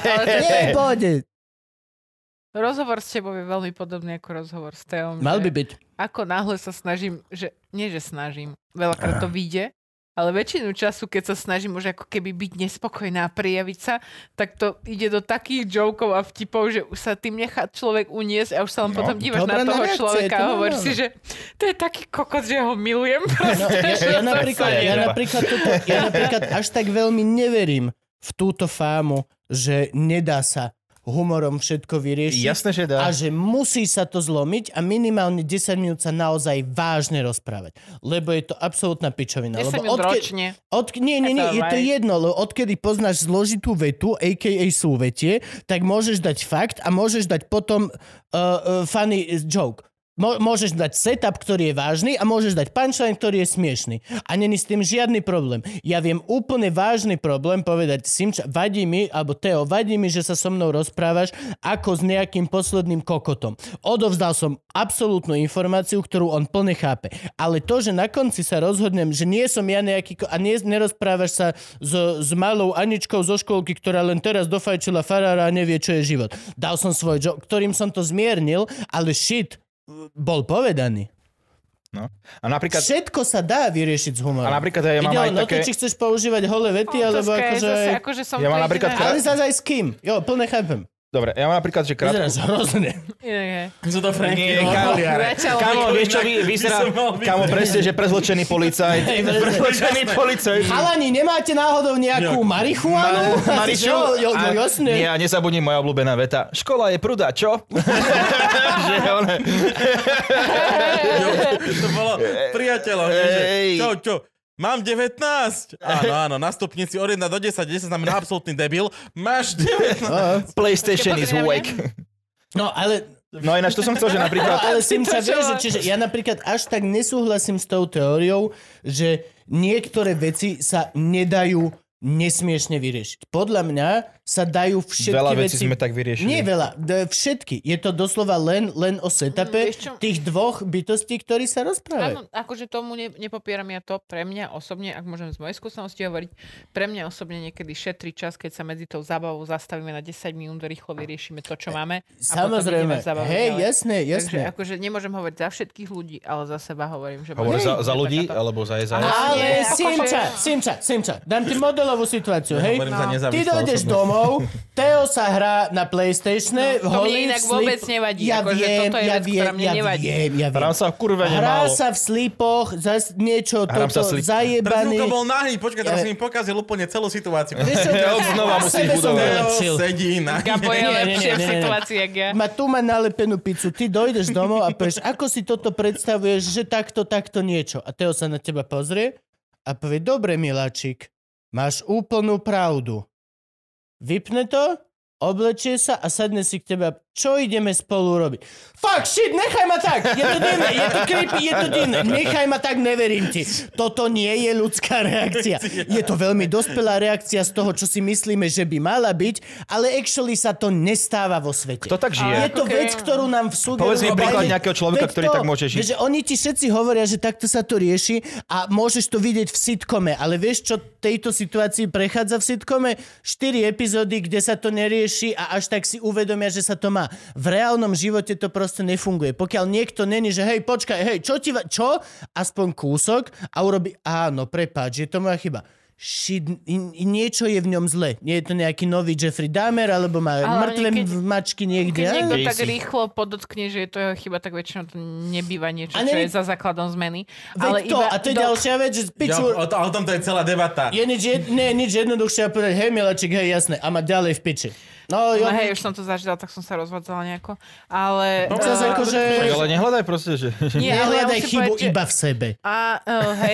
Rozhovor s tebou je veľmi podobný ako rozhovor s Teom. Mal by byť. Ako náhle sa snažím, veľakrát to vyjde, ale väčšinu času, keď sa snažím už ako keby byť nespokojná a prijaviť sa, tak to ide do takých jokov a vtipov, že už sa tým nechá človek uniesť a už sa len potom dívaš na toho človeka a hovoríš si, že to je taký kokos, že ho milujem. Ja napríklad až tak veľmi neverím v túto fámu, že nedá sa humorom všetko vyriešiť. Jasné, že dá. A že musí sa to zlomiť a minimálne 10 minút sa naozaj vážne rozprávať. Lebo je to absolútna pičovina. 10 minút ročne. Nie, je to jedno, lebo odkedy poznáš zložitú vetu, a.k.a. súvetie, tak môžeš dať fakt a môžeš dať potom funny joke. Môžeš dať setup, ktorý je vážny a môžeš dať punchline, ktorý je smiešný. A není s tým žiadny problém. Ja viem úplne vážny problém povedať Simča, vadí mi, alebo Teo, vadí mi, že sa so mnou rozprávaš ako s nejakým posledným kokotom. Odovzdal som absolútnu informáciu, ktorú on plne chápe. Ale to, že na konci sa rozhodnem, že nie som ja nejaký... A nerozprávaš sa s malou Aničkou zo školky, ktorá len teraz dofajčila farára a nevie, čo je život. Dal som svoj joke, ktorým som to zmiernil, ale shit bol povedaný. No. A napríklad... Všetko sa dá vyriešiť s humorom. A napríklad ja mám aj také... či chceš používať holé vety, alebo akože... som ja mám napríklad... Ale zase aj s kým. Jo, plne chápem. Dobre, ja mám napríklad, že krátko... Vyzeráš hrozne. Sú to Franky. Kámo, vieš čo, vyzerá... Kámo, presne, že prezločený policajt. Prezločený policajt. Chalani, nemáte náhodou nejakú marihuanu? Mariču? Jasne. Nie, a nezabudni moja obľúbená veta. Škola je prúda, čo? Že one... To bolo priateľov. Čo? Mám 19. Áno, na stupnici od 1 do 10. 10 znamená absolútny debil. Máš 19. PlayStation is awake. No, ale... No ináč to som chcel, že napríklad... No, ale Simča, vieš, čiže ja napríklad až tak nesúhlasím s tou teóriou, že niektoré veci sa nedajú nesmiešne vyriešiť. Podľa mňa sa dajú všetky veľa veci... vecí sme tak vyriešili. Nie veľa, všetky. Je to doslova len o setupe tých dvoch bytostí, ktorí sa rozprávajú. Áno, akože tomu nepopieram ja to. Pre mňa osobne, ak môžem z mojej skúsenosti hovoriť, pre mňa osobne niekedy šetrí čas, keď sa medzi tou zábavou zastavíme na 10 minút, rýchlo vyriešime to, čo máme. Samozrejme. Hej, jasné. Takže akože nemôžem hovoriť za všetkých ľudí, ale za seba hovorím, že... Hovorí za ľudí, alebo za SAS? Ale Simča, dám ti modelovú situáciu, hej? Ty dojdeš domov, Teo sa hrá na PlayStatione, to mi inak vôbec nevadí. Ja viem. Hrám sa v kurve Hrá nemálo. sa v slipoch, niečo toto zajebaný. Prezúko bol nahý, počkaj, teraz si mi pokazil úplne celú situáciu. Znova musíš budovať. Sedí na... Gabo je lepšie v situácii, jak ja. Tu má nalepenú pizzu, ty dojdeš domov a povieš, ako si toto predstavuješ, že takto niečo. A Teo sa na teba pozrie a povie, dobre, miláčik, máš úplnú pravdu. Vypne to, oblečie sa a sadne si k teba. Čo ideme spolu robiť? Fuck shit, nechaj ma tak! Je to divné, je to creepy, je to divné. Nechaj ma tak, neverím ti. Toto nie je ľudská reakcia. Je to veľmi dospelá reakcia z toho, čo si myslíme, že by mala byť, ale actually sa to nestáva vo svete. Kto tak žije? Je to vec, ktorú nám sugerujú. Povedz mi príklad nejakého človeka, ktorý tak môže žiť. Že oni ti všetci hovoria, že takto sa to rieši a môžeš to vidieť v sitcome, ale vieš, čo tejto situácii prechádza v sitcome? 4 epizódy, kde sa to nerieši a až tak si uvedomia, že sa to má. V reálnom živote to proste nefunguje. Pokiaľ niekto není, že hej, počkaj, hej, čo? Aspoň kúsok a urobí, áno, prepáč, je to moja chyba. Shit, niečo je v ňom zle. Nie je to nejaký nový Jeffrey Dahmer, alebo má mŕtve mačky niekde. Keď niekto tak rýchlo podotkne, že je to jeho chyba, tak väčšinou to nebýva niečo, čo je za základom zmeny. Ale to, a to je ďalšia vec, že piču... O tom to je celá debata. Je nič jednoduchšie povedať, hej, miláčik, hej, jasné, a ma ďalej v piči. No hej, už som to zažila, tak som sa rozvádzala nejako. Ale... Ale nehľadaj proste, že... Nehľadaj chybu iba v sebe. Hej.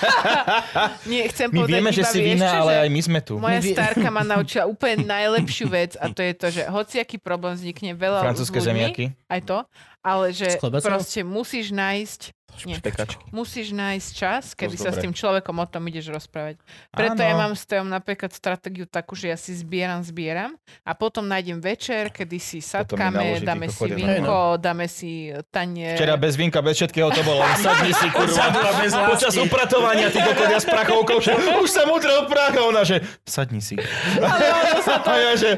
Nie, chcem my povedať vieme, že si vina, ale aj my sme tu. Moja starka ma naučila úplne najlepšiu vec a to je to, že hociaký problém vznikne veľa francúzske zemiaky. Aj to, ale že proste musíš nájsť musíš nájsť čas, kedy sa s tým človekom o tom ideš rozprávať. Preto ja mám s Teom napríklad stratégiu takú, že ja si zbieram a potom nájdem večer, kedy si sadkáme, dáme si vínko, dáme si tanier. Včera bez vínka, bez všetkého to bolo, len sadni si, kurva. Počas upratovania, ty kokodia s prachovkou, že už sa udrel prach a ona, že sadni si. Ale ono sa to... A ja, že...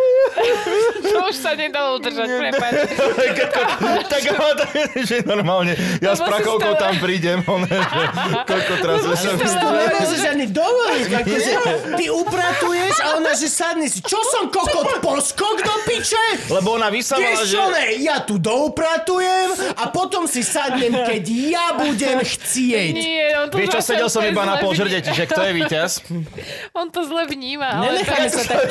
To už sa nedalo udržať, prepáč. Tak že normálne, ja s prachovkou tam prídem, že koľko teraz to nemôžeš ani dovoliť, akože ty upratuješ a ona, že sadni si. Čo som kokot, poskok do piče? Lebo ona vysávala, že... Ja tu doupratujem a potom si sadnem, keď ja budem chcieť. Nie, on to vieš čo, sedel som iba na pol žrde, čiže kto je víťaz? On to zle vníma. Nenecháme sa takto,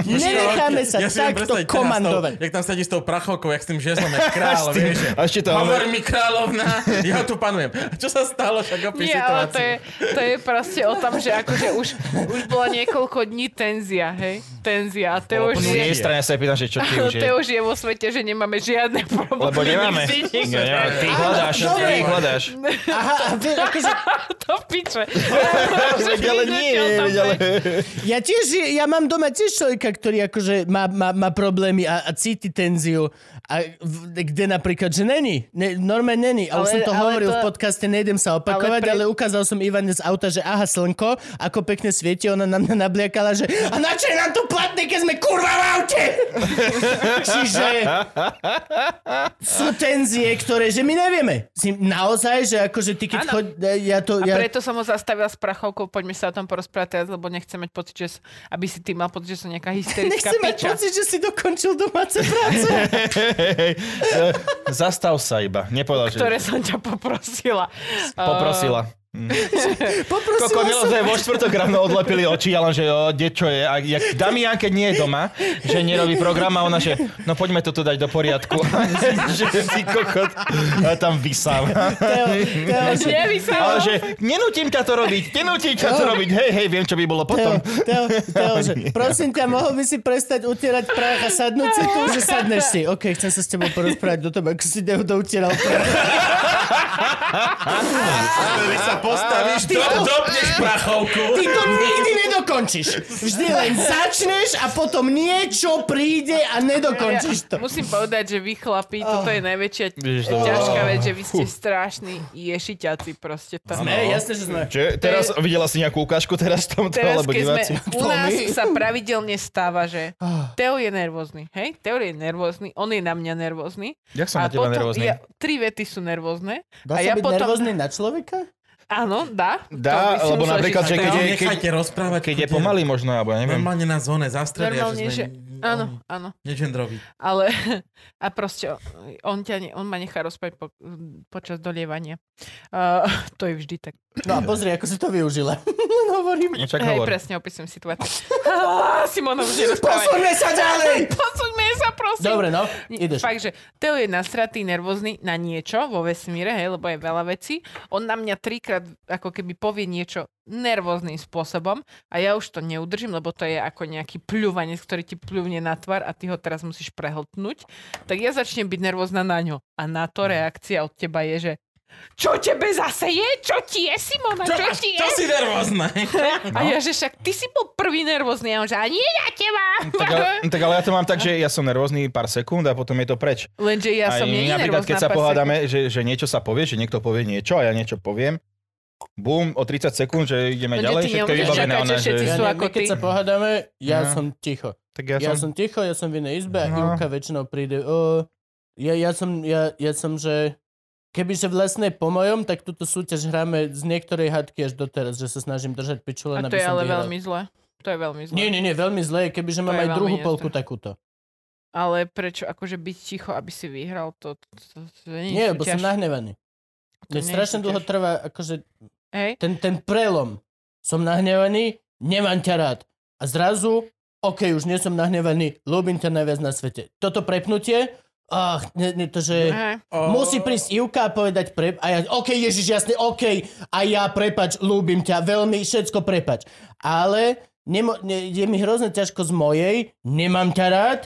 takto komandovať. Jak tam sedí s tou prachovkou, jak s tým žezlom, jak král, vieš. Hovor mi kráľovna, ja tu panujem. Čo sa stalo, však opíš situáciu? Nie, ale to je proste o tom, že akože už bola niekoľko dní tenzia, hej? Tenzia. A Teo už je... strane sa pýtam, že čo ty už je. Teo už je vo svete, že nemáme žiadne problémy. Lebo nemáme. Ty hľadáš. Aha, akože... To piče. Ale nie. Ja tiež, ja mám doma tiež človeka, ktorý akože má problémy a cíti tenziu. A kde napríklad, že není. Normálne není. A už som to hovoril v podcaste, nejdem sa opakovať, ale ukázal som Ivane z auta, že aha, slnko, ako pekne svieti, ona na mňa nabliakala, že a na čo je nám to platné, keď sme kurva v aute? Čiže sú tenzie, ktoré, že my nevieme. Naozaj, že akože ty keď preto som ho zastavila s prachovkou, poďme sa o tom porozprávať teraz, lebo nechcem mať pocit, že aby si ty mal pocit, že som nejaká hysterická Nechcem mať piča. pocit, že si dokončil domáce práce. Zastav sa iba. Nepovedal, že... Ktoré som ťa poprosila. Poprosila. Poprosila som. Vo štvrtok ráno odlepili oči, ale že čo je. A jak Damian, keď nie je doma, že nerobí program a ona, že no poďme to tu dať do poriadku. Že ty kokot. A tam vysáva. Ale že nenútim ťa to robiť. Hej, viem, čo by bolo potom. Teo, že prosím ťa, mohol by si prestať utierať prach a sadnúť si tu, že sadneš si. OK, chcem sa s tebou porozprávať do toho, ako si doutieral prach. Vy sa postavíš, dopneš prachovku. Ty to nikdy nedokončíš. Vždy len začneš a potom niečo príde a nedokončíš to. Musím povedať, že vy chlapi, toto je najväčšia ťažká vec, že vy ste strašní ješiťaci proste. Sme, jasne, že sme. Teraz videla si nejakú ukážku teraz v tomto, Teraz, alebo keď diváci? u nás sa pravidelne stáva, že Teo je nervózny, hej? Teo je nervózny, on je na mňa nervózny. Jak som na teba nervózny? 3 vety sú nervózne. Dá sa byť nervózny na človeka? Áno, dá. Dá, lebo napríklad, že Nechajte rozprávať. keď je pomalý možno, alebo ja neviem. Normálne na zóne zastrelia, Normálne, že... Áno, áno. Negendroví. Ale a proste on ma nechá rozprávať počas dolievania. To je vždy tak. No a pozri, ako si to využila. Len hovorím. Hej, presne opisujem situáciu. Simona už nerozprávaj. Posuňme sa ďalej! Posuňme sa, prosím. Dobre, no, ideš. Fakt, že Teo je nasratý, nervózny na niečo vo vesmíre, hej, lebo je veľa vecí. On na mňa 3-krát ako keby povie niečo nervóznym spôsobom a ja už to neudržím, lebo to je ako nejaký pľúvanec, ktorý ti pľúvne na tvár a ty ho teraz musíš prehltnúť. Tak ja začnem byť nervózna na ňo. A na to reakcia od teba je, že čo tebe zase je? Čo ti je, Simona? Čo ti je? Čo si nervózna? A ja, že však ty si bol prvý nervózny. A on, že nie na teba. Tak ale ja to mám tak, že ja som nervózny pár sekúnd a potom je to preč. Lenže ja som nie napríklad, nervózna keď sa pohádame, že niečo sa povie, že niekto povie niečo a ja niečo poviem, bum, o 30 sekúnd, že ideme ďalej, všetko je vybavené. Keď sa pohádame, ja som ticho. Tak ja som ticho, ja som v inej izbe a Ivka väčšinou príde. Ja som, že kebyže vlastne po mojom, tak túto súťaž hráme z niektorej hadky až doteraz, že sa snažím držať piču, len aby som vyhral. A to je ale veľmi zle. To je veľmi zle. Nie, veľmi zle, kebyže mám aj druhú polku takúto. Ale prečo, akože byť ticho, aby si vyhral, to nie, lebo som nahnevaný. Mne strašne dlho trvá, akože ten prelom. Som nahnevaný, nemám ťa rád. A zrazu, už nie som nahnevaný, ľúbim ťa najviac na svete. Toto prepnutie, musí prísť Ivka a povedať a ja, Ježiš, jasne, a ja prepač, ľúbim ťa, veľmi, všetko prepač. Ale je mi hrozne ťažko z mojej, nemám ťa rád,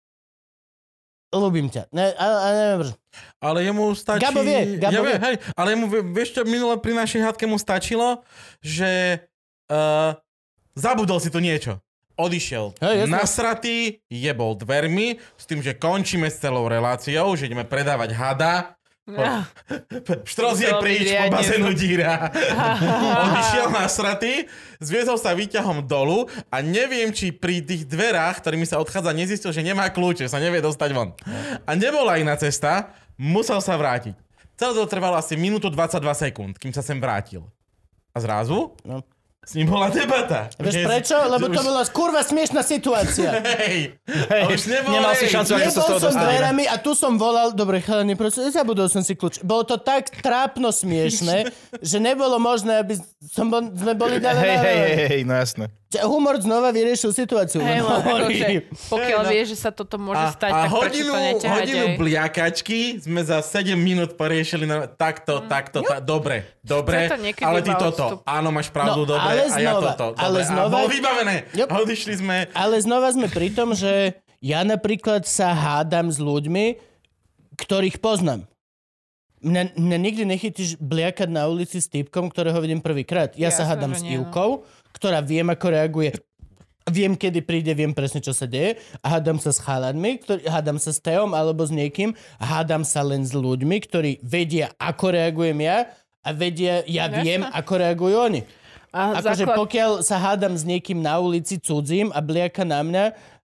ľúbim ťa. Neviem. Ale jemu stačí... Gabo vie. Hej, ale jemu, vieš čo, minule pri našej hádke mu stačilo, že zabudol si tu niečo. Odišiel nasratý, jebol dvermi, s tým, že končíme s celou reláciou, že ideme predávať hada. Štros je príč, po bazénu díra. Odišiel nasratý, zviezol sa výťahom dolu a neviem, či pri tých dverách, ktorými sa odchádza, nezistil, že nemá kľúče, sa nevie dostať von. A nebola iná cesta, musel sa vrátiť. Celé to trvalo asi minútu 22 sekúnd, kým sa sem vrátil. A zrazu... S ním bola debata. Vieš prečo? Lebo to bola kurva smiešná situácia. Hej. Nemal si šancu, ako sa z toho dostal. Dverami a tu som volal, dobre chalani, prosím, zabudol som si kľúč. Bolo to tak trápno smiešné, že nebolo možné, aby sme boli ďalej. Hej, no jasné. Humor znova vyriešil situáciu. Pokiaľ vieš, že sa toto môže stať, tak prečo to neťahať? Hodinu bliakačky sme za 7 minút poriešili takto, dobre, ale ty toto, áno, máš pravdu, dobre, a ja toto, dobre, a bolo vybavené. A odišli sme. Ale znova sme pri tom, že ja napríklad sa hádam s ľuďmi, ktorých poznám. Mňa nikdy nechytíš bliakať na ulici s týpkom, ktorého vidím prvýkrát. Ja sa hádam s Ivkou, ktorá viem, ako reaguje. Viem, kedy príde, viem presne, čo sa deje. A hádam sa s chalanmi, hádam sa s Teom alebo s niekým. A hádam sa len s ľuďmi, ktorí vedia, ako reagujem ja a vedia, viem, ako reagujú oni. Akože pokiaľ sa hádam s niekým na ulici cudzím a bliaka na mňa,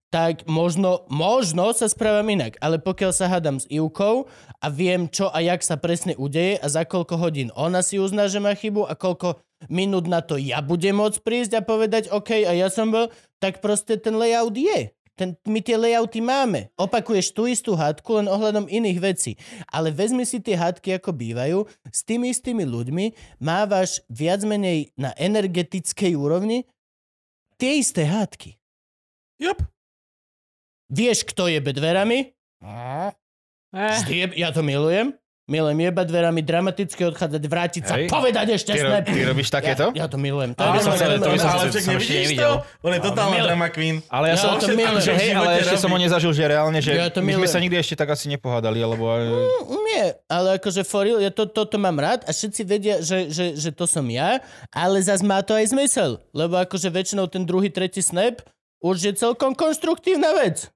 tak možno sa správam inak. Ale pokiaľ sa hádam s Ivkou a viem, čo a jak sa presne udeje a za koľko hodín ona si uzná, že má chybu a koľko minút na to ja budem môcť prísť a povedať OK, a ja som bol, tak proste ten layout je. My tie layouty máme. Opakuješ tú istú hádku, len ohľadom iných vecí. Ale vezmi si tie hádky, ako bývajú, s tými istými ľuďmi mávaš viac menej na energetickej úrovni tie isté hádky. Yep. Vieš, kto jebe dverami? Ja to milujem. Milujem jebať dverami, dramaticky odchádzať, vrátiť sa, povedať ešte snap. Ty robíš takéto? Ja to milujem. Ale však nevidíš to? On je totálna drama queen. Ale ja som to milujem. Ale ešte som ho nezažil, že reálne, že my sme milujem. sa nikdy ešte tak asi nepohádali, alebo... Nie, ale akože for real, ja toto mám rád a všetci vedia, že to som ja, ale zase má to aj zmysel, lebo akože väčšinou ten druhý, tretí snap už je celkom konštruktívna vec.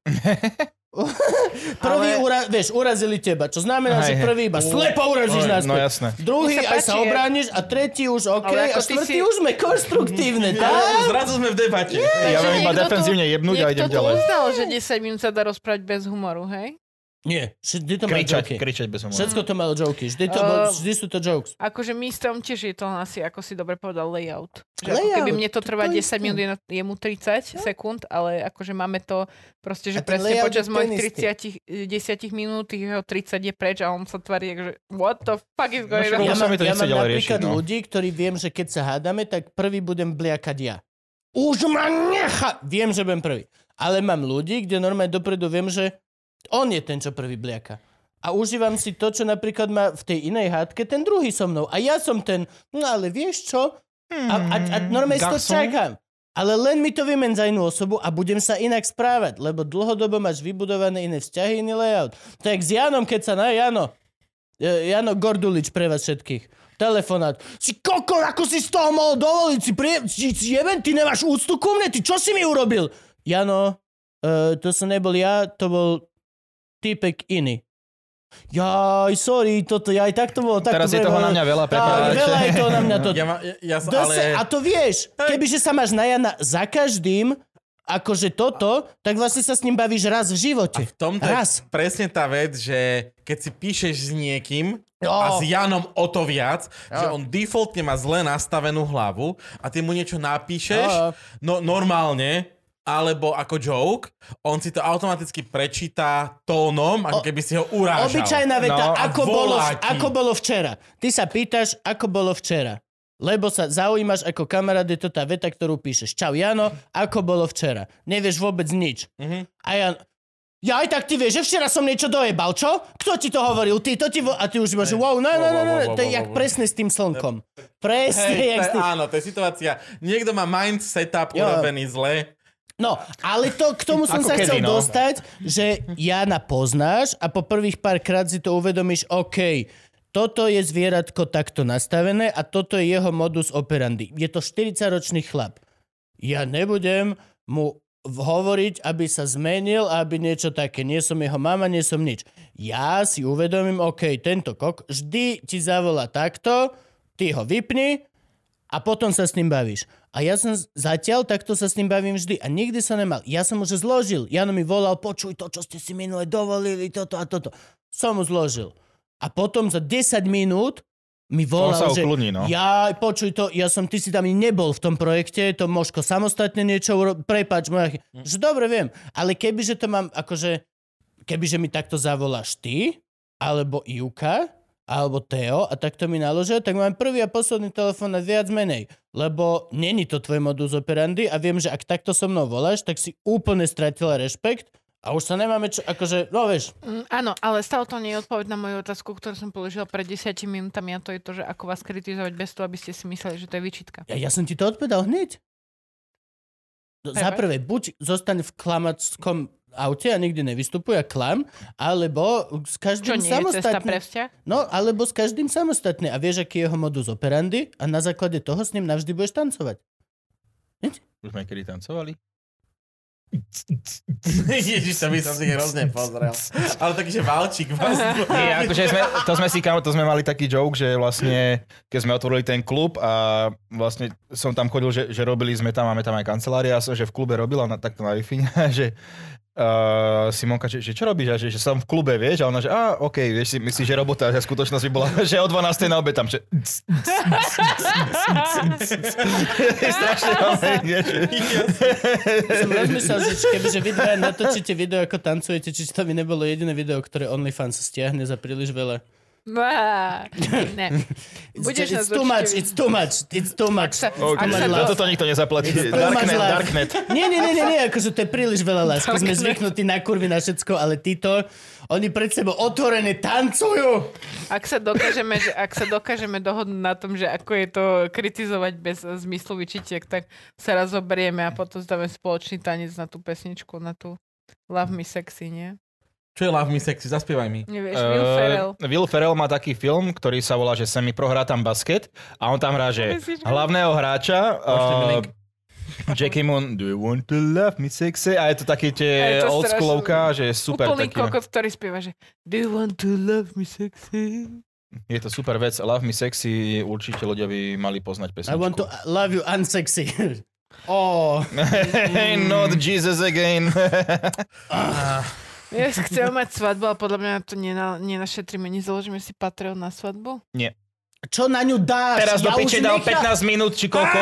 Prvý urazili teba, čo znamená, že prvý iba slepo urazíš nás. No jasné. Druhý aj sa obrániš a tretí už OK a štvrtý už sme konštruktívne. Zrazu sme v debate. Ja vám iba defenzívne jebnúť a idem ďalej. Niekto to uznal, že 10 minút sa dá rozprávať bez humoru, hej? Nie, vždy to malo joky. Kričať bez humoru. Všetko to malo joky. Vždy sú to jokes. Akože my s tom tiež je to asi, ako si dobre povedal, layout. Že ako keby mne to trvá 10 minút, je mu 30 sekúnd, ale akože máme to proste, že presne počas mojich 10 minút, jeho 30 je preč a on sa tvári, že what the fuck is going on? Ja mám napríklad ľudí, ktorí viem, že keď sa hádame, tak prvý budem bliakať ja. Už ma nechá! Viem, že budem prvý. Ale mám ľudí, kde normálne dopredu viem, že on je ten, čo prvý bliaka. A užívam si to, čo napríklad má v tej inej hádke ten druhý so mnou. A ja som ten, no ale vieš čo? A normálne si to čakám. Ale len mi to vymen za inú osobu a budem sa inak správať, lebo dlhodobo máš vybudované iné vzťahy, iný layout. To je s Janom, keď sa Jano Gordulič pre vás všetkých. Telefonát. Si kokol, ako si z toho mohol dovoliť? Si jeben, ty nemáš úctu ku mne? Ty čo si mi urobil? Jano, to som nebol ja, to bol týpek iný. Jaj, sorry, toto, aj tak to bolo. Teraz je toho na mňa veľa, prepáč. Veľa je toho na mňa toto. Ale... A to vieš, kebyže sa máš na Jana za každým, akože toto, tak vlastne sa s ním bavíš raz v živote. A v tomto je presne tá vec, že keď si píšeš s niekým a s Janom o to viac, že on defaultne má zle nastavenú hlavu a ty mu niečo napíšeš, no normálne, alebo ako joke, on si to automaticky prečíta tónom, ako keby si ho urážal. Obyčajná veta, ako bolo včera. Ty sa pýtaš, ako bolo včera. Lebo sa zaujímaš ako kamarát, je to tá veta, ktorú píšeš. Čau Jano, ako bolo včera. Nevieš vôbec nič. A ja aj tak ty vieš, že včera som niečo dojebal, čo? Kto ti to hovoril? Ty, a ty už máš, wow, no. To je jak presne s tým slnkom. Presne jak s tým. Áno, to je situácia. Niekto má mind setup urobený zle. No, ale to k tomu som sa chcel dostať, že Jana poznáš a po prvých pár krát si to uvedomíš, OK, toto je zvieratko takto nastavené a toto je jeho modus operandi. Je to 40-ročný chlap. Ja nebudem mu hovoriť, aby sa zmenil, aby niečo také. Nie som jeho mama, nie som nič. Ja si uvedomím, OK, tento vždy ti zavolá takto, ty ho vypni a potom sa s ním bavíš. A ja som zatiaľ takto sa s ním bavím vždy. A nikdy som nemal. Ja som už zložil. Jano mi volal, počuj to, čo ste si minule dovolili, toto a toto. Som mu zložil. A potom za 10 minút mi volal, že počuj to, ty si tam nebol v tom projekte, to Moško samostatne niečo prepáč, že dobre viem. Ale kebyže to mám, akože, kebyže mi takto zavoláš ty, alebo Ivka, alebo Teo a takto mi naložia, tak mám prvý a posledný telefón na viac menej. Lebo není to tvoj modus operandi a viem, že ak takto so mnou voláš, tak si úplne stratila rešpekt a už sa nemáme čo, akože, no vieš. Áno, ale stále to nie je odpoveď na moju otázku, ktorú som položila pred 10 minútami a to je to, že ako vás kritizovať bez toho, aby ste si mysleli, že to je výčitka. Ja som ti to odpovedal hneď. Za prvé, buď zostaň v klamackom aute a nikdy nevystupuje a klam, alebo s každým samostatne. Čo nie je cesta pre vzťah? No, alebo s každým samostatne. A vieš, aký je jeho modus operandi a na základe toho s ním navždy budeš tancovať. Už sme kedy tancovali? Ježiš, to by som si hrozne pozrel. Ale taký, že valčík. Nie, akože to sme mali taký joke, že vlastne, keď sme otvorili ten klub a vlastne som tam chodil, že robili sme tam, máme tam aj kancelária, že v klube robila takto na Wi-Fi, že Simonka, že čo robíš? A že som v klube, vieš? A ona, že okej, vieš, si myslíš, že robota, že skutočnosť by bola, že o 12. na obed tam, že strašne malé, vieš. Som rozmyslel, že kebyže vy dvaja natočíte video, ako tancujete, či to by nebolo jediné video, ktoré OnlyFans stiahne za príliš veľa. Ne. It's too much. Toto nikto nezaplatí. Darknet. Nie, akože to je príliš veľa lásky. Sme zvyknutí na kurvy, na všetko, ale títo, oni pred sebou otvorene tancujú. Ak sa dokážeme dohodnúť na tom, že ako je to kritizovať bez zmyslu vyčitiek, tak sa raz zoberieme a potom dáme spoločný tanec na tú pesničku, na tú Love Me Sexy, nie? Čo je Love Me Sexy? Zaspievaj mi. Nevieš, Will Ferrell. Will Ferrell má taký film, ktorý sa volá, že Semi prohrá tam basket a on tam hrá, že hlavného hráča Jackie Moon, do you want to love me sexy? A je to taký tie oldschoolovka, že je super. Úplný kokot, ktorý spieva, že do you want to love me sexy? Je to super vec. Love me sexy, určite ľudia by mali poznať pesničku. I want to love you unsexy. Not Jesus again. Ja chcem mať svadbu, ale podľa mňa to nenašetríme. Nezaložíme si Patreon na svadbu? Nie. Čo na ňu dáš? Teraz do piče dal 15 minút, či koľko.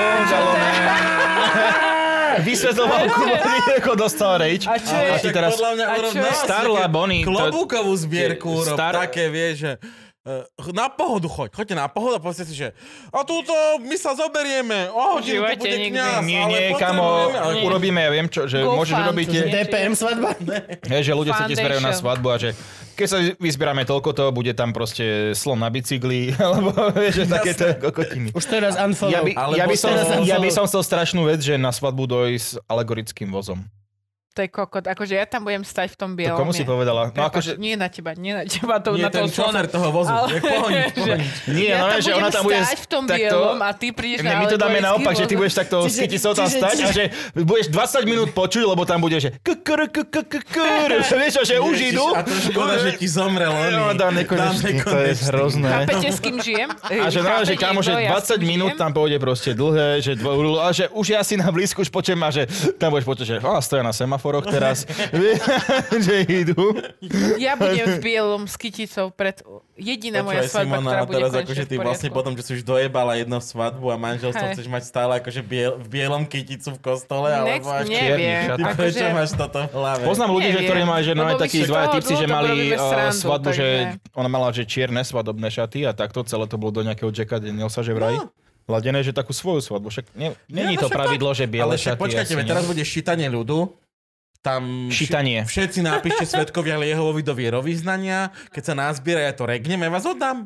Vysvetloval Kubovi, ako dostal rage. A čo je? A ty teraz Podľa mňa Starla Bonnie. Klobúkovú zbierku urob, také vieš, že na pohodu choďte na pohodu a povedzte si, že a túto my sa zoberieme, o hodinu to bude kňaz, nie, kamo, urobíme, ja viem čo, že môžeš robiť DPM svadba? Že ľudia sa ti zberajú na svadbu a že keď sa vyzbierame toľko to, bude tam proste slon na bicykli, alebo vieš, že takéto kokotiny. Už teraz unfollow. Ja by som chcel strašnú vec, že na svadbu dojsť s alegorickým vozom. To je kokot, akože ja tam budem stať v tom bielom. To komu si povedala? No akože... Nie na teba, to nie na toho šofér toho vozu. Ale... Nie, ja že ona tam bude stať v tom bielom a ty prídeš na my to dáme naopak, vozu. že ty budeš takto skyticou tam stať a že budeš 20 minút počuť, lebo tam bude, že vieš, že už idú. A to škoda, že ti zomrel oni. No, dá nekonečný, to je hrozné. Chápete, s kým žijem? A že kámo, že 20 minút tam pôjde proste dlhé, že už ja si na blízku už počujem a že tam budeš počuť, že stoja na semaforoch teraz. Že idú. Ja budem v bielom s kyticou pred jediná moja svadba, ktorá bude teraz konečne akože ty v vlastne poriadku. potom, že si už dojebala jednu svadbu a manželstvo chceš mať stále akože v bielom kyticu v kostole, alebo až neviem. Ty prečo máš toto v hlave? Poznám ľudí, že ktorí majú, že aj takí dvaja typci, že mali svadbu, že ona mala, že čierne svadobné šaty a takto celé to bolo do nejakého Jacka Danielsa, že vraj. Ladené, že takú svoju svadbu. Však není to pravidlo, že biele šaty. Ale počkajte, teraz bude šítanie ľudu. Tam všetci napíšte svedkovia Jehovovi do vierovýznania. Keď sa nazbiera, ja to regnem, ja vás oddám.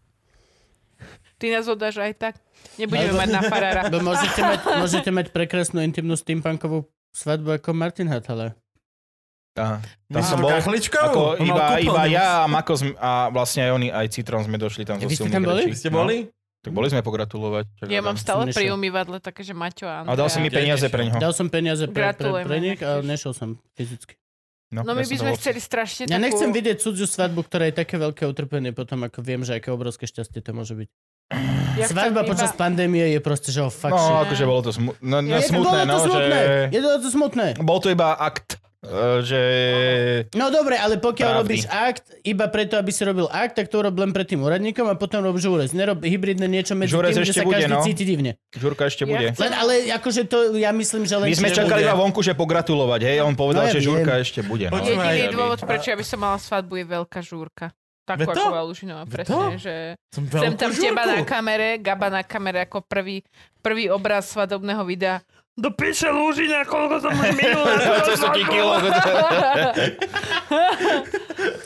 Ty nás oddáš aj tak? Nebudeme mať na farára. Môžete mať prekrásnu intimnú steampunkovú svadbu ako Martin Hatt, ale... Aha. Tam som bol, ako iba ja a Mako a vlastne aj oni, aj Citron sme došli tam zo silných rečí. Vy ste boli? Tak boli sme pogratulovať. Ja mám stále pri umývadle také, že Maťo a Andrea. A dal si mi peniaze pre ňoho. Dal som peniaze pre nich, ale nešiel som fyzicky. No my by sme chceli strašne takú... Ja nechcem vidieť cudziu svadbu, ktorá je také veľké utrpenie potom, ako viem, že aké obrovské šťastie to môže byť. Svadba počas pandémie je proste, že fuck shit. No, akože bolo to smutné, Je to smutné. Bol to iba akt. Že... No dobre, ale pokiaľ robíš akt, iba preto, aby si robil akt, tak to urob len pred tým úradníkom a potom rob žúrez. Nerob hybridné niečo medzi tým, že sa každý cíti divne. Žúrka ešte bude. Ale akože to, ja myslím, že len... My sme čakali na vonku, že pogratulovať, hej? On povedal, že žúrka ešte bude. No. Jediný dôvod, prečo ja by som mala svadbu, je veľká žúrka. Takú ako Valušinová, presne, že chcem tam teba na kamere, Gaba na kamere ako prvý obraz svadobného videa. Do piče Lúžina, koľko som už minul na to svadbu.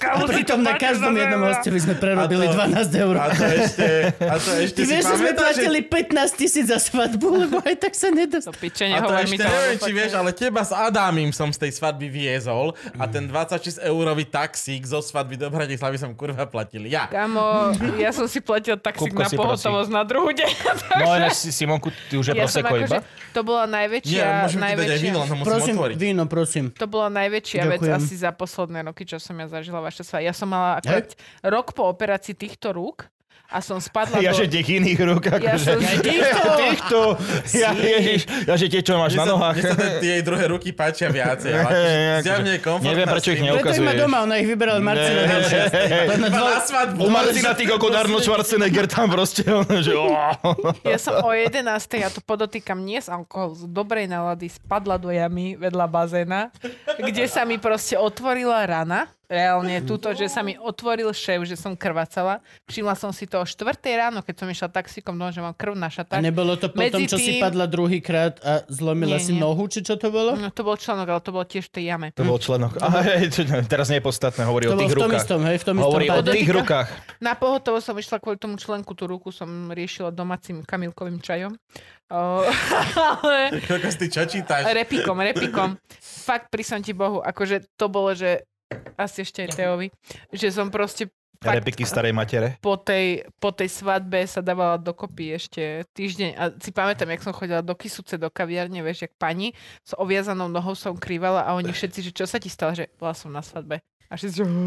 Kaká, A pritom na každom jednom hostovi sme prerobili 12 eur. A to ešte Ty si vieš, že sme pamätáš, platili 15 000 za svadbu, lebo aj tak sa nedostalo. To piče, a to nehovor mi ešte to. neviem, či vieš, ale teba s Adámim som z tej svadby viezol a ten 26-eurový taxík zo svadby do Bratislavy som kurva platil ja. Kamo, ja som si platil taxík Kúbko na si, pohotovosť na druhú deň. No ináč Simonku, ty už je Ja som prosecco akože, iba? to bola Nie, najväčšia, môžem ti dať aj víno, len to musím Prosím, otvoriť. víno, prosím. to bola najväčšia vec Ďakujem. asi za posledné roky, čo som ja zažila vaša svadba. Ja som mala akorát rok po operácii týchto rúk a som spadla Ja, do... že tých iných rúk, Ja akože. som- Týchto. Ježiš, že tie, čo máš na nohách. Mne sa tie jej druhé ruky páčia viacej, ale zjavne je komfortná. Neviem, prečo ich s tým. Preto ich má neukazuješ. doma, ona ich vyberal Marcina ďalšie. Iba na svadbu. U Martina tých ako Arnold Schwarzenegger tam proste, že Ja som o 11. ja to podotýkam nie z alkoholu, z dobrej nálady spadla do jamy vedľa bazéna, kde sa mi proste otvorila rana. Reálne túto, že sa mi otvoril šéf, že som krvácala. Všimla som si to o 4 ráno, keď som išla taxíkom dom, že mám krv na A šatách. nebolo to potom, čo si padla druhýkrát a zlomila Nie, si nie. nohu, či čo to bolo? No, to bol článok, ale to bolo tiež v tej jame. To bol členok. Teraz nie je podstatné, hovorí To o bolo tých v tom rukách. istom, hej, v tom istom Hovorí o páde. tých rukách. Na pohotovo som išla kvôli tomu členku, tú ruku som riešila domácim kamilkovým čajom. Ale Koľko si ty čo čítaš? repikom. Fakt, prísam ti Bohu, akože to bolo, že asi ešte aj Teovi, že som proste fakt Repiky starej matere. po tej svadbe sa dávala dokopy ešte týždeň a si pamätám, jak som chodila do Kysuce, do kaviarne, vieš, jak pani, s oviazanou nohou som krývala a oni všetci, že čo sa ti stalo, že bola som na svadbe. A všetci, že...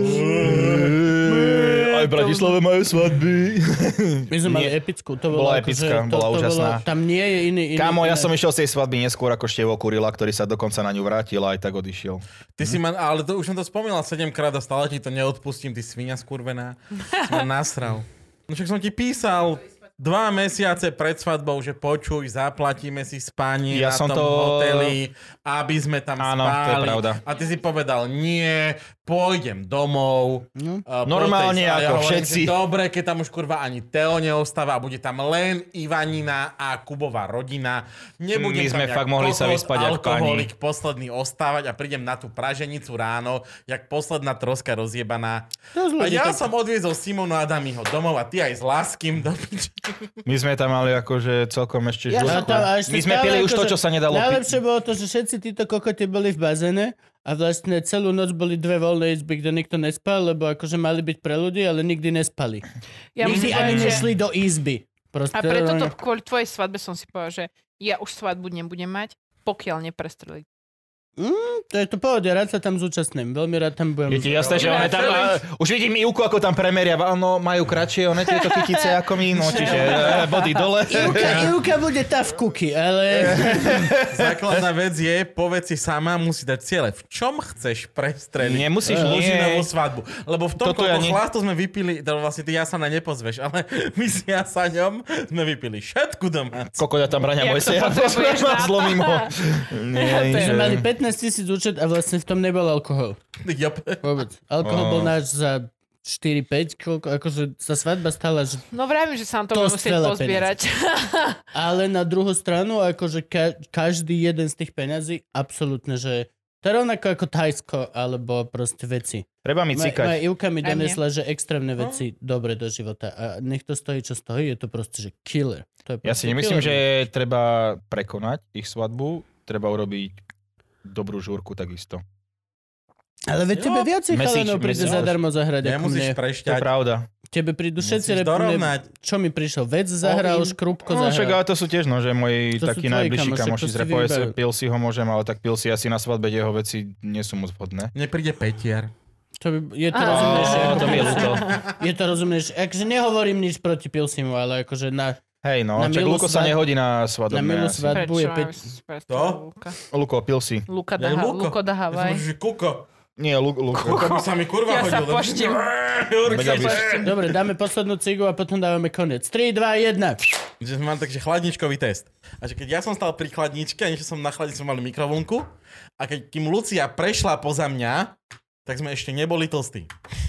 Aj v Bratislave majú svadby. My sme mali Nie. epickú. To Bola akože- epická, bola úžasná. Tam nie je iný Kámo, ja iné. som išiel z tej svadby neskôr ako Števo Kurila, ktorý sa dokonca na ňu vrátil a aj tak odišiel. Ty si ma, ale to už som to spomínal 7-krát a stále ti to neodpustím, ty svinia skurvená. Si ma nasral. No však som ti písal 2 mesiace pred svadbou, že počuj, zaplatíme si spanie Ja na som tom to- hoteli, aby sme tam Áno, spali. to je pravda. A ty si povedal, nie, pôjdem domov. Normálne A ako hovorím, všetci. že dobre, keď tam už kurva ani Teo neostáva a bude tam len Ivanina a Kubová rodina. Nebudem My sme tam jak fakt mohli sa kokot, vyspať jak alkoholik posledný ostávať a prídem na tú praženicu ráno, jak posledná troska rozjebaná. A ja som odviezol Simonu Adamiho domov a ty aj s Láskym do piče. My sme tam mali akože celkom ešte Ja žltku. som tam- a ešte My sme stále pili už to, akože- čo sa nedalo piť. Najlepšie bolo to, že všetci títo kokoti boli v bazéne a vlastne celú noc boli 2 voľné izby, kde nikto nespal, lebo akože mali byť pre ľudí, ale nikdy nespali. Ja Nikdy musím ani povedať, že- nešli do izby. Proste, A preto to kvôli tvojej svadbe som si povedal, že ja už svadbu nebudem mať, pokiaľ neprestrelí. To je to pohode, rád sa tam zúčastním. Veľmi rád tam budem. Je ti jasné, že one tam... Už vidím Ivku, ako tam premeria. Áno, majú kratšie, one tieto kytice ako my, no čiže body dole. Ivka bude tá v kuky, ale... Základná vec je, povedz si sama, musí dať ciele. V čom chceš prestreliť Nemusíš, Lužinovú nie. svadbu? Lebo v tom, Toto ja koľko nie. chlastu sme vypili, to vlastne ty Jasana nepozveš, ale my s Jasaňom sme vypili všetku domácu. Koľko ja tam braňa Jak moje to ja potrebuješ na to? zlomím ho. Nie, My sme že- mali 15 000 účet a vlastne v tom nebol alkohol. Jop. Vôbec. Alkohol bol náš za 4-5, koľko, akože sa svadba stala, že... No vravím, že sa nám to To bude musieť strela pozbierať. Ale na druhú stranu, akože každý jeden z tých peňazí, absolútne, že to je rovnako ako Thajsko, alebo proste veci. Treba mi Moja cikať. Ivka mi Aj mne. donesla, že extrémne veci dobre do života. A nech to stojí, čo stojí, je to proste, že killer. To je Ja proste si nemyslím, killer. že treba prekonať ich svadbu, treba urobiť dobrú žúrku takisto. Ale veď tebe viacej chalanov príde mesiac. zadarmo zahrať ako Nemusíš mne. To je prešťať. pravda. Tebe prídu všetci Musíš dorovnať. Čo mi prišiel? Vec zahral, All in. Škrupko No však zahral. ale to sú tiež, no, že moji To sú takí tvoji najbližší kamoši, kamoši to z si repovie, vyberú. Pilsi ho môžem, ale tak Pilsi asi na svadbe jeho veci nie sú moc vhodné. Nepríde Petier. Je to rozumnejšie. To mi je ľúto. Je to rozumnejšie. Akože nehovorím nič proti Pilsimu, ale akože na Hej, no, Na čak milú Luko sa svadbu- nehodí na na svadobné. milú asi. svadbu je To? Luko, Pilsi. Luka Ja, Luko Ja som Dahavaj. možno, že Kuko. Nie, Luko. Kuko by sa mi kurva Ja sa hodil. poštím. Vedel by- Dobre, dáme poslednú cigu a potom dávame koniec. 3, 2, 1. Že sme mali takže chladničkový test. A že keď ja som stal pri chladničke a niečo som na chladničke, som mali mikrovlnku a keď kým Lucia prešla poza mňa, tak sme ešte neboli tlstí.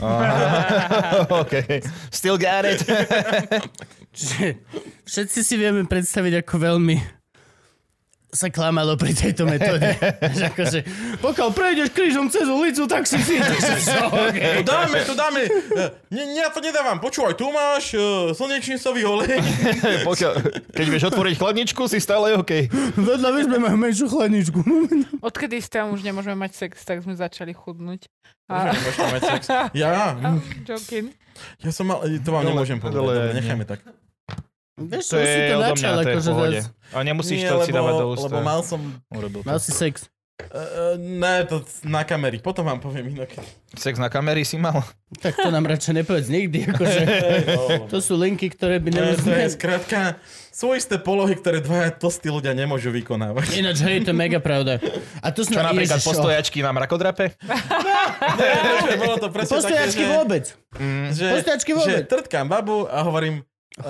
OK. Still got it. Čiže všetci si vieme predstaviť, ako veľmi sa klamalo pri tejto metóde. Akože, pokiaľ prejdeš krížom cez ulicu, tak si fit. Okay. To dáme. Ja to nedávam. Počúvaj, tu máš slnečnicový olej. Keď vieš otvoriť chladničku, si stále OK. Vedľa vieš, máme menšiu chladničku. Odkedy ste už nemôžeme mať sex, tak sme začali chudnúť. Môžeme mať sex. Ja? Joking. Ja som mal, to vám nemôžem povedať. Dobre, nechajme tak. Vieš, to je odo mňa, to je v pohode. A nemusíš to si dávať do ústa. Lebo mal si sex. Ne, to na kamery. Potom vám poviem inokedy. Sex na kamery si mal? Tak to nám radšej nepovedz nikdy. Akože, to sú linky, ktoré by nemuseli... To je skrátka svoisté polohy, ktoré dvaja tlstí ľudia nemôžu vykonávať. Ináč, hej, to je mega pravda. A to čo napríklad postojačky na mrakodrape? Ne, bolo to presne postojačky také, vôbec. Postojačky vôbec. Že trtkám babu a hovorím...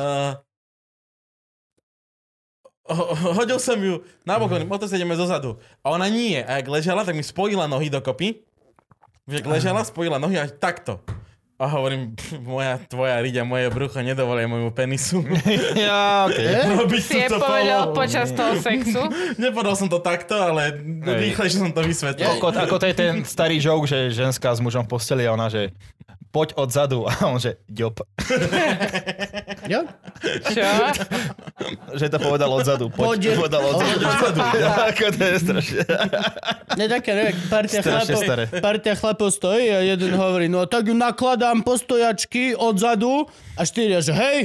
hodil som ju na bok, potom sa ideme zozadu. A ona nie. A jak ležala, tak mi spojila nohy dokopy. Jak ležala, spojila nohy a takto. A hovorím, tvoja riďa, moje brucho nedovolia môjmu penisu. Ja, okay. Si je povedal počas toho sexu? Nepovedal som to takto, ale rýchlejšie som to vysvetlil. Ako to je ten starý joke, že ženská s mužom v posteli a ona, že poď odzadu. A on, že ďop. Jo? Čo? Že to povedal odzadu. Poď povedal odzadu. Ako to je strašne. Ne také, partia chlapov stojí a jeden hovorí, no tak ju nakladám postojačky odzadu a štyria, že hej.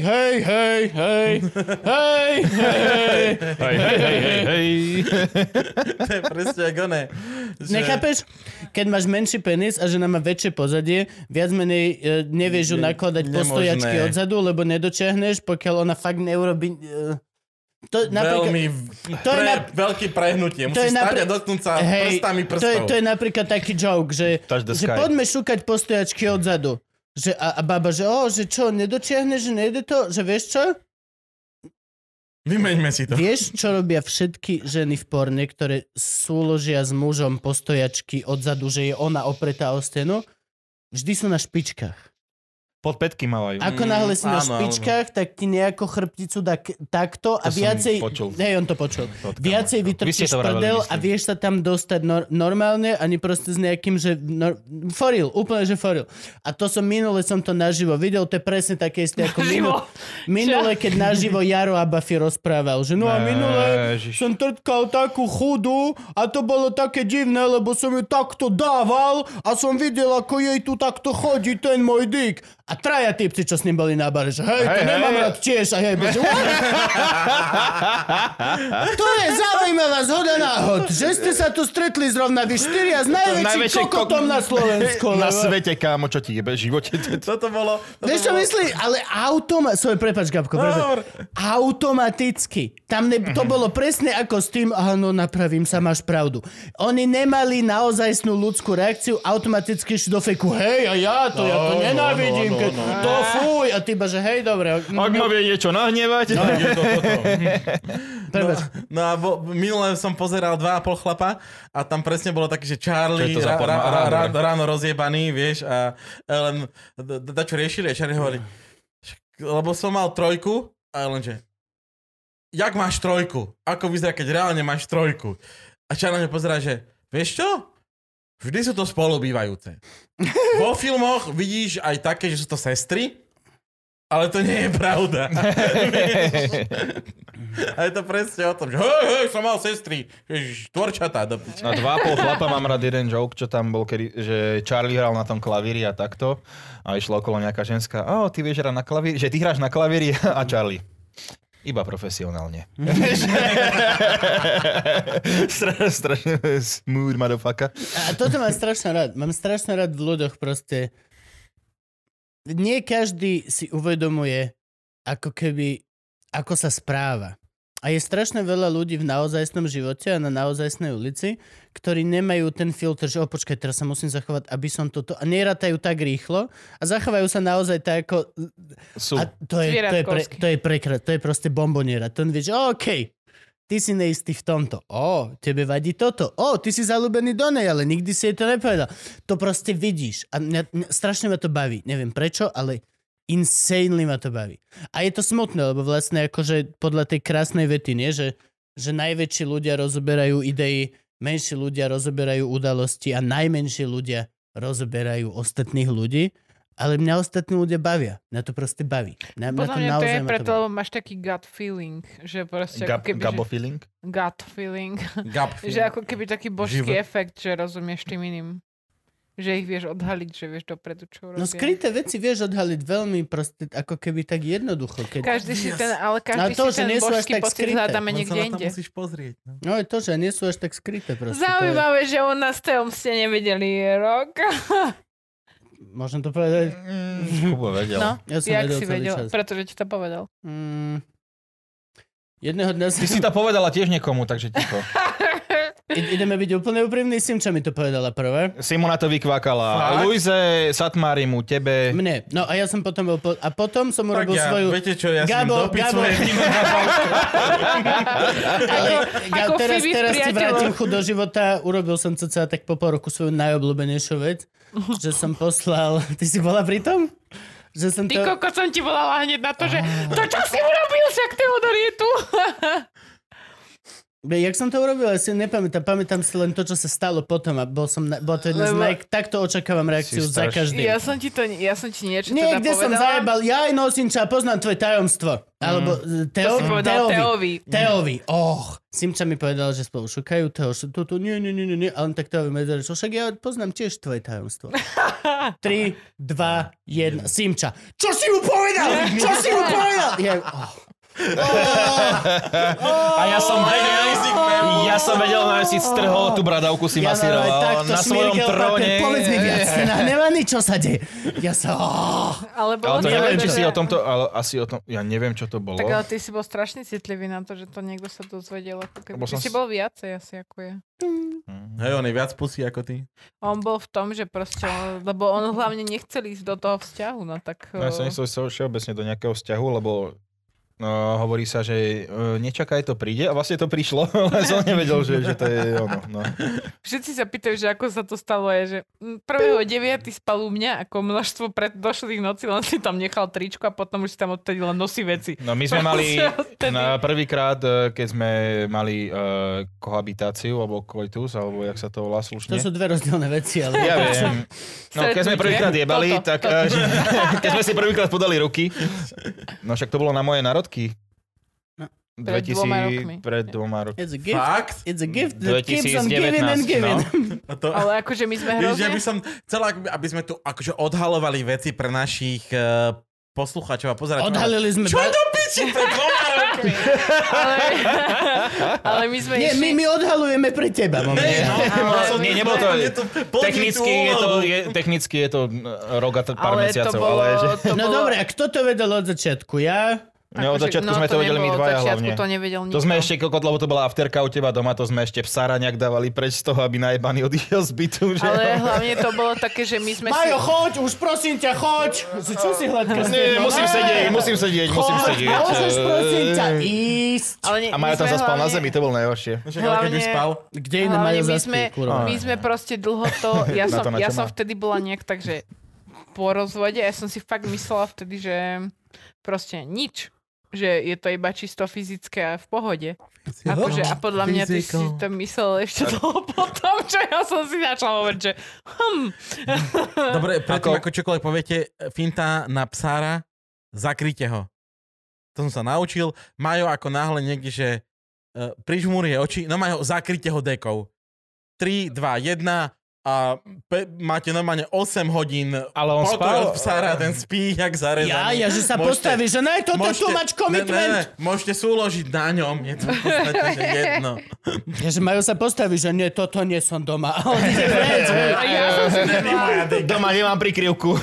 To je presne ako ne. Nechápeš? Keď máš menší penis a žena má väčšie pozadie, viac menej nevieš ju nakladať postojačky odzadu, lebo nedočiahneš, pokiaľ ona fakt neurobi... veľké prehnutie. Musíš stať a dotknúť sa prstami prstov. To je napríklad taký joke, že poďme šukať postojačky odzadu. Že, a baba, že čo, nedočiahne, že nejde to? Že vieš čo? Vymeňme si to. Vieš, čo robia všetky ženy v porne, ktoré súložia s mužom postojačky odzadu, že je ona opretá o stenu? Vždy sú na špičkách. Pod pätky mávajú. Ako náhle si na špičkách, tak ti nejako chrbticu dá takto a viacej... Hej, on to počul. Viacej vytrčíš prdel a vieš sa tam dostať normálne, ani proste s nejakým, že... Foril, úplne, že foril. A to minule som to naživo videl, to je presne také isté ako minule, keď naživo Jaro a Buffy rozprával, že no a minule som trtkal takú chudú a to bolo také divné, lebo som ju takto dával a som videl, ako jej tu takto chodí ten môj dick. A traja typci, čo s ním boli na bare, že hej, to nemám rád tiež. A že to je zaujímavá zhoda náhod, že ste sa tu stretli zrovna vy štyria s najväčším kokotom na Slovensku. Na svete, kámo, čo ti jebe v živote. Toto bolo... Vieš čo myslí? Ale prepáč, Gabko, automaticky. Tam to bolo presne ako s tým, áno, napravím sa, máš pravdu. Oni nemali naozajstnú ľudskú reakciu, automaticky šli do fejku, hej, a ja to nenávidím. To fuj, a tyba, že hej, dobre. Ak ma vie niečo nahnevať. No a minule som pozeral 2,5 chlapa a tam presne bolo také, že Charlie ráno rozjebaný, vieš, a len dačo riešili a Charlie hovorí, lebo som mal 3 a len že jak máš 3? Ako vyzerá, keď reálne máš 3? A Charlie mňa pozerá, že vieš čo? Vždy sú to spolubývajúce. Vo filmoch vidíš aj také, že sú to sestry, ale to nie je pravda. A je to presne o tom, že hej, som mal sestry, štvorčatá. Na 2,5 chlapa mám rád jeden joke, čo tam bol, že Charlie hral na tom klavíri a takto a išla okolo nejaká ženská, ty vieš hrať na klavíri, že ty hráš na klavíri a Charlie. Iba profesionálne. Strašne smooth motherfucker. A toto mám strašne rád. Mám strašne rád v ľuďoch proste. Nie každý si uvedomuje, ako sa správa. A je strašne veľa ľudí v naozajstnom živote a na naozajstnej ulici, ktorí nemajú ten filter, že počkaj, teraz sa musím zachovať, aby som toto... A nerátajú tak rýchlo a zachovajú sa naozaj tak ako... A to je proste bomboniera. To vie, že OK, ty si neistý v tomto. Tebe vadí toto. Ty si zalúbený do nej, ale nikdy si jej to nepovedal. To proste vidíš. A strašne ma to baví. Neviem prečo, ale... insanely ma to baví. A je to smutné, lebo vlastne akože podľa tej krásnej vety, nie? Že že najväčší ľudia rozoberajú idei, menší ľudia rozoberajú udalosti a najmenší ľudia rozoberajú ostatných ľudí, ale mňa ostatní ľudia bavia. Mňa to proste baví. Podľa mňa to je preto, lebo máš taký gut feeling, že proste ako keby... Gabo feeling? Gut feeling. Že ako keby taký božský efekt, že rozumieš tým iným. Že ich vieš odhaliť, že vieš dopredu, čo robia. No skryté veci vieš odhaliť veľmi proste, ako keby tak jednoducho. Každý si ten božský pocit hľadáme niekde inde. To musíš pozrieť. No je to, že nie sú až tak skryté proste. Zaujímavé, že u nás Teom ste nevedeli rok. Môžem to povedať? Kubo vedel. No, ja som jak vedel si celý vedel? čas. Pretože ti to povedal. Jedného dňa Ty si to povedala tiež niekomu, takže ticho. Ideme byť úplne úprimní, Simča mi to povedala prvé. Simona to vykvákala. Luize, Satmárimu, tebe. Mne. No a ja som potom bol... A potom som urobil Tak svoju... viete čo, ja Gabo, som dopíť svoje víno na Ako teraz Phoebe ti priateľov. vrátim chuť do života. Urobil som cca tak po pol roku svoju najobľúbenejšiu vec, že som poslal... Ty si bola pri tom? Že som Ty koko, som ti volala hneď na to, že to čo si urobil, však Teodor je tu. Jak som to urobil, ja si nepamätám. Pamätám si len to, čo sa stalo potom a bol to jedna z takto očakávam reakciu za každým. Ja som ti niečo Nie, teda kde som povedala. zajebal, ja aj Nosinča, poznám tvoje tajomstvo. Alebo Teovi. Simča mi povedal, že spolu šukajú Teo, nie, a on tak Teovi mi povedal, že však ja poznám tiež tvoje tajomstvo. 3, 2, 1, Simča. Čo si mu povedal? A ja som vedel nosiť strhol, tú bradavku si masíroval na svojom tróne. Povedz mi viac, nahnevaný, čo sa deje? Ja sa... Ale to neviem, či si o tomto, ale asi o tom, ja neviem, čo to bolo. Tak ale ty si bol strašne citlivý na to, že to niekto sa dozvedel. Ty si bol viacej asi ako ja. Hej, on je viac pusí ako ty. On bol v tom, že proste, lebo on hlavne nechcel ísť do toho vzťahu, no tak... Ja som nechcel všeobecne do nejakého vzťahu, lebo hovorí sa, že nečakaj, to príde a vlastne to prišlo, ale som nevedel, že to je ono. No. Všetci sa pýtajú, že ako sa to stalo, je, že 1.9. spal u mňa ako množstvo došlých nocí, len si tam nechal tričko a potom už si tam odtedy len nosí veci. No my sme mali prvýkrát, keď sme mali kohabitáciu, alebo koitus, alebo jak sa to volá slušne. To sú dve rozdielne veci, ale... Ja viem. No keď sme prvýkrát jebali, tak keď sme si prvýkrát podali ruky, no však to bolo na moje narodky. Pred 2 rokmi. Pred 2 rokmi. It's a gift. Fakt? It's a gift that keeps on 2019, giving and giving. No. Ale akože my sme hrozne... Ja by som chcel, aby sme tu akože odhalovali veci pre našich poslucháčov a pozeračov. Odhalili sme... Čo do piči pred 2 rokmi? Ale my sme Nie, išli... my odhalujeme pre teba. Nie, nebolo to... Technicky je to rok a pár mesiacov, ale... No dobre, a kto to vedel od začiatku? Ja? No, od začiatku sme to vedeli my dvaja hlavne. To nevedel nikto. To sme ešte, lebo to bola afterka u teba doma, to sme ešte psára nejak dávali preč z toho, aby najebaný odišiel z bytu. Že? Ale hlavne to bolo také, že my sme Majo, choď, už prosím ťa, choď. Čo si hľadka? Nie, musím sedieť. Môžeš prosím ťa ísť. A Majo tam zaspal na zemi, to bolo najhoršie. Keby spal. Kde iné Majo zaspí, kurva? My sme proste dlho to... Ja som vtedy bola nejak tak, že po rozvode, ja som si fakt myslela vtedy, že proste nič. Že je to iba čisto fyzické a v pohode. Akože, a podľa mňa ty si to myslel ešte dlho potom, čo ja som si začala hovoriť, že Dobre, predtým ako čokoľvek poviete, finta na psára, zakryte ho. To som sa naučil. Majo ako náhle niekde, že prižmúrie oči, no majú zakryte ho dekou. 3, 2, 1 a máte normálne 8 hodín. Ale on spal. spal. Psára, ten spí, jak zarezaný. Ja, že sa postaví, že ne, toto je too much commitment. Môžete súložiť na ňom, je to v podstate že jedno. Ja, že Majo sa postaví, že nie, toto nie som doma. Doma nemám prikryvku.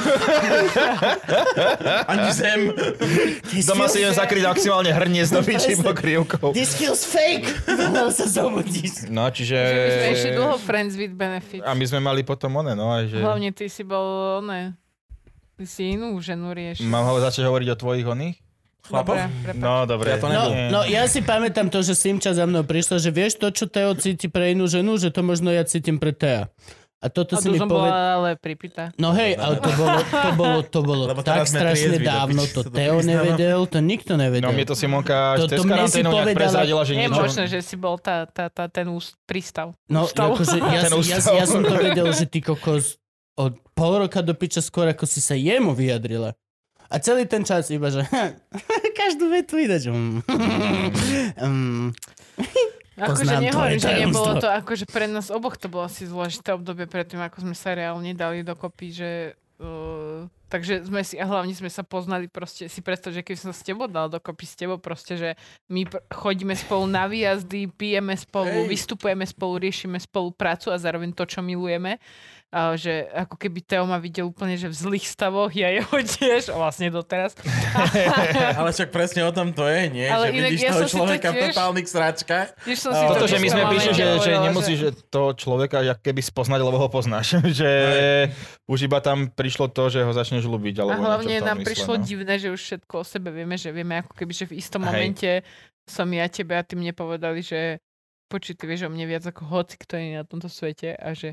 Ani zem. Doma si idem zakryť maximálne hrnie s dobyčím pokrývkou. This feels fake. No sa zobudíš. No, čiže... my sme ešte dlho friends with benefits. A my sme mali potom že... Hlavne ty si bol, ty si inú ženu riešil. Mám začať hovoriť o tvojich oných? Chlapov? No, dobre. Ja to nebudem. No, ja si pamätám to, že Simča za mnou prišla, že vieš to, čo Teo cíti pre inú ženu, že to možno ja cítim pre Tea. A toto A si mi som povedal... bola ale pripýta. No hej, ale to bolo Lebo tak teraz sme strašne triezvi, dávno, do piči to sa to Teo priznáva. nevedel, to nikto nevedel. No mne to Simonka To cez mne si karanténu nejak povedala- prezradila, že Nie je niečo... možné, že si bol ten prístav. No, Ústav. akože Ten ústav. ja som to vedel, že ty kokos od pol roka do piča skôr, ako si sa jemu vyjadrila. A celý ten čas iba, že každú vetu ide, že... Akože Poznám nehovorím, tvoje že nebolo tajomstvo. to, akože pre nás oboch to bolo asi zložité obdobie predtým, ako sme sa reálne dali dokopy, že... takže sme si, a hlavne sme sa poznali proste, si predstav, že keby som sa s tebou dal dokopy s tebou, proste, že my chodíme spolu na výjazdy, pijeme spolu, vystupujeme spolu, riešime spolu prácu a zároveň to, čo milujeme. A že ako keby Teo ma videl úplne, že v zlých stavoch, ja jeho tiež, a vlastne doteraz. Ale však presne o tom to je, nie? Ale Že inak vidíš ja toho som si to človeka v tiež- totálnych sračkách. Tiež som si Toto, to že my v sme istom píšli, momente že povedala, nemusíš že toho človeka jak keby spoznať, lebo ho poznáš. Že už iba tam prišlo to, že ho začneš ľúbiť. A Alebo hlavne niečo v tom nám mysle, prišlo no. divné, že už všetko o sebe vieme, že vieme ako keby, že v istom Hej. momente som ja tebe a ty mne povedali, že počuť, ty vieš o mne viac ako hoci, kto je na tomto svete a že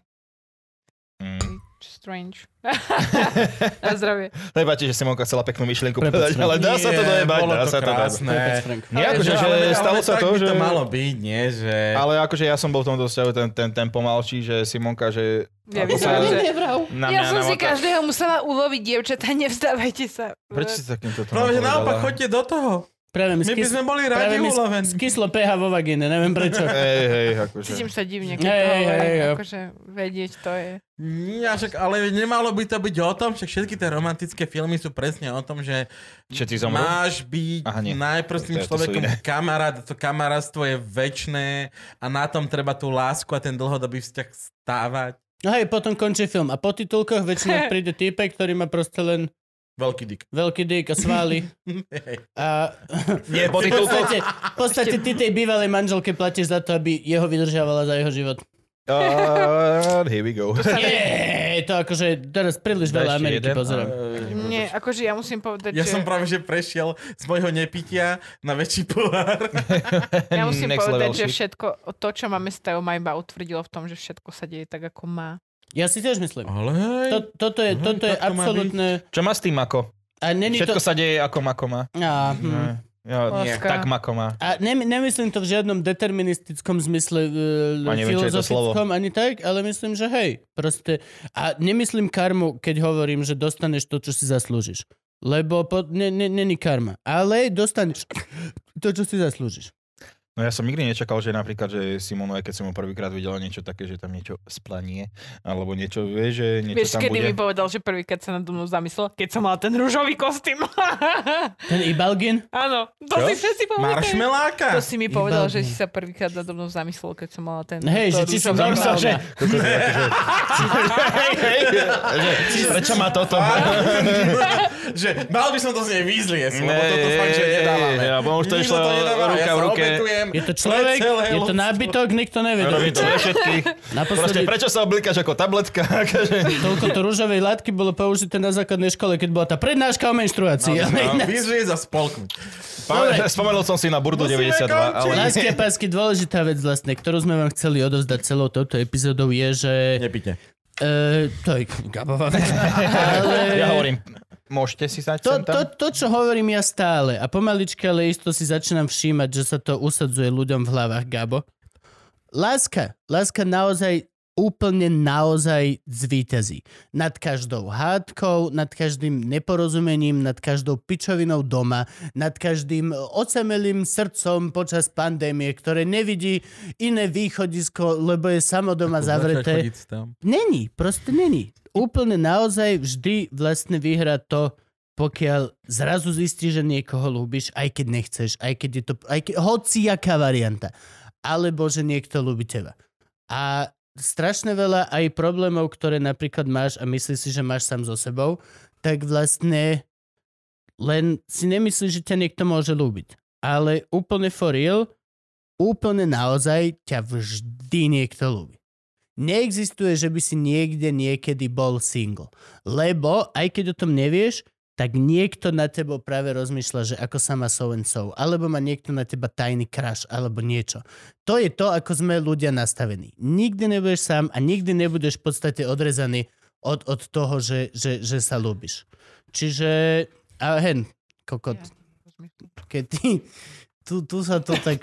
strange. Na zdravie. Nebáte, že Simonka chcela peknú myšlienku Prepač, povedať, Frank. ale dá sa to dojebať, bolo dá to sa to dojebať. krásne. Nie, akože, že stalo sa tak to, by že... to malo byť, nie? Že... Ale akože ja som bol v tomto vzťahu ten pomalší, že Simonka, že... Ja ako vyzerám, sa- že... na Ja mňa som si namotá- každého musela uloviť, dievčatá, nevzdávajte sa. Prečo si takýmto to Práve, že napovedala? naopak, choďte do toho. Práve mi My by sme boli radi ulovení. skyslo pH vo vagíne, neviem prečo. Hej, akože... Cítim sa divne, keď Hej, to hej, hovorím, hej. akože vedieť to je. Nie, však, ale nemalo by to byť o tom, však všetky tie romantické filmy sú presne o tom, že Všetci zomrú? máš byť Aha, nie. najprv s tým To sú človekom iné. kamarát, to kamarátstvo je večné a na tom treba tú lásku a ten dlhodobý vzťah stávať. No hej, potom končí film a po titulkoch väčšinou príde týpek, ktorý má proste len Veľký dik. veľký dick a svály. A Nie, po v titulku... podstate ty tej bývalej manželke platíš za to, aby jeho vydržávala za jeho život. Here we go. Nie, to akože teraz príliš Daj veľa ešte Ameriky jeden. pozerám. Nie, akože ja musím povedať, Ja že... som práve že prešiel z mojho nepitia na väčší pohár. Ja musím Next povedať, level že shit. všetko, to, čo máme s Teo, ma iba utvrdilo v tom, že všetko sa deje tak, ako má. Ja si tiež myslím. Ale hej. Toto je tak to má absolútne... Čo má s tým ako? A není to... Všetko sa deje ako Mako má. Láska. Tak Mako má. A nemyslím to v žiadnom deterministickom zmysle Ani neviem, čo je to slovo. filozofickom, ani tak, ale myslím, že hej, proste. A nemyslím karmu, keď hovorím, že dostaneš to, čo si zaslúžiš. Lebo není karma. Ale dostaneš to, čo si zaslúžiš. No ja som nikdy nečakal, že napríklad, že Simonu, aj keď som ho prvýkrát videla niečo také, že tam niečo splanie, alebo niečo, vieš, že niečo Vieš, tam kedy bude. mi povedal, že prvýkrát sa nado mnou zamyslel, keď som mal ten rúžový kostým. Ten Ibalgin? Áno, to Čo? si všetci pamätajú. Maršmeláka. To si mi povedal, že Ibalgin. si sa prvýkrát nado mnou zamyslel, keď som mala ten... Hej, že to či som rúžové- normálna. že... Prečo má toto? že mal by som to z nej vyzliesť, lebo toto fakt, že nedávame. Ja, bo už to Nikto išlo nedáva, ruka ja v sa ruke. obetujem Je to pre človek, celé je to ľudstvo. nábytok, nikto nevedel. Robí to pre všetkých. Proste, Naposledy prečo sa oblikáš ako tabletka? toľko to rúžovej látky bolo použité na základnej škole, keď bola tá prednáška o menštruácii. No, vyzlieť a spolknúť. Spomenul som si na Burdu Musíme 92, ale... končiť. Lásky a pásky, dôležitá vec vlastne, ktorú sme vám chceli odovzdať celou touto epizódou je, že... Nepite. To je Gabová vec. Ale... Ja hovorím, môžete si stať sem tam? To, čo hovorím ja stále a pomaličky, ale isto si začínam všímať, že sa to usadzuje ľuďom v hlavách, Gabo. Láska naozaj úplne naozaj zvíťazí. Nad každou hádkou, nad každým neporozumením, nad každou pičovinou doma, nad každým osamelým srdcom počas pandémie, ktoré nevidí iné východisko, lebo je samo doma zavreté. Není, proste není. Úplne naozaj vždy vlastne vyhrá to, pokiaľ zrazu zistíš, že niekoho ľúbiš, aj keď nechceš, aj keď je to, hociaká varianta. Alebo že niekto ľúbi teba. A strašne veľa aj problémov, ktoré napríklad máš a myslíš si, že máš sám so sebou, tak vlastne len si nemyslíš, že ťa niekto môže ľúbiť. Ale úplne for real, úplne naozaj ťa vždy niekto ľúbi. Neexistuje, že by si niekde niekedy bol single. Lebo aj keď o tom nevieš, tak niekto na tebo práve rozmýšľa, že ako sa má so and so, alebo má niekto na teba tajný crush, alebo niečo. To je to, ako sme ľudia nastavení. Nikdy nebudeš sám a nikdy nebudeš v podstate odrezaný od toho, že sa ľúbiš. Čiže, a hen, kokot, keď ty, tu sa to tak...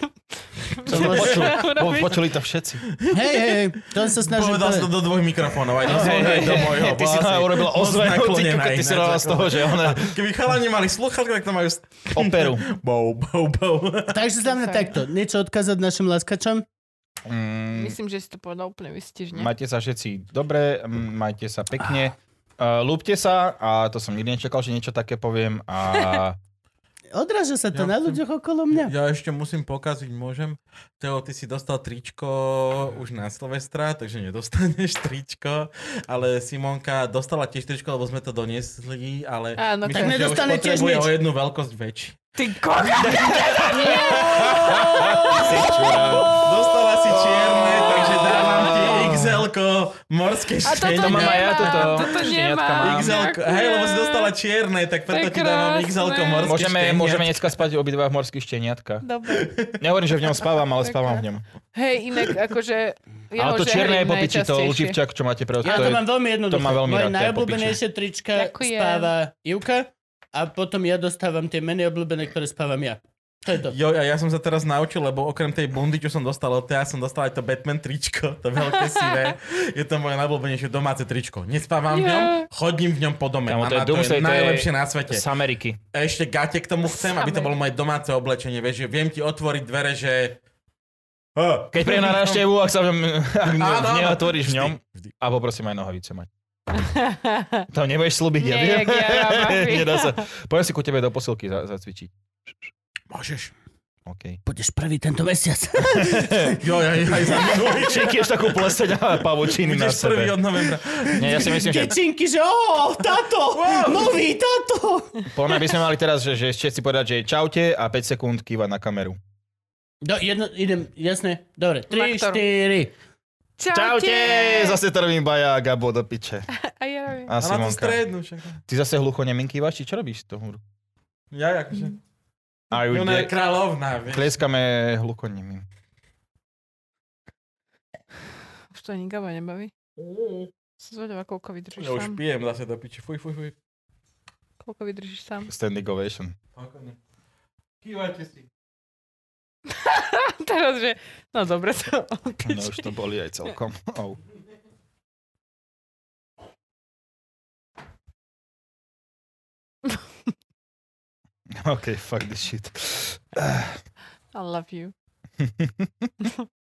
Počuli to všetci. Hej, to sa snažím... Povedal som to do 2 mikrofónov, aj do svojho, aj do môjho. Ty si nám urobil ozvenu, ty si robil z toho, že ona... Keby chalani mali sluchatka, tak to majú... Operu. Bou. Takže znamená takto, niečo odkázať našim láskačom? Myslím, že si to povedal úplne vystižne. Majte sa všetci dobre, majte sa pekne, ľúbte sa, a to som nikdy nečakal, že niečo také poviem, a... Odráža sa to na ľuďoch okolo mňa. Ja ešte musím pokaziť, môžem? Teo, ty si dostal tričko už na Silvestra, takže nedostaneš tričko, ale Simonka dostala tiež tričko, lebo sme to doniesli, ale áno, myslím, že už potrebuje o jednu veľkosť väčší. Ty koga? Dostala si čierne, takže dávam ti XL-ko morské štenia. To mám aj ja toto. Toto nemám. XL-ko, hej, lebo si dostala čierne, tak preto ti dávam XL-ko morské štenia. Môžeme dneska spať obidva v morských šteniatkách. Dobre. Nehovorím, že v ňom spávam, ale spávam v ňom. Hej, inak akože... Ale to čierne je po piči, to luživčak, čo máte pre... Ja to mám veľmi jednoduché. To má veľmi Moje rád, to je po najobľúbenejšie trička spáva Ivka a potom ja dostávam tie menej obľúbené, ktoré spávam ja. To je to. Jo, a ja som sa teraz naučil, lebo okrem tej bundy, čo som dostal od Tea, som dostal aj to Batman tričko, to veľké sivé. Je to moje najobľúbenejšie domáce tričko. Nespávam v ňom, chodím v ňom po dome. Kamo, to je najlepšie na svete. Z Ameriky. Ešte gate k tomu chcem, aby to bolo moje domáce oblečenie. Vieš, že viem ti otvoriť dvere, že... Keď príjem na návštevu, ak neotvoríš v ňom, a poprosím aj nohavice mať. To nebudeš slúbiť, ja viem. Nedá sa. Poďme si ku tebe do posilky zacvičiť. Môžeš. OK. Budeš prvý tento mesiac. Jo, aj za minulý. Činky ešte takú pleseť a pavučiny na Budeš sebe. prvý od novembra. Nie, ja si myslím, že... Činky, že táto, nový táto. Poďme by sme mali teraz, že všetci povedať, že čaute a 5 sekúnd kývať na kameru. Idem, jasné. Dobre, 3, 4. Čaute! Zase to robím Baja a Gabo do piče. A ja robím. A A na tú Simonka. strednú však. Ty zase hluchonemým kývaš, či čo robíš z toho? Ja akože. A Ona je kráľovná, vieš. Tlieskame hluchonemým. Už to ani Gabo nebaví. Som zvedavá, koľko vydržíš Ja už sám. pijem zase do piči. Fuj. Koľko vydržíš sám. Standing ovation. Kývajte si. Teraz, že... No dobre, to... No už to boli aj celkom. Oh. Okay, fuck this shit. I love you.